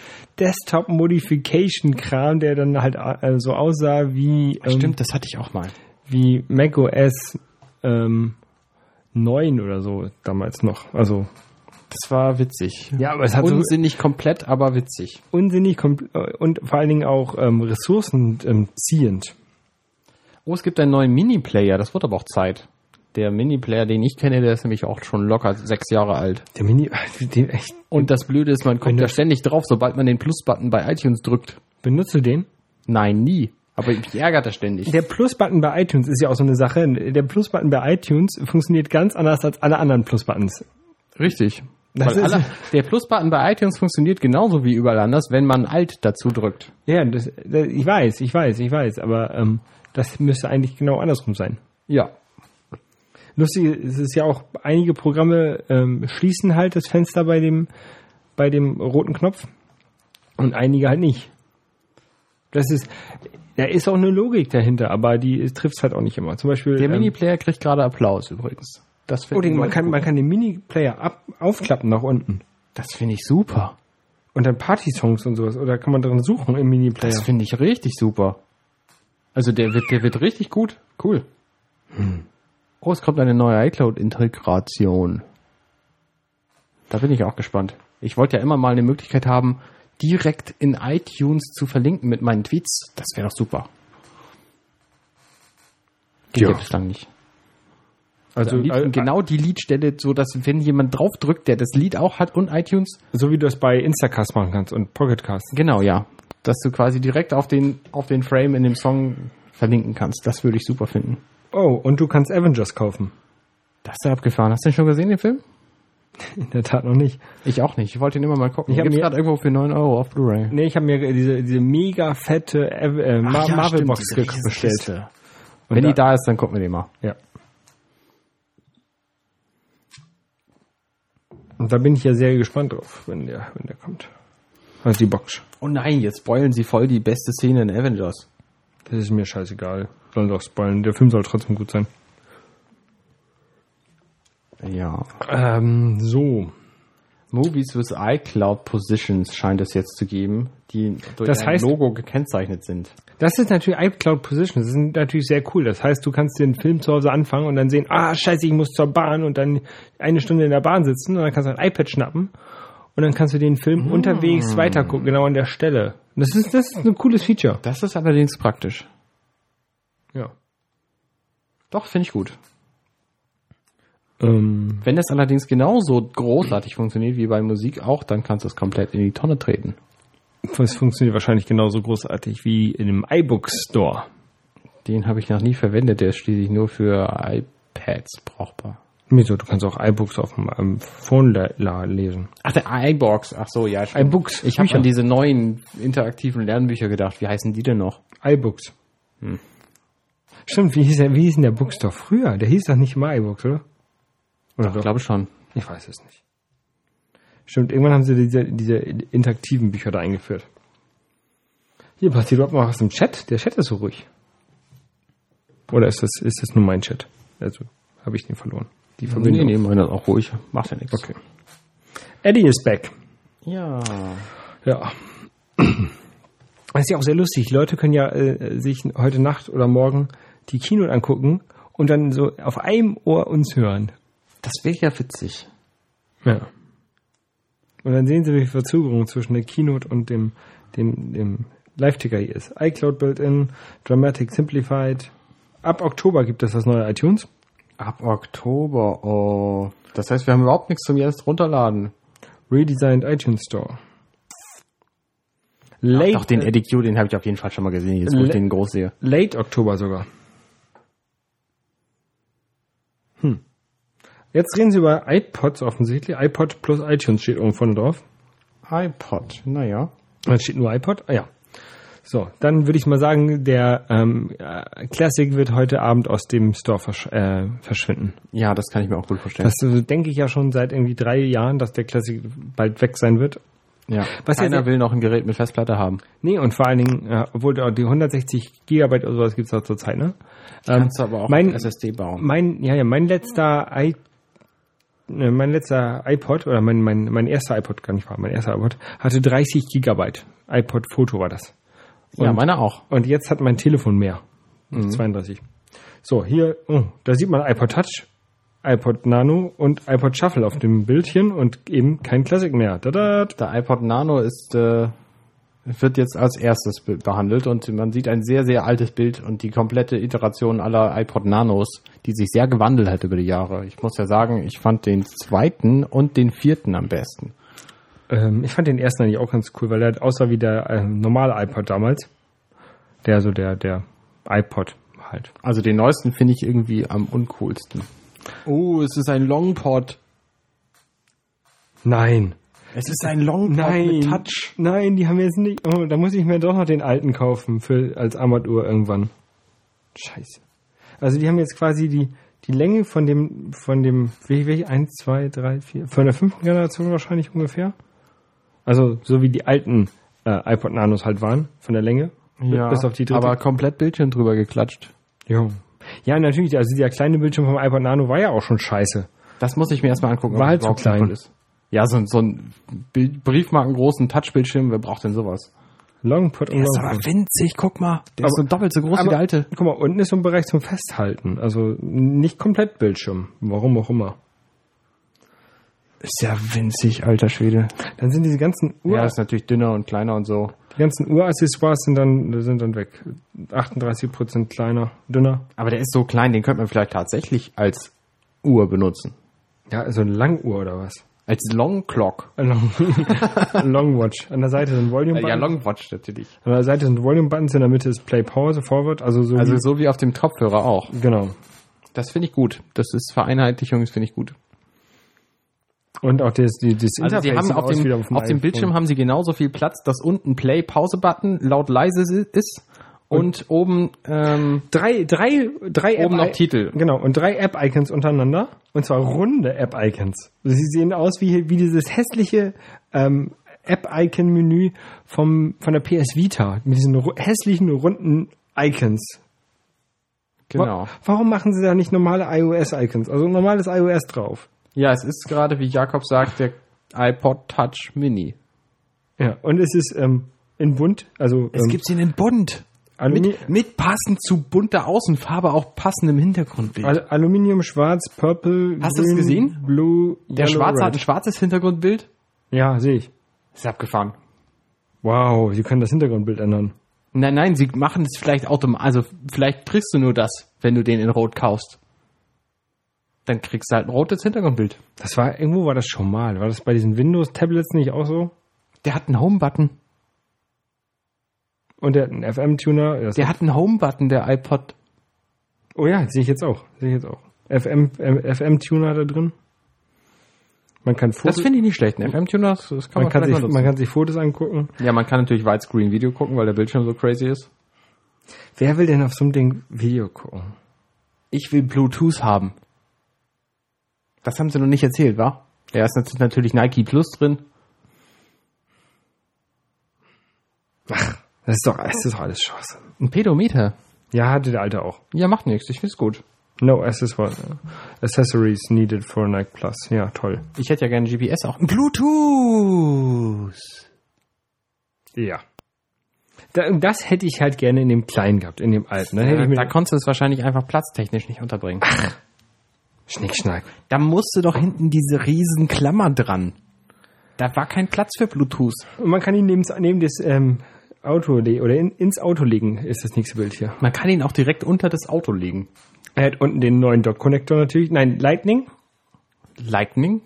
Desktop-Modification-Kram, der dann halt äh, so aussah wie ähm, Stimmt, das hatte ich auch mal. wie macOS ähm, neun oder so damals noch. Also Das war witzig. ja, aber es hat so Unsinnig komplett, aber witzig. unsinnig kom- äh, und vor allen Dingen auch ähm, ressourcenziehend. Oh, es gibt einen neuen Mini-Player, das wird aber auch Zeit. Der Mini-Player, den ich kenne, der ist nämlich auch schon locker sechs Jahre alt. Der Mini, den, echt, Und das Blöde ist, man kommt Wenn da du- ständig drauf, sobald man den Plus-Button bei iTunes drückt. benutzt du den? Nein, nie. Aber mich ärgert er ständig. Der Plus-Button bei iTunes ist ja auch so eine Sache. Der Plus-Button bei iTunes funktioniert ganz anders als alle anderen Plus-Buttons. Richtig. Das Weil ist- alle, der Plus-Button bei iTunes funktioniert genauso wie überall anders, wenn man Alt dazu drückt. Ja, das, das, ich weiß, ich weiß, ich weiß, aber ähm, das müsste eigentlich genau andersrum sein. Ja. Lustig ist es ja auch, einige Programme ähm, schließen halt das Fenster bei dem, bei dem roten Knopf und einige halt nicht. Das ist, da ist auch eine Logik dahinter, aber die trifft es halt auch nicht immer. Zum Beispiel Der ähm, Mini-Player kriegt gerade Applaus übrigens. Das oh, finde den, ich, man kann, man kann den Mini-Player ab, aufklappen nach unten. das finde ich super. Und dann Party-Songs und sowas. Oder kann man drin suchen im Mini-Player? Das finde ich richtig super. Also der wird, der wird richtig gut. Cool. Oh, es kommt eine neue iCloud-Integration. Da bin ich auch gespannt. Ich wollte ja immer mal eine Möglichkeit haben, direkt in iTunes zu verlinken mit meinen Tweets. Das wäre doch super. Geht Ja. ja bislang nicht. Also, also äh, genau die Liedstelle, so dass wenn jemand draufdrückt, der das Lied auch hat und iTunes. So wie du es bei Instacast machen kannst und Pocketcast. Genau, ja. Dass du quasi direkt auf den, auf den Frame in dem Song verlinken kannst. Das würde ich super finden. Oh, und du kannst Avengers kaufen. Das ist ja abgefahren. Hast du den schon gesehen, den Film? In der Tat noch nicht. Ich auch nicht. Ich wollte ihn immer mal gucken. Ich habe gerade irgendwo für neun Euro auf Blu-ray. Nee, ich habe mir diese, diese mega fette äh, Ach, ja, Marvel-Box bestellt. Und wenn da, die da ist, dann gucken wir den mal. Ja. Und da bin ich ja sehr gespannt drauf, wenn der, wenn der kommt. Also die Box. Oh nein, jetzt spoilen sie voll die beste Szene in Avengers. Das ist mir scheißegal. Sollen doch spoilen. Der Film soll trotzdem gut sein. Ja. Ähm, so. Movies with iCloud Positions scheint es jetzt zu geben, die durch das heißt, ein Logo gekennzeichnet sind. Das ist natürlich iCloud Positions. Das sind natürlich sehr cool. Das heißt, du kannst den Film zu Hause anfangen und dann sehen, ah, scheiße, ich muss zur Bahn und dann eine Stunde in der Bahn sitzen und dann kannst du ein iPad schnappen und dann kannst du den Film mm. unterwegs weitergucken, genau an der Stelle. Das ist, das ist ein cooles Feature. Das ist allerdings praktisch. Ja. Doch, finde ich gut. Ähm, Wenn das allerdings genauso großartig funktioniert wie bei Musik auch, dann kannst du es komplett in die Tonne treten. Das funktioniert wahrscheinlich genauso großartig wie in dem iBook Store. Den habe ich noch nie verwendet, der ist schließlich nur für iPads brauchbar. Wieso? Du kannst auch iBooks auf dem Phone la- lesen. Ach, der iBooks. Ach so, ja. Stimmt. iBooks. Ich habe an diese neuen interaktiven Lernbücher gedacht. Wie heißen die denn noch? iBooks. Hm. Stimmt, wie hieß, der, wie hieß denn der Bookstore früher? Der hieß doch nicht immer iBooks, oder? Oder doch, ich glaube schon. Ich weiß es nicht. Stimmt, irgendwann haben sie diese, diese interaktiven Bücher da eingeführt. Hier passiert überhaupt noch was im Chat. Der Chat ist so ruhig. Oder ist das, ist das nur mein Chat? Also habe ich den verloren. Die Verbindung. Nee, nee, meiner ist auch ruhig. Macht ja nichts. Okay. Eddie ist back. Ja. Ja. Das ist ja auch sehr lustig. Leute können ja äh, sich heute Nacht oder morgen die Keynote angucken und dann so auf einem Ohr uns hören. Das wäre ja witzig. Ja. Und dann sehen Sie, wie viel Verzögerung zwischen der Keynote und dem, dem, dem Live-Ticker hier ist. iCloud Built-in, Dramatic Simplified. Ab Oktober gibt es das neue iTunes. Ab Oktober, oh. Das heißt, wir haben überhaupt nichts zum jetzt runterladen. Redesigned iTunes Store. Late, Ach, doch, den Eddie Q, den habe ich auf jeden Fall schon mal gesehen, jetzt wo ich den groß sehe. Late Oktober sogar. Hm. Jetzt reden Sie über iPods offensichtlich. iPod plus iTunes steht oben vorne drauf. iPod, naja. Da steht nur iPod. Ah ja. So, dann würde ich mal sagen, der ähm, Classic wird heute Abend aus dem Store versch- äh, verschwinden. Ja, das kann ich mir auch gut vorstellen. Das äh, denke ich ja schon seit irgendwie drei Jahren, dass der Classic bald weg sein wird. Ja, was keiner ja will noch ein Gerät mit Festplatte haben. Nee, und vor allen Dingen, äh, obwohl die hundertsechzig Gigabyte oder sowas gibt es auch zur Zeit, ne? Ähm, kannst du aber auch mein, S S D bauen. Mein, ja, ja, mein letzter i Mein letzter iPod, oder mein, mein, mein erster iPod, gar nicht wahr, mein erster iPod, hatte dreißig Gigabyte. iPod Photo war das. Und, ja, meiner auch. Und jetzt hat mein Telefon mehr. Mhm. zweiunddreißig. So, hier, oh, da sieht man iPod Touch, iPod Nano und iPod Shuffle auf dem Bildchen und eben kein Classic mehr. Tada! Der iPod Nano ist, äh, wird jetzt als erstes behandelt und man sieht ein sehr, sehr altes Bild und die komplette Iteration aller iPod Nanos, die sich sehr gewandelt hat über die Jahre. Ich muss ja sagen, ich fand den zweiten und den vierten am besten. Ähm, ich fand den ersten eigentlich auch ganz cool, weil er aussah wie der äh, normale iPod damals. Der, so der, der iPod halt. Also den neuesten finde ich irgendwie am uncoolsten. Oh, es ist ein Longpod. Nein. Es ist ein Longpod Nein, mit Touch. Nein, die haben jetzt nicht... Oh, da muss ich mir doch noch den alten kaufen für als Armbanduhr irgendwann. Scheiße. Also die haben jetzt quasi die, die Länge von dem, von dem, welche, eins, zwei, drei, vier, von der fünften Generation wahrscheinlich ungefähr. Also so wie die alten äh, iPod Nanos halt waren, von der Länge. Ja, bis auf die dritte. Aber komplett Bildschirm drüber geklatscht. Ja. Ja, natürlich, also dieser kleine Bildschirm vom iPod Nano war ja auch schon scheiße. Das muss ich mir erstmal angucken. War halt zu klein. Ist. Ja, so, so ein briefmarkengroßen Touchbildschirm, wer braucht denn sowas? Longpod und Der ist aber winzig, guck mal. Der aber, ist so doppelt so groß aber, wie der alte. Guck mal, unten ist so ein Bereich zum Festhalten. Also nicht komplett Bildschirm. Warum auch immer. Ist ja winzig, alter Schwede. Dann sind diese ganzen Ur... Ja, ist natürlich dünner und kleiner und so. Die ganzen Uraccessoires sind dann, sind dann weg. achtunddreißig Prozent kleiner, dünner. Aber der ist so klein, den könnte man vielleicht tatsächlich als Uhr benutzen. Ja, so eine Languhr oder was? Als Long Clock. Long, Long Watch. An der Seite sind Volume-Buttons. Ja, Long Watch natürlich. An der Seite sind Volume-Buttons, in der Mitte ist Play, Pause, Forward. Also so, Also wie, so wie auf dem Kopfhörer auch. Genau. Das finde ich gut. Das ist Vereinheitlichung, das finde ich gut. Und auch das, die, das Also Interface sie haben sieht auf aus dem, wie auf dem iPhone. Bildschirm haben sie genauso viel Platz, dass unten Play, Pause-Button laut leise ist und, und oben ähm, Drei, drei, drei oben App- noch Titel. Genau, und drei App-Icons untereinander. Und zwar runde App-Icons. Sie sehen aus wie, wie dieses hässliche ähm, App-Icon-Menü vom, von der P S Vita. Mit diesen ru- hässlichen, runden Icons. Genau. Wa- Warum machen sie da nicht normale iOS-Icons? Also normales iOS drauf. Ja, es ist gerade, wie Jakob sagt, der iPod Touch Mini. Ja, und es ist ähm, in bunt. Also Es ähm, gibt ihn in bunt. Alumi Mit, mit passend zu bunter Außenfarbe auch passendem Hintergrundbild. Al Aluminium, Schwarz, Purple, Hast du Grün, es gesehen? Blue, Der Yellow, Schwarze Red. hat ein schwarzes Hintergrundbild. Ja, sehe ich. Ist abgefahren. Wow, sie können das Hintergrundbild ändern. Nein, nein, sie machen es vielleicht automatisch. Also vielleicht kriegst du nur das, wenn du den in Rot kaufst. Dann kriegst du halt ein rotes Hintergrundbild. Das war, irgendwo war das schon mal. War das bei diesen Windows-Tablets nicht auch so? Der hat einen Home-Button. Und der hat einen F M-Tuner. Der hat einen Home-Button, der iPod. Oh ja, sehe ich jetzt auch. Sehe ich jetzt auch. F M, F M-Tuner da drin. Man kann Fotos, Das finde ich nicht schlecht. Ein F M-Tuner, das kann man, man, kann vielleicht sich, mal nutzen. man kann sich Fotos angucken. Ja, man kann natürlich Widescreen-Video gucken, weil der Bildschirm so crazy ist. Wer will denn auf so einem Ding Video gucken? Ich will Bluetooth haben. Das haben sie noch nicht erzählt, wa? Ja, ist natürlich Nike Plus drin. Das ist doch, das ist doch alles Chance. Ein Pedometer. Ja, hatte der alte auch. Ja, macht nichts. Ich find's gut. No accessories accessories needed for Nike Plus. Ja, toll. Ich hätte ja gerne G P S auch. Bluetooth. Ja. Da, das hätte ich halt gerne in dem kleinen gehabt, in dem alten. Dann hätte Ja, ich mir da konntest du es wahrscheinlich einfach platztechnisch nicht unterbringen. Schnickschnack. Da musste doch hinten diese riesen Klammer dran. Da war kein Platz für Bluetooth. Und man kann ihn neben, neben das ähm, Auto le- oder in, ins Auto legen, ist das nächste Bild hier. Man kann ihn auch direkt unter das Auto legen. Er hat unten den neuen Dock-Connector natürlich. Nein, Lightning. Lightning.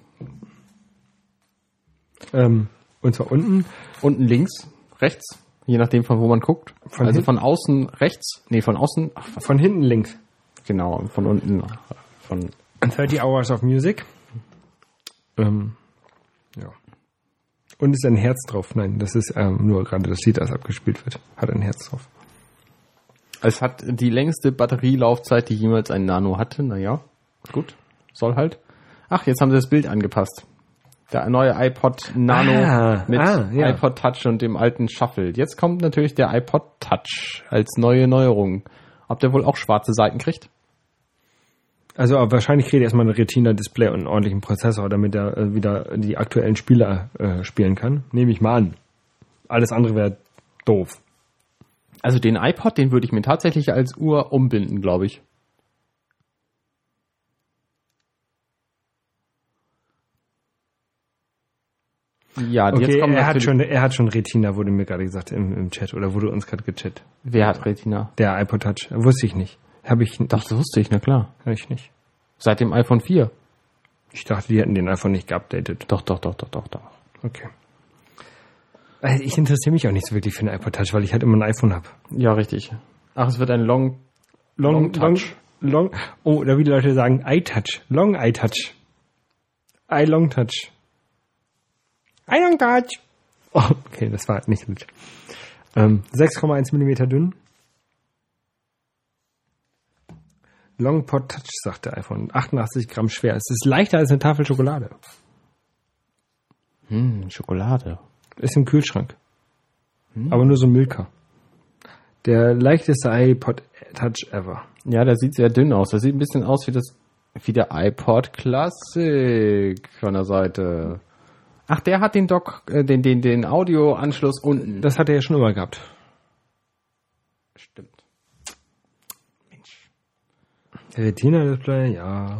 Ähm, und zwar unten. Unten links, rechts. Je nachdem, von wo man guckt. Von also hin- von außen rechts. Nee, von außen. Ach, was- Von hinten links. genau, von unten. Von thirty Hours of Music. Ähm, ja. Und ist ein Herz drauf. Nein, das ist ähm, nur gerade das Lied, das abgespielt wird. Hat ein Herz drauf. Es hat die längste Batterielaufzeit, die jemals ein Nano hatte. Naja, gut, soll halt. Ach, jetzt haben sie das Bild angepasst. Der neue iPod Nano Ah, mit ah, ja. iPod Touch und dem alten Shuffle. Jetzt kommt natürlich der iPod Touch als neue Neuerung. Ob der wohl auch schwarze Seiten kriegt? Also aber wahrscheinlich kriegt er erstmal ein Retina-Display und einen ordentlichen Prozessor, damit er äh, wieder die aktuellen Spieler äh, spielen kann. Nehme ich mal an. Alles andere wäre doof. Also den iPod, den würde ich mir tatsächlich als Uhr umbinden, glaube ich. Ja, Okay, jetzt kommt er hat natürlich- schon, er hat schon Retina, wurde mir gerade gesagt im, im Chat oder wurde uns gerade gechattet. Wer hat Retina? Der iPod Touch, wusste ich nicht. Habe ich, Doch, das wusste ich, na klar. hab ich nicht. Seit dem iPhone vier. Ich dachte, die hätten den einfach nicht geupdatet. Doch, doch, doch, doch, doch, doch. Okay. Also ich interessiere mich auch nicht so wirklich für den iPod Touch, weil ich halt immer ein iPhone habe. Ja, richtig. Ach, es wird ein Long, Long, Long Touch. Long, long, oh, oder wie die Leute sagen, iTouch. Long iTouch. I Long Touch. I Long Touch. Oh, okay, das war nicht gut. Ähm, sechs Komma eins Millimeter dünn. Long Pod Touch, sagt der iPhone. achtundachtzig Gramm schwer. Es ist leichter als eine Tafel Schokolade. Hm, Schokolade. Ist im Kühlschrank. Aber nur so Milka. Der leichteste iPod Touch ever. Ja, der sieht sehr dünn aus. Das sieht ein bisschen aus wie das, wie der iPod Classic von der Seite. Ach, der hat den Dock, äh, den, den, den Audioanschluss unten. Das hat er ja schon immer gehabt. Stimmt. Mensch. Retina-Display, ja.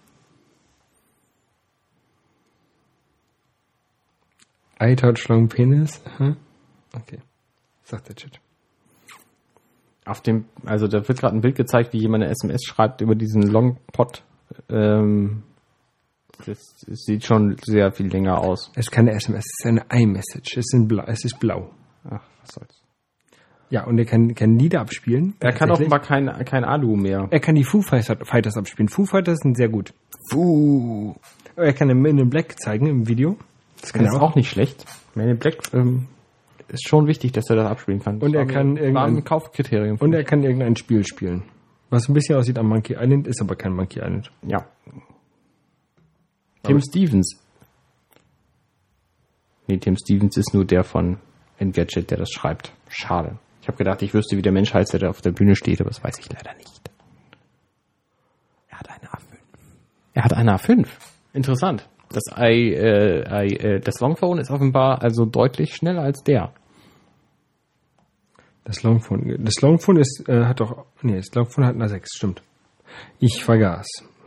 iTouch Long Penis. Hm? Okay. Sagt der Chat. Auf dem, also da wird gerade ein Bild gezeigt, wie jemand eine S M S schreibt über diesen Long Pod Ähm, das, das sieht schon sehr viel länger aus. Es ist keine S M S, es ist eine iMessage. Es, sind blau, es ist blau. Ach, was soll's. Ja, und er kann, kann Lieder abspielen. Er kann offenbar kein, kein Alu mehr. Er kann die Foo Fighters abspielen. Foo Fighters sind sehr gut. Foo. Er kann Men in Black zeigen im Video. Das kann das ist auch nicht schlecht. Men in Black ähm, ist schon wichtig, dass er das abspielen kann. Das und er kann mir, war ein Kaufkriterium. Und er kann irgendein Spiel spielen. Was ein bisschen aussieht am Monkey Island, ist aber kein Monkey Island. Ja. Tim aber Stevens. Nee, Tim Stevens ist nur der von Engadget, der das schreibt. Schade. Ich habe gedacht, ich wüsste, wie der Mensch heißt, der da auf der Bühne steht, aber das weiß ich leider nicht. Er hat eine A fünf. Er hat eine A fünf. Interessant. Das I, äh, I, äh, das Longphone ist offenbar also deutlich schneller als der. Das Longphone, das Longphone ist, äh, hat doch, nee, das Longphone hat eine sechs, stimmt. Ich vergaß.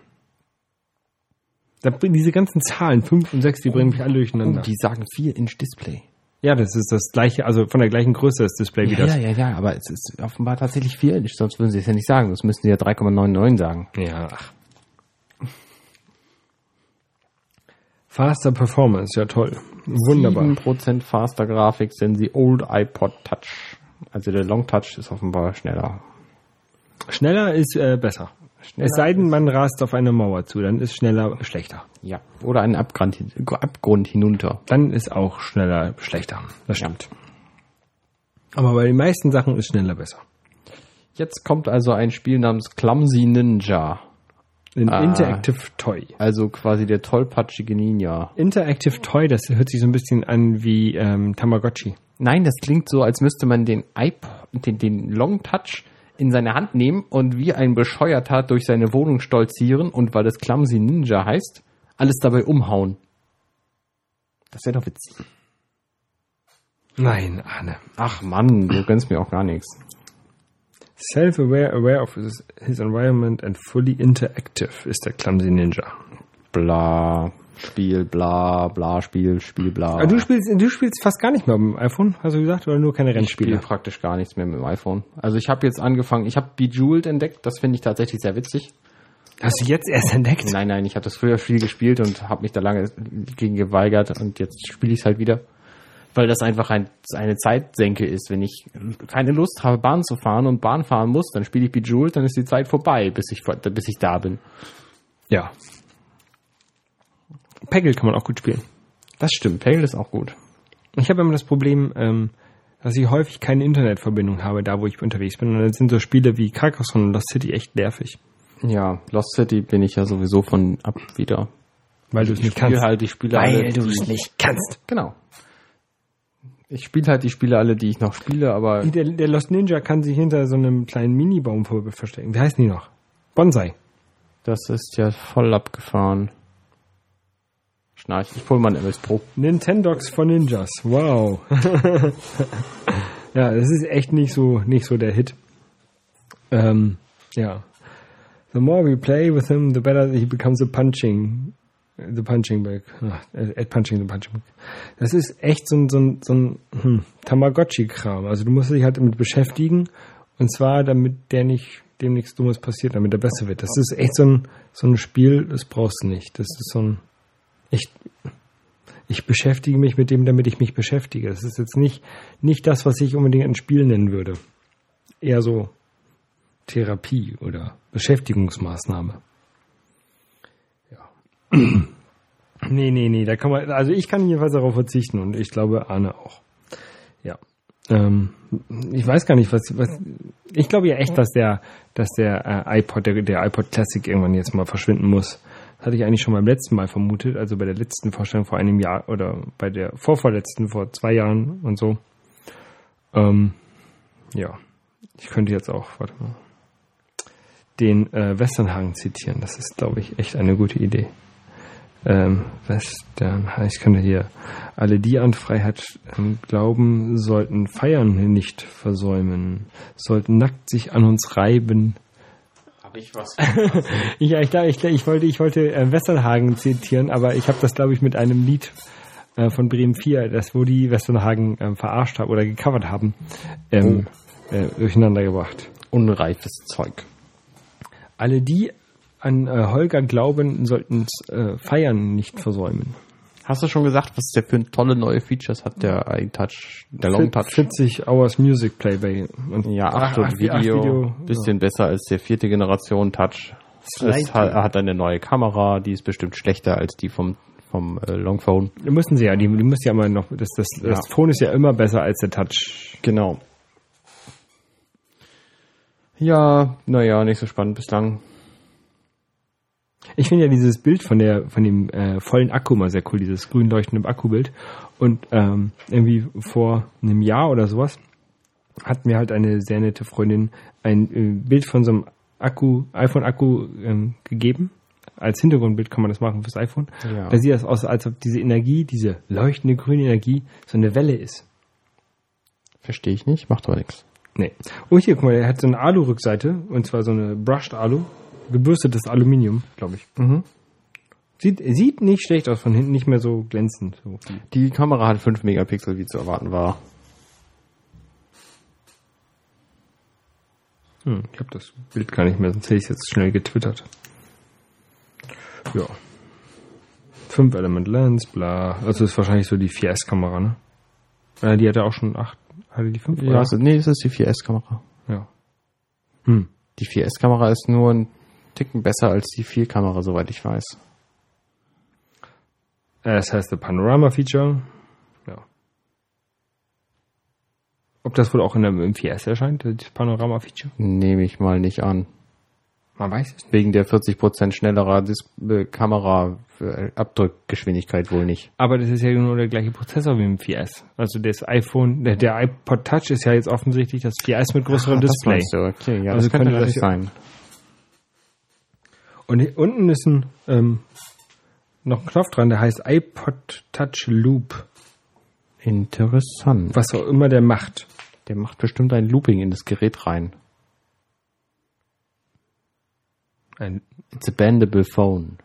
Da, diese ganzen Zahlen, fünf und sechs, die bringen mich alle durcheinander. Oh, die sagen vier Inch Display. Ja, das ist das gleiche, also von der gleichen Größe das Display ja, wie das. Ja, ja, ja, aber es ist offenbar tatsächlich vier Inch, sonst würden sie es ja nicht sagen. Das müssten sie ja drei Komma neunundneunzig sagen. Ja, ach. Faster Performance, ja toll. Wunderbar. sieben Prozent faster Grafik sind sie Old iPod Touch. Also der Long Touch ist offenbar schneller. Schneller ist äh, besser. Schneller es sei denn, man rast auf eine Mauer zu, dann ist schneller schlechter. Ja, oder einen Abgrund, Abgrund hinunter. Dann ist auch schneller schlechter. Das stimmt. Ja. Aber bei den meisten Sachen ist schneller besser. Jetzt kommt also ein Spiel namens Clumsy Ninja. Ein ah, Interactive Toy. Also quasi der tollpatschige Ninja. Interactive Toy, das hört sich so ein bisschen an wie ähm, Tamagotchi. Nein, das klingt so, als müsste man den iPod, den, den Long Touch in seine Hand nehmen und wie ein Bescheuerter durch seine Wohnung stolzieren und weil das Clumsy Ninja heißt, alles dabei umhauen. Das wäre doch witzig. Nein, Arne. Ach Mann, du gönnst mir auch gar nichts. Self-aware, aware of his, his environment and fully interactive ist der Clumsy Ninja. Bla, Spiel, bla, bla, Spiel, Spiel, bla. Aber du spielst, du spielst fast gar nicht mehr mit dem iPhone, hast du gesagt, oder nur keine Rennspiele? Ich spiele praktisch gar nichts mehr mit dem iPhone. Also ich habe jetzt angefangen, ich habe Bejeweled entdeckt, das finde ich tatsächlich sehr witzig. Hast du jetzt erst entdeckt? Nein, nein, ich habe das früher viel gespielt und habe mich da lange gegen geweigert und jetzt spiele ich es halt wieder. Weil das einfach ein, eine Zeitsenke ist. Wenn ich keine Lust habe, Bahn zu fahren und Bahn fahren muss, dann spiele ich Bejeweled, dann ist die Zeit vorbei, bis ich, bis ich da bin. Ja. Peggle kann man auch gut spielen. Das stimmt, Peggle ist auch gut. Ich habe immer das Problem, ähm, dass ich häufig keine Internetverbindung habe, da wo ich unterwegs bin. Und dann sind so Spiele wie Carcassonne und Lost City echt nervig. Ja, Lost City bin ich ja sowieso von ab wieder. Weil du es nicht kannst. Halt die Spiele Weil alle, du es nicht kannst. Genau. Ich spiele halt die Spiele alle, die ich noch spiele, aber... Der, der Lost Ninja kann sich hinter so einem kleinen Mini-Baum verstecken. Wie heißen die noch? Bonsai. Das ist ja voll abgefahren. Schnarch, ich hol mal ein M S Pro. Nintendogs for Ninjas. Wow. Ja, das ist echt nicht so, nicht so der Hit. Ähm, ja. The more we play with him, the better he becomes a punching... The Punching Bag. At Punching the Punching Bag. Das ist echt so ein, so ein, so ein hm, Tamagotchi-Kram. Also du musst dich halt damit beschäftigen. Und zwar, damit der nicht, dem nichts Dummes passiert, damit der besser wird. Das ist echt so ein, so ein Spiel, das brauchst du nicht. Das ist so ein, echt, ich beschäftige mich mit dem, damit ich mich beschäftige. Das ist jetzt nicht, nicht das, was ich unbedingt ein Spiel nennen würde. Eher so Therapie oder Beschäftigungsmaßnahme. Nee, nee, nee, da kann man, also ich kann jedenfalls darauf verzichten und ich glaube Arne auch. Ja. Ähm, ich weiß gar nicht, was, was, ich glaube ja echt, dass der, dass der äh, iPod, der, der iPod Classic irgendwann jetzt mal verschwinden muss. Das hatte ich eigentlich schon beim letzten Mal vermutet, also bei der letzten Vorstellung vor einem Jahr oder bei der vorvorletzten vor zwei Jahren und so. Ähm, ja. Ich könnte jetzt auch, warte mal, den äh, Westernhagen zitieren. Das ist, glaube ich, echt eine gute Idee. Ähm, Western, ich könnte hier, alle, die an Freiheit ähm, glauben, sollten Feiern nicht versäumen, sollten nackt sich an uns reiben. Habe ich was? ich, ich, ich, ich wollte, ich wollte äh, Westernhagen zitieren, aber ich habe das, glaube ich, mit einem Lied äh, von Bremen vier, das wo die Westernhagen äh, verarscht haben oder gecovert haben, ähm, oh. äh, durcheinander gebracht. Unreifes Zeug. Alle, die an äh, Holger glauben, sollten äh, Feiern nicht versäumen. Hast du schon gesagt, was der für tolle neue Features hat, der iTouch, der Long Touch? vierzig Hours Music Playback. Und ja, acht Stunden Video, Video, bisschen ja. besser als der vierte Generation Touch. Es hat, er hat eine neue Kamera, die ist bestimmt schlechter als die vom vom äh, Longphone. Die müssen sie ja, die, die müssen ja immer noch, das, das, ja. das Phone ist ja immer besser als der Touch. Genau. Ja, naja, nicht so spannend bislang. Ich finde ja dieses Bild von der von dem äh, vollen Akku mal sehr cool, dieses grün leuchtende Akkubild. Und ähm, irgendwie vor einem Jahr oder sowas hat mir halt eine sehr nette Freundin ein äh, Bild von so einem Akku, iPhone-Akku ähm, gegeben. Als Hintergrundbild kann man das machen fürs iPhone. Ja. Da sieht das aus, als ob diese Energie, diese leuchtende grüne Energie, so eine Welle ist. Verstehe ich nicht, macht aber nichts. Nee. Oh, hier, guck mal, er hat so eine Alu-Rückseite, und zwar so eine Brushed Alu, gebürstetes Aluminium, glaube ich. Mhm. Sieht, sieht nicht schlecht aus von hinten, nicht mehr so glänzend. So. Die Kamera hat fünf Megapixel, wie zu erwarten war. Hm, ich habe das Bild gar nicht mehr, sonst hätte ich es jetzt schnell getwittert. Ja. fünf Element Lens, bla. Also ist wahrscheinlich so die vier S Kamera, ne? Äh, die hatte auch schon acht. Hatte die fünf? Ja, also, nee, das ist die vier S Kamera. Ja. Hm. Die vier S Kamera ist nur ein Ticken besser als die vier Kamera, soweit ich weiß. Das heißt, der Panorama-Feature. Ja. Ob das wohl auch in der, im vier S erscheint, das Panorama-Feature? Nehme ich mal nicht an. Man weiß es nicht. Wegen der vierzig Prozent schnellerer Dis- äh, Kamera für Abdrückgeschwindigkeit wohl nicht. Aber das ist ja nur der gleiche Prozessor wie im vier S. Also das iPhone, der, der iPod Touch ist ja jetzt offensichtlich das vier S mit größerem Ach, Display. Das meinst du? Okay, ja, also das könnte könnte das das sein. Und hier unten ist ein ähm, noch ein Knopf dran, der heißt iPod Touch Loop. Interessant. Was auch immer der macht. Der macht bestimmt ein Looping in das Gerät rein. Ein It's a bendable phone.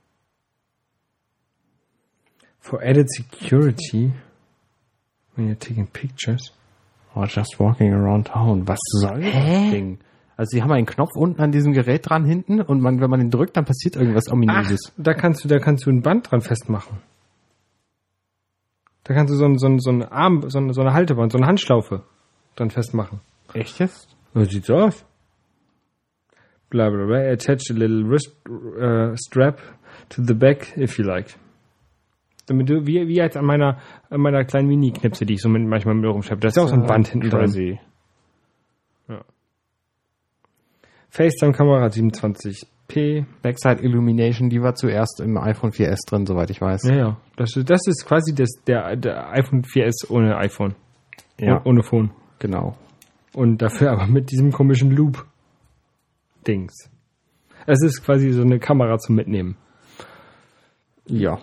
For added security, when you're taking pictures. Or just walking around town. Was soll das Ding? Also sie haben einen Knopf unten an diesem Gerät dran hinten und man, wenn man den drückt, dann passiert irgendwas Ominöses. Ach, da kannst du, da kannst du ein Band dran festmachen. Da kannst du so ein, so ein, so ein Arm, so eine, so eine Halteband, so eine Handschlaufe dran festmachen. Echt jetzt? So sieht's aus. Bla bla bla. Attach a little wrist uh, strap to the back if you like. Damit du, wie, wie jetzt an meiner, an meiner kleinen Mini-Knipse, die ich so mit, manchmal mit rumschleppe. Da ist ja auch so ein Band hinten dran. Ja. FaceTime-Kamera siebenundzwanzig p. Backside Illumination, die war zuerst im iPhone vier S drin, soweit ich weiß. Ja, ja. Das, das ist quasi das, der, der iPhone vier S ohne iPhone. Ja. Oh, ohne Phone. Genau. Und dafür aber mit diesem komischen Loop-Dings. Es ist quasi so eine Kamera zum Mitnehmen. Ja.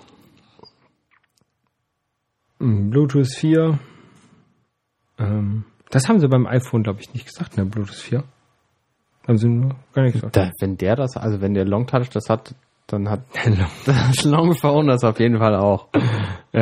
Bluetooth vier. Ähm, das haben sie beim iPhone, glaube ich, nicht gesagt, ne? Bluetooth vier. Haben sie nur gar nicht gesagt. Da, wenn der das, also wenn der Long Touch das hat, dann hat das Long Phone das auf jeden Fall auch. Ja.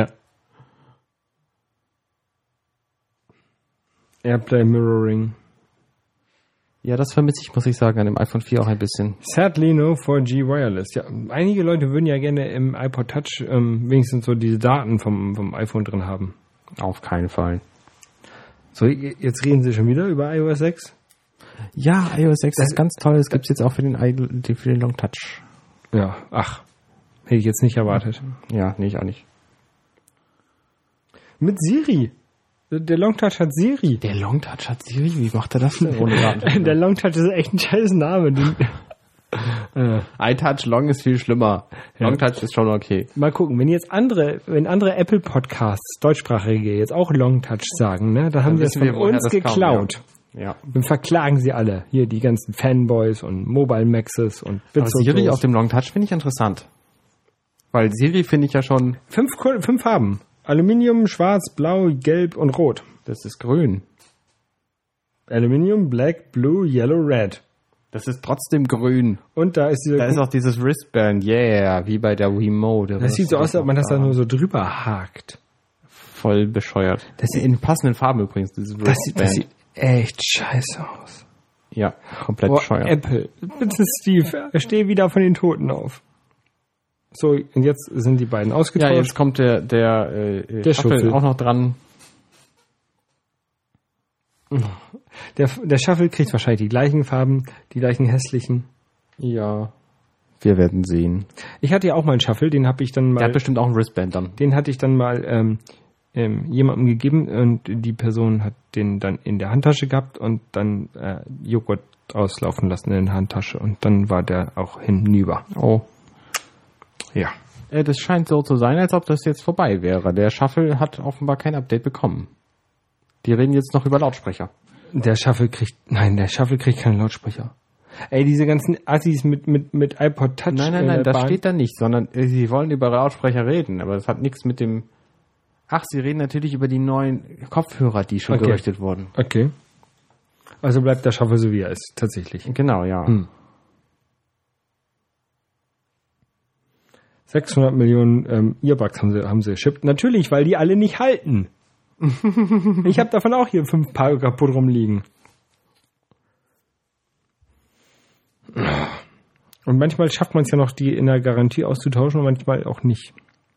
Airplay Mirroring. Ja, das vermisse ich, muss ich sagen, an dem iPhone vier auch ein bisschen. Sadly no four G Wireless. Ja, einige Leute würden ja gerne im iPod Touch ähm, wenigstens so diese Daten vom, vom iPhone drin haben. Auf keinen Fall. So, jetzt reden sie schon wieder über i O S sechs? Ja, i O S sechs das ist ganz toll. Das gibt's jetzt auch für den, I- für den Long Touch. Ja, ach. Hätte ich jetzt nicht erwartet. Ja, nee, ich auch nicht. Mit Siri. Der Long Touch hat Siri. Der Long Touch hat Siri? Wie macht er das denn? Ohne Der Long Touch ist echt ein scheiß Name. äh. iTouch Long ist viel schlimmer. Long Touch ist schon okay. Mal gucken, wenn jetzt andere, wenn andere Apple Podcasts, deutschsprachige, jetzt auch Long Touch sagen, ne, dann haben sie das von uns geklaut. Kam, ja. Ja. Dann verklagen sie alle. Hier die ganzen Fanboys und Mobile Maxes und Bits. Aber Siri auf dem Long Touch finde ich interessant. Weil Siri finde ich ja schon... Fünf, fünf Farben. Aluminium, schwarz, blau, gelb und rot. Das ist grün. Aluminium, black, blue, yellow, red. Das ist trotzdem grün. Und da ist dieser... Da ist auch dieses Wristband, yeah, wie bei der Wiimote. Das sieht so aus, als ob man das da nur so drüber hakt. Voll bescheuert. Das ist in passenden Farben übrigens, dieses Wristband. Das sieht, das sieht echt scheiße aus. Ja, komplett Boah, bescheuert. Apple. Bitte, Steve, steh wieder von den Toten auf. So, und jetzt sind die beiden ausgetauscht. Ja, jetzt kommt der, der, äh, Der Shuffle Shuffle. auch noch dran. Der, der Shuffle kriegt wahrscheinlich die gleichen Farben, die gleichen hässlichen. Ja. Wir werden sehen. Ich hatte ja auch mal einen Shuffle, den habe ich dann mal... Der hat bestimmt auch ein Wristband dann. Den hatte ich dann mal ähm, ähm, jemandem gegeben und die Person hat den dann in der Handtasche gehabt und dann äh, Joghurt auslaufen lassen in der Handtasche und dann war der auch hinüber. Oh. Ja. Äh, das scheint so zu sein, als ob das jetzt vorbei wäre. Der Shuffle hat offenbar kein Update bekommen. Die reden jetzt noch über Lautsprecher. Der Shuffle kriegt... Nein, der Shuffle kriegt keinen Lautsprecher. Ey, diese ganzen Assis mit, mit, mit iPod Touch. Nein, nein, in nein, der das Bahn. steht da nicht, sondern äh, sie wollen über Lautsprecher reden, aber das hat nichts mit dem... Ach, sie reden natürlich über die neuen Kopfhörer, die schon Okay. gerüchtet wurden. Okay. Also bleibt der Shuffle so wie er ist, tatsächlich. Genau, ja. Hm. sechshundert Millionen ähm, Earbuds haben sie, haben sie geschippt. Natürlich, weil die alle nicht halten. Ich habe davon auch hier fünf Paar kaputt rumliegen. Und manchmal schafft man es ja noch, die in der Garantie auszutauschen und manchmal auch nicht.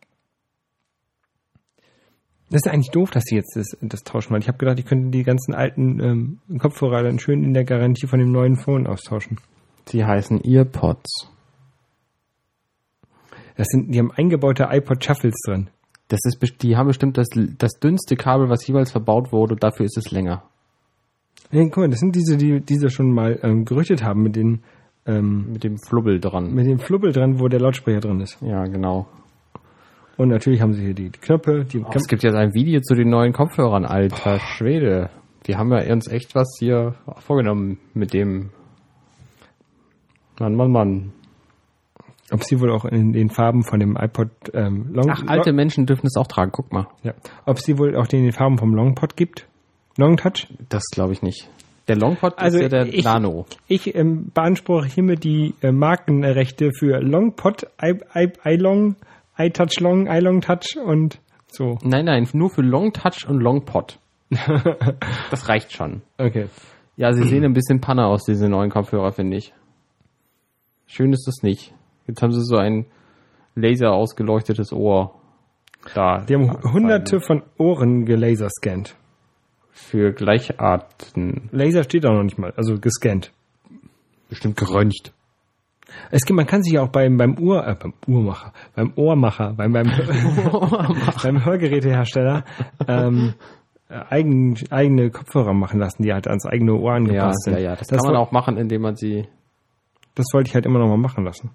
Das ist eigentlich doof, dass sie jetzt das, das tauschen, weil ich habe gedacht, ich könnte die ganzen alten ähm, Kopfhörer dann schön in der Garantie von dem neuen Phone austauschen. Sie heißen Earpods. Das sind, die haben eingebaute iPod Shuffles drin. Das ist, best- die haben bestimmt das, das dünnste Kabel, was jeweils verbaut wurde, dafür ist es länger. Nee, guck mal, das sind diese, die diese schon mal ähm, gerüchtet haben mit den ähm, Mit dem Flubbel dran. mit dem Flubbel dran, wo der Lautsprecher drin ist. Ja, genau. Und natürlich haben sie hier die, die Knöpfe, die Oh, es gibt jetzt ein Video zu den neuen Kopfhörern, alter Schwede. Wir haben ja uns echt was hier vorgenommen mit dem Mann, Mann, Mann. ob sie wohl auch in den Farben von dem iPod ähm, Long Ach, alte Menschen dürfen es auch tragen, guck mal. ja, ob sie wohl auch den in den Farben vom Longpod gibt. Long Touch. Das glaube ich nicht. Der Longpod Also ist ja der ich- Nano. Ich ähm, beanspruche hiermit die äh, Markenrechte für Longpod, i, I, iLong, iTouch Long, iLong Touch und so. Nein, nein, nur für Long Touch und Longpod. Das reicht schon. Okay. Ja, sie sehen ein bisschen Panne aus, diese neuen Kopfhörer, finde ich. Schön ist das nicht. Jetzt haben sie so ein laser ausgeleuchtetes Ohr. Da. Die haben hunderte von Ohren gelaserscannt. Für Gleicharten. Laser steht da noch nicht mal, also gescannt. Bestimmt geröntgt. Es gibt, man kann sich ja auch beim beim Uhr, äh, beim Uhrmacher, beim Ohrmacher, beim beim, beim Hörgerätehersteller ähm, eigen, eigene Kopfhörer machen lassen, die halt ans eigene Ohr Ja, angepasst ja, sind. ja. Das, das kann man woll- auch machen, indem man sie... Das wollte ich halt immer noch mal machen lassen.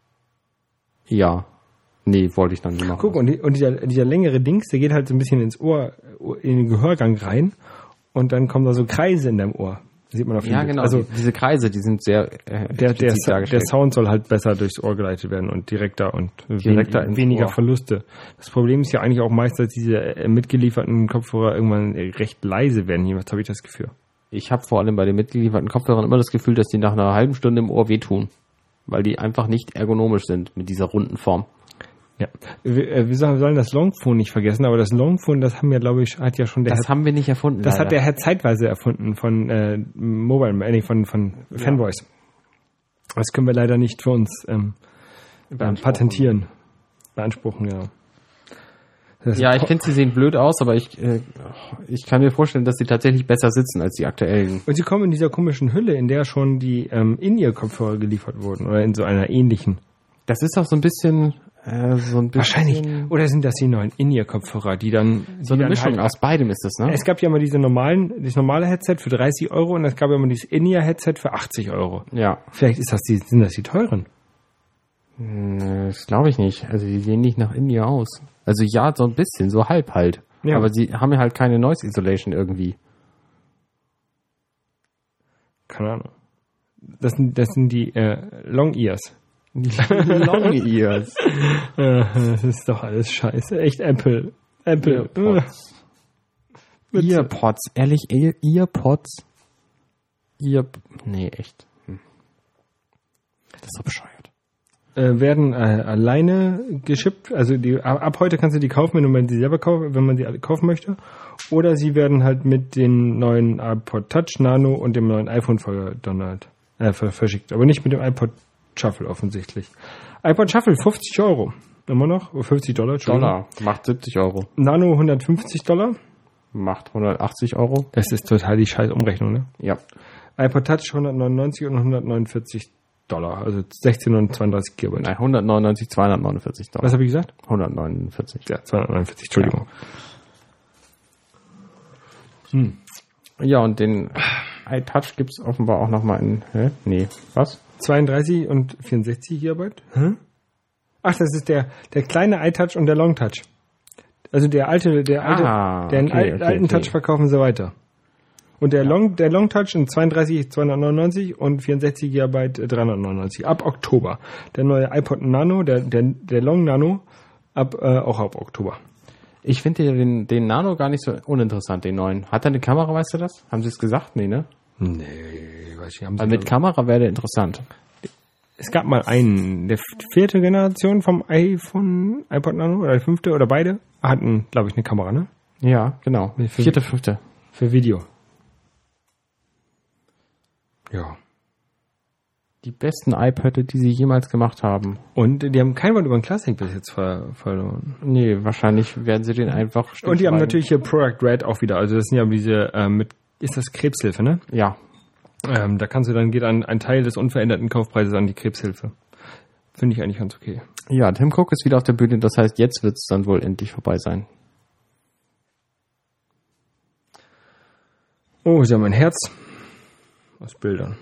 Ja. Nee, wollte ich dann nicht machen. Guck, und, die, und dieser, dieser längere Dings, der geht halt so ein bisschen ins Ohr, in den Gehörgang rein und dann kommen da so Kreise in deinem Ohr. Das sieht man auf dem Ja, Bild. genau. Also die, diese Kreise, die sind sehr äh, der, der, explizit der dargestellt. Sound soll halt besser durchs Ohr geleitet werden und direkter und Direkter wen, ins weniger Ohr. Verluste. Das Problem ist ja eigentlich auch meist, dass diese äh, mitgelieferten Kopfhörer irgendwann äh, recht leise werden. Jedenfalls habe ich das Gefühl. Ich habe vor allem bei den mitgelieferten Kopfhörern immer das Gefühl, dass die nach einer halben Stunde im Ohr wehtun. Weil die einfach nicht ergonomisch sind mit dieser runden Form. Ja. Wir, äh, wir sollen wir sollen das Longphone nicht vergessen, aber das Longphone, das haben ja, glaube ich, hat ja schon der Das Herr, haben wir nicht erfunden. das leider. hat der Herr zeitweise erfunden von äh, Mobile, äh, nee, von, von Fanboys. Das können wir leider nicht für uns ähm, Beanspruchen. patentieren. Beanspruchen, genau. Das Ja, ist ich finde, sie sehen blöd aus, aber ich, äh, ich kann mir vorstellen, dass sie tatsächlich besser sitzen als die aktuellen. Und sie kommen in dieser komischen Hülle, in der schon die ähm, In-Ear-Kopfhörer geliefert wurden. Oder in so einer ähnlichen. Das ist auch so ein bisschen, äh, so ein bisschen... Wahrscheinlich. Oder sind das die neuen In-Ear-Kopfhörer, die dann... So die eine dann Mischung halt, aus beidem ist das, ne? Es gab ja mal diese normalen, das normale Headset für dreißig Euro und es gab ja mal dieses In-Ear-Headset für achtzig Euro. Ja. Vielleicht ist das die, sind das die teuren. Hm, Das glaube ich nicht. Also die sehen nicht nach Indie aus. Also ja, so ein bisschen, so halb halt. Ja. Aber sie haben ja halt keine Noise Isolation irgendwie. Keine Ahnung. Das sind, das sind die äh, Long-Ears. Long Ears. Äh, das ist doch alles scheiße. Echt Apple. Apple. Earpods. Earpods. Ehrlich, Ear- Earpods? Ear... Nee, echt. Hm. Das ist doch bescheuert. äh, werden äh, alleine geschippt. Also die, ab heute kannst du die kaufen, wenn man sie selber kaufen, wenn man sie kaufen möchte. Oder sie werden halt mit den neuen iPod Touch Nano und dem neuen iPhone verdonnert, äh, verschickt. Aber nicht mit dem iPod Shuffle offensichtlich. iPod Shuffle fünfzig Euro. Immer noch? fünfzig Dollar? Dollar. Macht siebzig Euro. Nano hundertfünfzig Dollar. Macht hundertachtzig Euro. Das ist total die scheiß Umrechnung, ne? Ja. iPod Touch hundertneunundneunzig und hundertneunundvierzig Dollar. Also sechzehn und zweiunddreißig Gigabyte. Nein, hundertneunundneunzig, zweihundertneunundvierzig Dollar. Was habe ich gesagt? hundertneunundvierzig. Ja, zweihundertneunundvierzig, Entschuldigung. Ja, hm. ja und den iTouch gibt's offenbar auch nochmal in, hä? Nee, was? zweiunddreißig und vierundsechzig Gigabyte? Hä? Ach, das ist der, der kleine iTouch und der Long Touch. Also der alte, der alte, ah, den okay, al- okay, alten okay. Touch verkaufen sie weiter. Und der ja. Long, der Long Touch in zweiunddreißig zweihundertneunundneunzig und vierundsechzig Gigabyte dreihundertneunundneunzig. Ab Oktober. Der neue iPod Nano, der, der, der Long Nano, ab, äh, auch ab Oktober. Ich finde den, den Nano gar nicht so uninteressant, den neuen. Hat er eine Kamera, weißt du das? Haben sie es gesagt? Nee, ne? Nee, weiß ich, haben sie Also mit Kamera wäre der interessant. Es gab mal einen, der vierte Generation vom iPhone, iPod Nano, oder die fünfte, oder beide, hatten, glaube ich, eine Kamera, ne? Ja, genau. Für, Vierte, fünfte. Für Video. Ja. Die besten iPöds, die sie jemals gemacht haben. Und die haben kein Wort über den Classic bis jetzt ver- verloren. Nee, wahrscheinlich werden sie den einfach... Und die haben natürlich hier Product Red auch wieder. Also das sind ja diese, ähm, mit, ist das Krebshilfe, ne? Ja. Ähm, da kannst du dann, geht ein, ein Teil des unveränderten Kaufpreises an die Krebshilfe. Finde ich eigentlich ganz okay. Ja, Tim Cook ist wieder auf der Bühne, das heißt, jetzt wird es dann wohl endlich vorbei sein. Oh, ist ja mein Herz. Aus Bildern.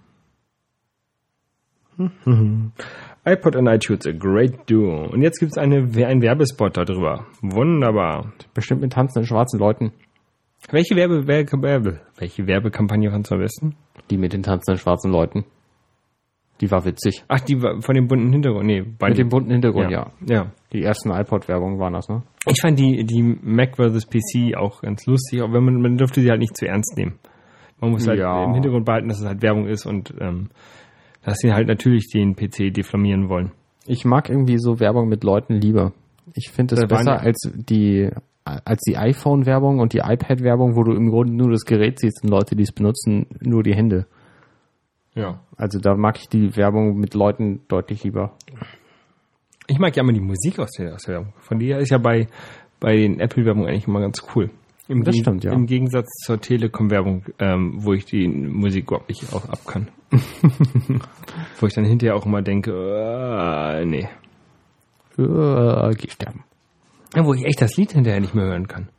iPod und iTunes, a great duo. Und jetzt gibt es eine, einen Werbespot darüber. Wunderbar. Bestimmt mit tanzenden schwarzen Leuten. Welche Werbe, Werbe, Werbe, welche Werbekampagne fandst du am besten? Die mit den tanzenden schwarzen Leuten. Die war witzig. Ach, die war von dem bunten Hintergrund. Nee, bei Mit dem bunten Hintergrund, ja. ja. ja. Die ersten iPod-Werbungen waren das, ne? Ich fand die, die Mac versus P C auch ganz lustig, auch wenn man, man dürfte sie halt nicht zu ernst nehmen. Man muss halt Ja. im Hintergrund behalten, dass es halt Werbung ist und ähm, dass sie halt natürlich den P C deflamieren wollen. Ich mag irgendwie so Werbung mit Leuten lieber. Ich finde es Das waren besser ja- als die als die iPhone-Werbung und die iPad-Werbung, wo du im Grunde nur das Gerät siehst und Leute, die es benutzen, nur die Hände. Ja. Also da mag ich die Werbung mit Leuten deutlich lieber. Ich mag ja immer die Musik aus der, aus der Werbung. Von der ist ja bei, bei den Apple-Werbungen eigentlich immer ganz cool. Im Das Geg- stimmt, ja. Im Gegensatz zur Telekom-Werbung, ähm, wo ich die Musik überhaupt nicht auch ab kann. Wo ich dann hinterher auch immer denke, äh, nee. Äh, geh sterben. Ja, wo ich echt das Lied hinterher nicht mehr hören kann.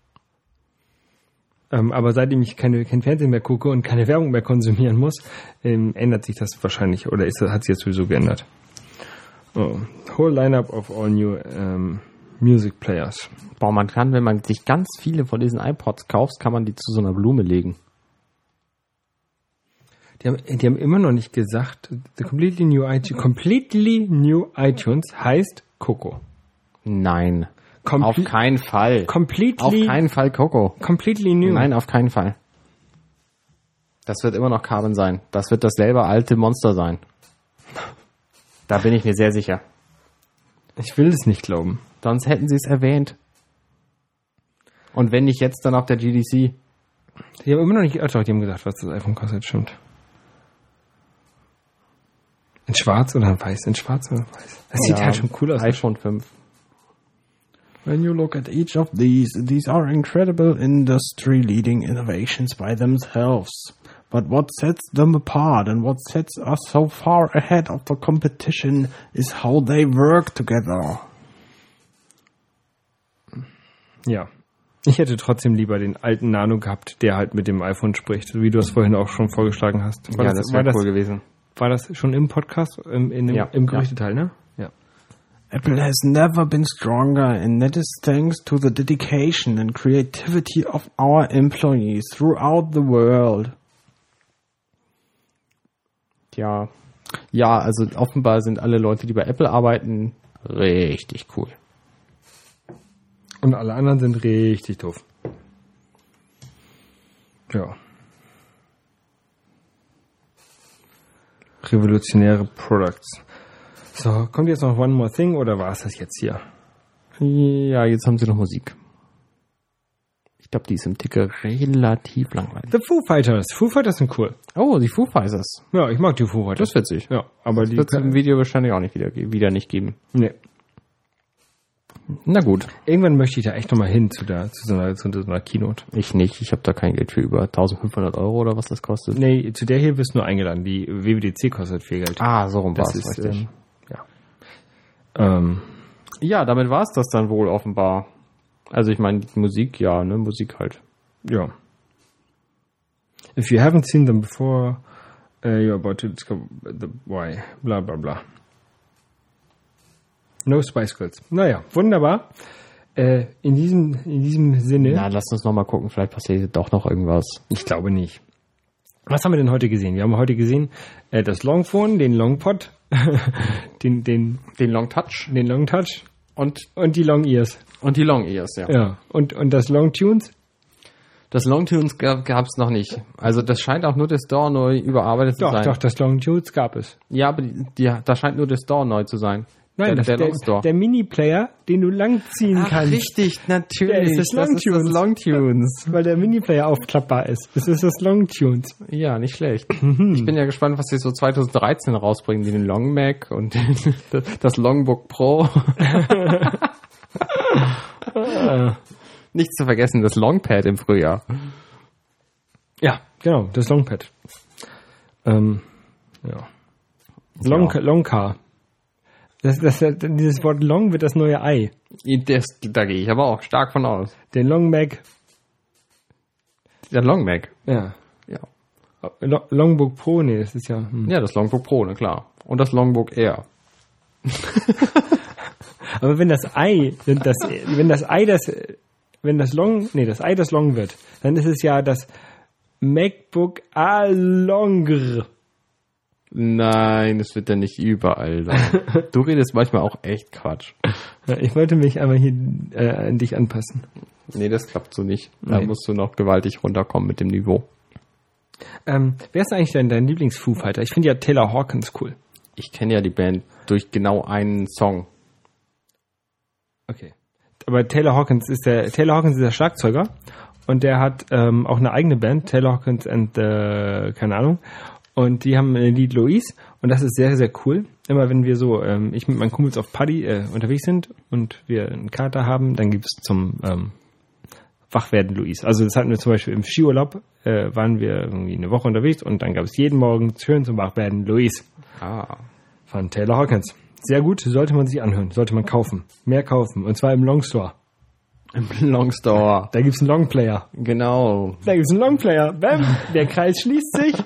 Ähm, aber seitdem ich keine, kein Fernsehen mehr gucke und keine Werbung mehr konsumieren muss, ähm, ändert sich das wahrscheinlich, oder ist, hat sich jetzt sowieso geändert. Oh. Whole lineup of all new ähm, music players. Boah, man kann, wenn man sich ganz viele von diesen iPods kauft, kann man die zu so einer Blume legen. Die haben, die haben immer noch nicht gesagt, the completely new iTunes, completely new iTunes heißt Coco. Nein. Comple- auf keinen Fall. Completely, Auf keinen Fall Coco. completely new. Nein, auf keinen Fall. Das wird immer noch Carbon sein. Das wird dasselbe alte Monster sein. Da bin ich mir sehr sicher. Ich will es nicht glauben. Sonst hätten sie es erwähnt. Und wenn nicht jetzt, dann auf der G D C. Die haben immer noch nicht, ach doch, die haben gesagt, was das iPhone kostet, stimmt. In schwarz oder in weiß? In schwarz oder weiß? Das sieht Ja, halt schon cool aus. iPhone fünf. When you look at each of these, these are incredible industry-leading innovations by themselves. But what sets them apart and what sets us so far ahead of the competition is how they work together. Ja. Ich hätte trotzdem lieber den alten Nano gehabt, der halt mit dem iPhone spricht, wie du es vorhin auch schon vorgeschlagen hast. War Ja, das, das war wäre das, cool gewesen. war das schon im Podcast, im, in dem, Ja, im ja. Gerüchteteil, ne? Ja. Apple has never been stronger, and that is thanks to the dedication and creativity of our employees throughout the world. Tja. Ja, also offenbar sind alle Leute, die bei Apple arbeiten, richtig cool. Und alle anderen sind richtig doof. Ja. Revolutionäre Products. So, kommt jetzt noch One More Thing oder war es das jetzt hier? Ja, jetzt haben sie noch Musik. Ich glaube, die ist im Ticker relativ langweilig. The Foo Fighters. Foo Fighters sind cool. Oh, die Foo Fighters. Ja, ich mag die Foo Fighters. Das ist witzig. Ja, aber das die wird es im Video wahrscheinlich auch nicht wieder, wieder nicht geben. Nee. Na gut. Irgendwann möchte ich da echt nochmal hin zu, der, zu, so einer, zu so einer Keynote. Ich nicht. Ich habe da kein Geld für über eintausendfünfhundert Euro oder was das kostet. Nee, zu der hier wirst du nur eingeladen. Die W W D C kostet viel Geld. Ah, so rum das war es. ist, Richtig. Ähm, ja. Ähm, ja, damit war es das dann wohl offenbar. Also ich meine, Musik, ja, ne, Musik halt. Ja. If you haven't seen them before, uh, you're about to discover the why. Bla bla bla. No Spice Girls. Naja, wunderbar. Äh, in diesem in diesem Sinne. Na, lass uns noch mal gucken, vielleicht passiert doch noch irgendwas. Ich glaube nicht. Was haben wir denn heute gesehen? Wir haben heute gesehen äh, das Longphone, den Longpod, den den Den Long Touch den Long Touch und und die Long Ears. und die Long Ears, ja. Ja. Und und das Long Tunes. Das Long Tunes gab es noch nicht. Also das scheint auch nur der Store neu überarbeitet Doch, zu sein. doch, das Long Tunes gab es. Ja, aber die, die, da scheint nur der Store neu zu sein. Nein, der, das der der, Long Store. der Mini-Player, den du langziehen Ach, kannst. richtig, natürlich. Der ist das das ist Long das Long Tunes. Weil der Mini-Player aufklappbar ist. Das ist das Long Tunes. Ja, nicht schlecht. Ich bin ja gespannt, was sie so zwanzig dreizehn rausbringen. Den Long Mac und den, das Longbook Pro. Nicht zu vergessen, das Longpad im Frühjahr. Ja, genau, das Longpad. Ähm, ja. Long, Ja. Longcar. Das, das, dieses Wort Long wird das neue Ei. Das, da gehe ich aber auch stark von aus. Den Long Mac. Der Long Mac. Ja. Ja. Lo- Longbook Pro, nee, das ist ja. Hm. Ja, das Longbook Pro, na klar. Und das Longbook Air. Aber wenn das Ei, wenn das, wenn das Ei das, wenn das Long, nee, das Ei das Long wird, dann ist es ja das MacBook A Longer. Nein, das wird ja nicht überall sein. Du redest manchmal auch echt Quatsch. Ja, ich wollte mich aber hier äh, an dich anpassen. Nee, das klappt so nicht. Da Nee. musst du noch gewaltig runterkommen mit dem Niveau. Ähm, wer ist eigentlich denn dein Lieblings-Foo Fighter? Ich finde ja Taylor Hawkins cool. Ich kenne ja die Band durch genau einen Song. Okay. Aber Taylor Hawkins ist der Taylor Hawkins ist der Schlagzeuger und der hat ähm, auch eine eigene Band, Taylor Hawkins and äh, keine Ahnung. Und die haben ein Lied Louise und das ist sehr, sehr cool. Immer wenn wir so, ähm, ich mit meinen Kumpels auf Party äh, unterwegs sind und wir einen Kater haben, dann gibt's zum ähm, Wachwerden Louise. Also das hatten wir zum Beispiel im Skiurlaub, äh, waren wir irgendwie eine Woche unterwegs und dann gab es jeden Morgen schön zum Wachwerden Louise Ah. von Taylor Hawkins. Sehr gut, sollte man sich anhören, sollte man kaufen. Mehr kaufen und zwar im Longstore. Im Longstore. Da gibt's einen Longplayer. Genau. Da gibt's einen Longplayer. Bam, der Kreis schließt sich.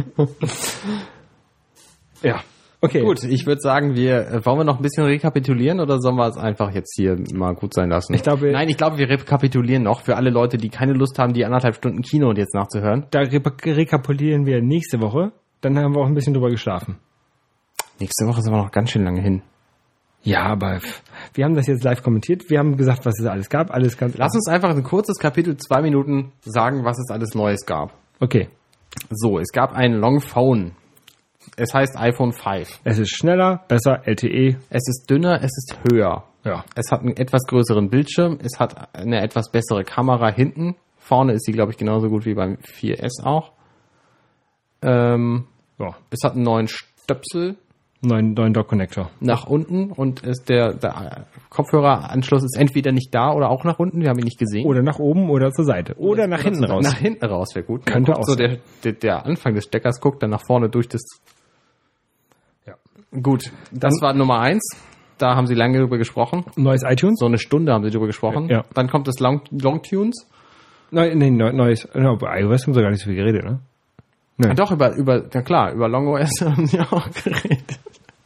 Ja, okay. Gut, ich würde sagen, wir äh, wollen wir noch ein bisschen rekapitulieren oder sollen wir es einfach jetzt hier mal gut sein lassen? Ich glaube- Nein, ich glaube, wir rekapitulieren noch für alle Leute, die keine Lust haben, die anderthalb Stunden Kino jetzt nachzuhören. Da re rekapitulieren wir nächste Woche. Dann haben wir auch ein bisschen drüber geschlafen. Nächste Woche sind wir noch ganz schön lange hin. Ja, aber wir haben das jetzt live kommentiert. Wir haben gesagt, was es alles gab. Alles ganz. Lass uns einfach ein kurzes Kapitel, zwei Minuten, sagen, was es alles Neues gab. Okay. So, es gab ein Longphone. Es heißt iPhone fünf. Es ist schneller, besser, L T E. Es ist dünner, es ist höher. Ja. Es hat einen etwas größeren Bildschirm. Es hat eine etwas bessere Kamera hinten. Vorne ist sie, glaube ich, genauso gut wie beim vier S auch. Ähm, Ja. es hat einen neuen Stöpsel Neuen, neuen Dock-Connector. nach unten und ist der, der Kopfhöreranschluss ist entweder nicht da oder auch nach unten. Wir haben ihn nicht gesehen. Oder nach oben oder zur Seite. Oder nach hinten raus. Nach hinten raus wäre gut. Könnte guckt auch so sein. der, der, der Anfang des Steckers guckt dann nach vorne durch das. Ja. Gut, das war Nummer eins. Da haben sie lange drüber gesprochen. Neues iTunes. So eine Stunde haben sie drüber gesprochen. Ja. Dann kommt das Long, Longtunes. Neu, nee, neu, neues. No, bei iOS haben sie gar nicht so viel geredet, ne? Ja. Doch, über, über, ja klar, über LongOS haben sie auch geredet.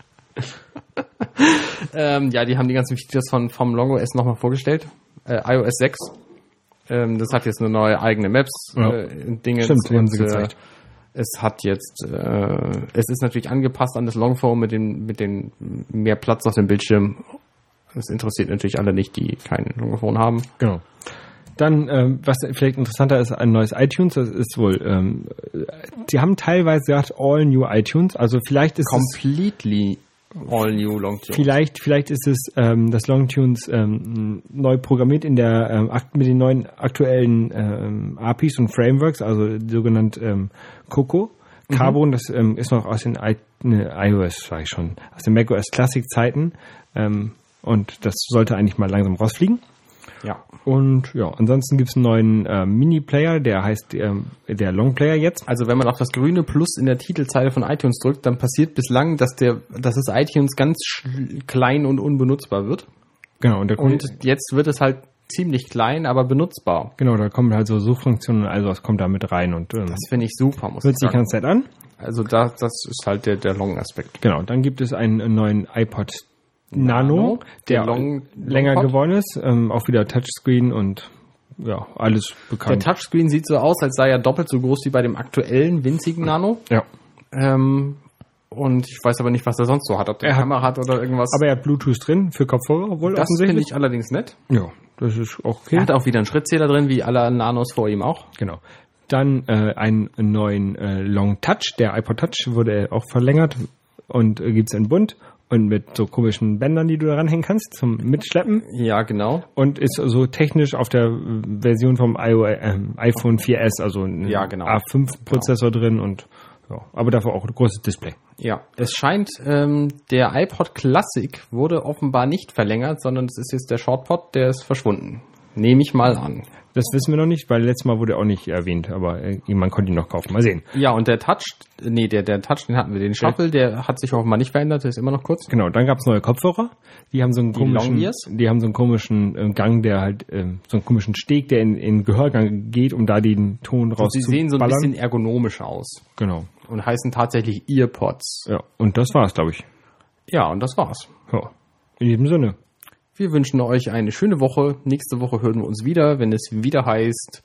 ähm, ja, die haben die ganzen Features von, vom LongOS nochmal vorgestellt. Äh, iOS sechs. Ähm, das hat jetzt eine neue eigene Maps, Ja. äh, Dinge. Stimmt, die haben sie äh, gezeigt. Es hat jetzt, äh, es ist natürlich angepasst an das Longphone mit den, mit den mehr Platz auf dem Bildschirm. Das interessiert natürlich alle nicht, die kein Longphone haben. Genau. Dann, ähm, was vielleicht interessanter ist, ein neues iTunes. Das ist wohl, ähm, die haben teilweise gesagt, all new iTunes. Also vielleicht ist Completely All New Longtunes. Vielleicht, vielleicht ist es ähm, das Longtunes ähm, neu programmiert in der ähm, mit den neuen aktuellen ähm, A P Is und Frameworks, also sogenannt ähm, Coco. Mhm. Carbon, das ähm, ist noch aus den I- ne, iOS, sag ich schon, aus den macOS Classic Zeiten ähm, und das sollte eigentlich mal langsam rausfliegen. Ja. Und ja, ansonsten gibt es einen neuen äh, Mini-Player, der heißt ähm, der Long-Player jetzt. Also wenn man auf das grüne Plus in der Titelzeile von iTunes drückt, dann passiert bislang, dass der, dass das iTunes ganz sch- klein und unbenutzbar wird. Genau. Und, der und jetzt wird es halt ziemlich klein, aber benutzbar. Genau, da kommen halt so Suchfunktionen, also was kommt da mit rein. Und ähm, das finde ich super, muss hört ich sich sagen. ganz nett an. Also da, das ist halt der, der Long-Aspekt. Genau, dann gibt es einen neuen iPod Nano, Nano, der, der Long, länger Long geworden ist, ähm, auch wieder Touchscreen und ja, alles bekannt. Der Touchscreen sieht so aus, als sei er doppelt so groß wie bei dem aktuellen winzigen Nano. Ja. Ähm, und ich weiß aber nicht, was er sonst so hat, ob der er eine Kamera hat oder irgendwas. Aber er hat Bluetooth drin für Kopfhörer wohl das offensichtlich. finde ich allerdings nett. Ja, das ist auch okay. Er hat auch wieder einen Schrittzähler drin, wie alle Nanos vor ihm auch. Genau. Dann äh, einen neuen äh, Long Touch. Der iPod Touch wurde auch verlängert und äh, gibt es in bunt und mit so komischen Bändern, die du da ranhängen kannst zum Mitschleppen. Ja, genau. Und ist so technisch auf der Version vom iO- äh, iPhone vier S, also ein ja, genau. A fünf Prozessor genau. drin und ja, aber dafür auch ein großes Display. Ja, es scheint, ähm, der iPod Classic wurde offenbar nicht verlängert, sondern es ist jetzt der ShortPod, der ist verschwunden. Nehme ich mal an. Das wissen wir noch nicht, weil letztes Mal wurde er auch nicht erwähnt, aber äh, man konnte ihn noch kaufen. Mal sehen. Ja, und der Touch, nee, der, der Touch, den hatten wir, den Shuffle, der hat sich offenbar nicht verändert, der ist immer noch kurz. Genau, dann gab es neue Kopfhörer. Die haben so einen die komischen, Long-Ears? die haben so einen komischen äh, Gang, der halt, äh, so einen komischen Steg, der in, in Gehörgang geht, um da den Ton raus Sie zu sehen so ein ballern. bisschen ergonomisch aus. Genau. Und heißen tatsächlich Earpods. Ja, und das war's, glaube ich. Ja, und das war's. Ja, in diesem Sinne. Wir wünschen euch eine schöne Woche. Nächste Woche hören wir uns wieder, wenn es wieder heißt.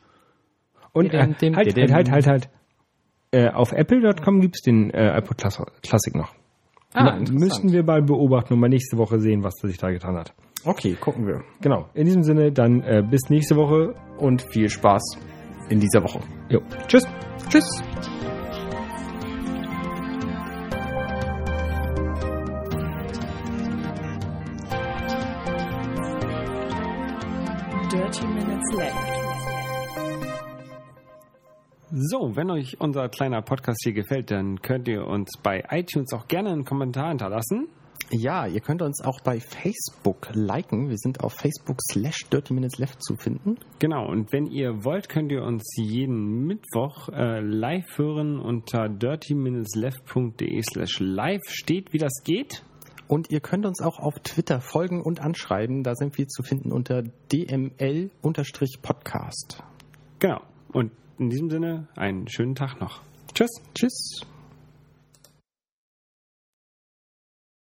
Und äh, halt, halt, halt, halt, halt. Äh, auf apple Punkt com gibt's den äh, iPod Classic noch. Ah, müssten wir mal beobachten und mal nächste Woche sehen, was sich da getan hat. Okay, gucken wir. Genau. In diesem Sinne, dann äh, bis nächste Woche. Und viel Spaß in dieser Woche. Jo. Tschüss. Tschüss. Dirty Minutes Left. So, wenn euch unser kleiner Podcast hier gefällt, dann könnt ihr uns bei iTunes auch gerne einen Kommentar hinterlassen. Ja, ihr könnt uns auch bei Facebook liken. Wir sind auf Facebook slash Dirty Minutes Left zu finden. Genau, und wenn ihr wollt, könnt ihr uns jeden Mittwoch äh, live hören unter dirty minutes left punkt de slash live. Steht, wie das geht. Und ihr könnt uns auch auf Twitter folgen und anschreiben. Da sind wir zu finden unter D M L Podcast. Genau, und in diesem Sinne einen schönen Tag noch. Tschüss. Tschüss.